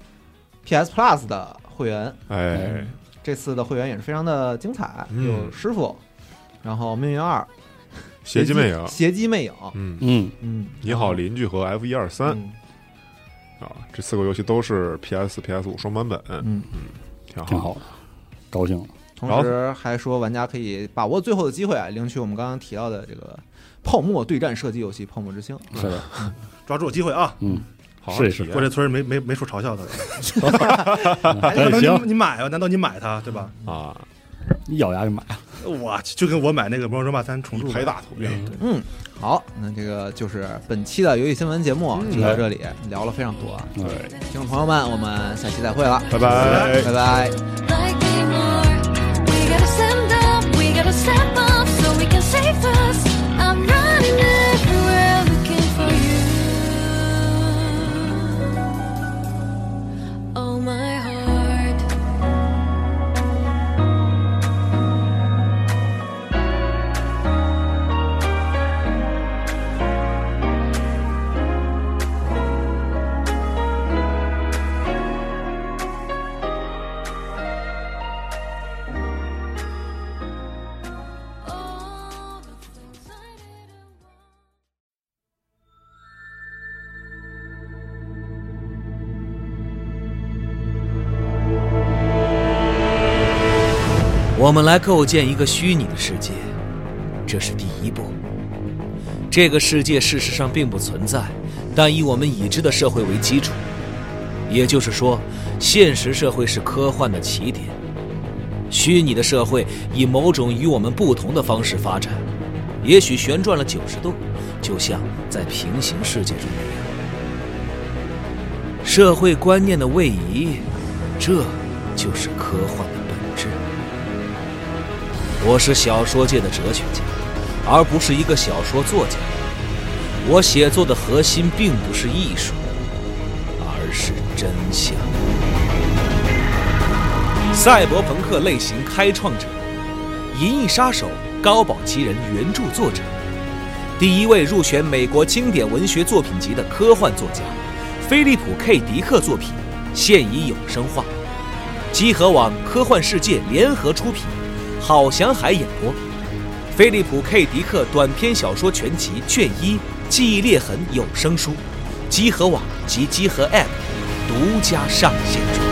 P S Plus 的会员， 哎， 这次的会员也是非常的精彩， 嗯有师傅，然后命运二、 邪姬魅影， 邪姬魅影， 嗯， 嗯， 嗯， 你好邻居和 F 一二三嗯啊，这四个游戏都是 P S、P S 五双版本， 嗯， 挺好。 挺好的，高兴了。 同时还说玩家可以把握最后的机会啊，领取我们刚刚提到的这个泡沫对战射击游戏《泡沫之星》。 是的， 抓住我机会啊！ 嗯， 好好试一试体验我这村儿没没没处嘲笑他的， 可以难道行， 你你买啊？难道你买它对吧？ 啊， 一咬牙就买了。 我去，就跟我买那个《魔兽争霸三》重铸一拍大腿一样。 嗯，好，那这个就是本期的游戏新闻节目，就到这里聊了非常多啊。 嗯听众朋友们，我们下期再会了， 拜拜拜拜。 Like me more. We gotta stand up, we gotta step up so we can save us. I'm running everywhere looking for you. Oh, my heart. All the things I didn't want. 我们来构建一个虚拟的世界，这是第一步。这个世界事实上并不存在，但以我们已知的社会为基础，也就是说，现实社会是科幻的起点。虚拟的社会以某种与我们不同的方式发展，也许旋转了九十度，就像在平行世界中那样。社会观念的位移，这就是科幻的本质。我是小说界的哲学家，而不是一个小说作家。我写作的核心并不是艺术，而是真相。赛博朋克类型开创者，《银翼杀手》 高保奇人原著作者，第一位入选美国经典文学作品集的科幻作家，菲利普 K 迪克作品现已有声化。积禾网、科幻世界联合出品，郝祥海演播。菲利普 K 迪克短篇小说全集卷一《记忆裂痕》有声书，积禾网及积禾 App 独家上线中。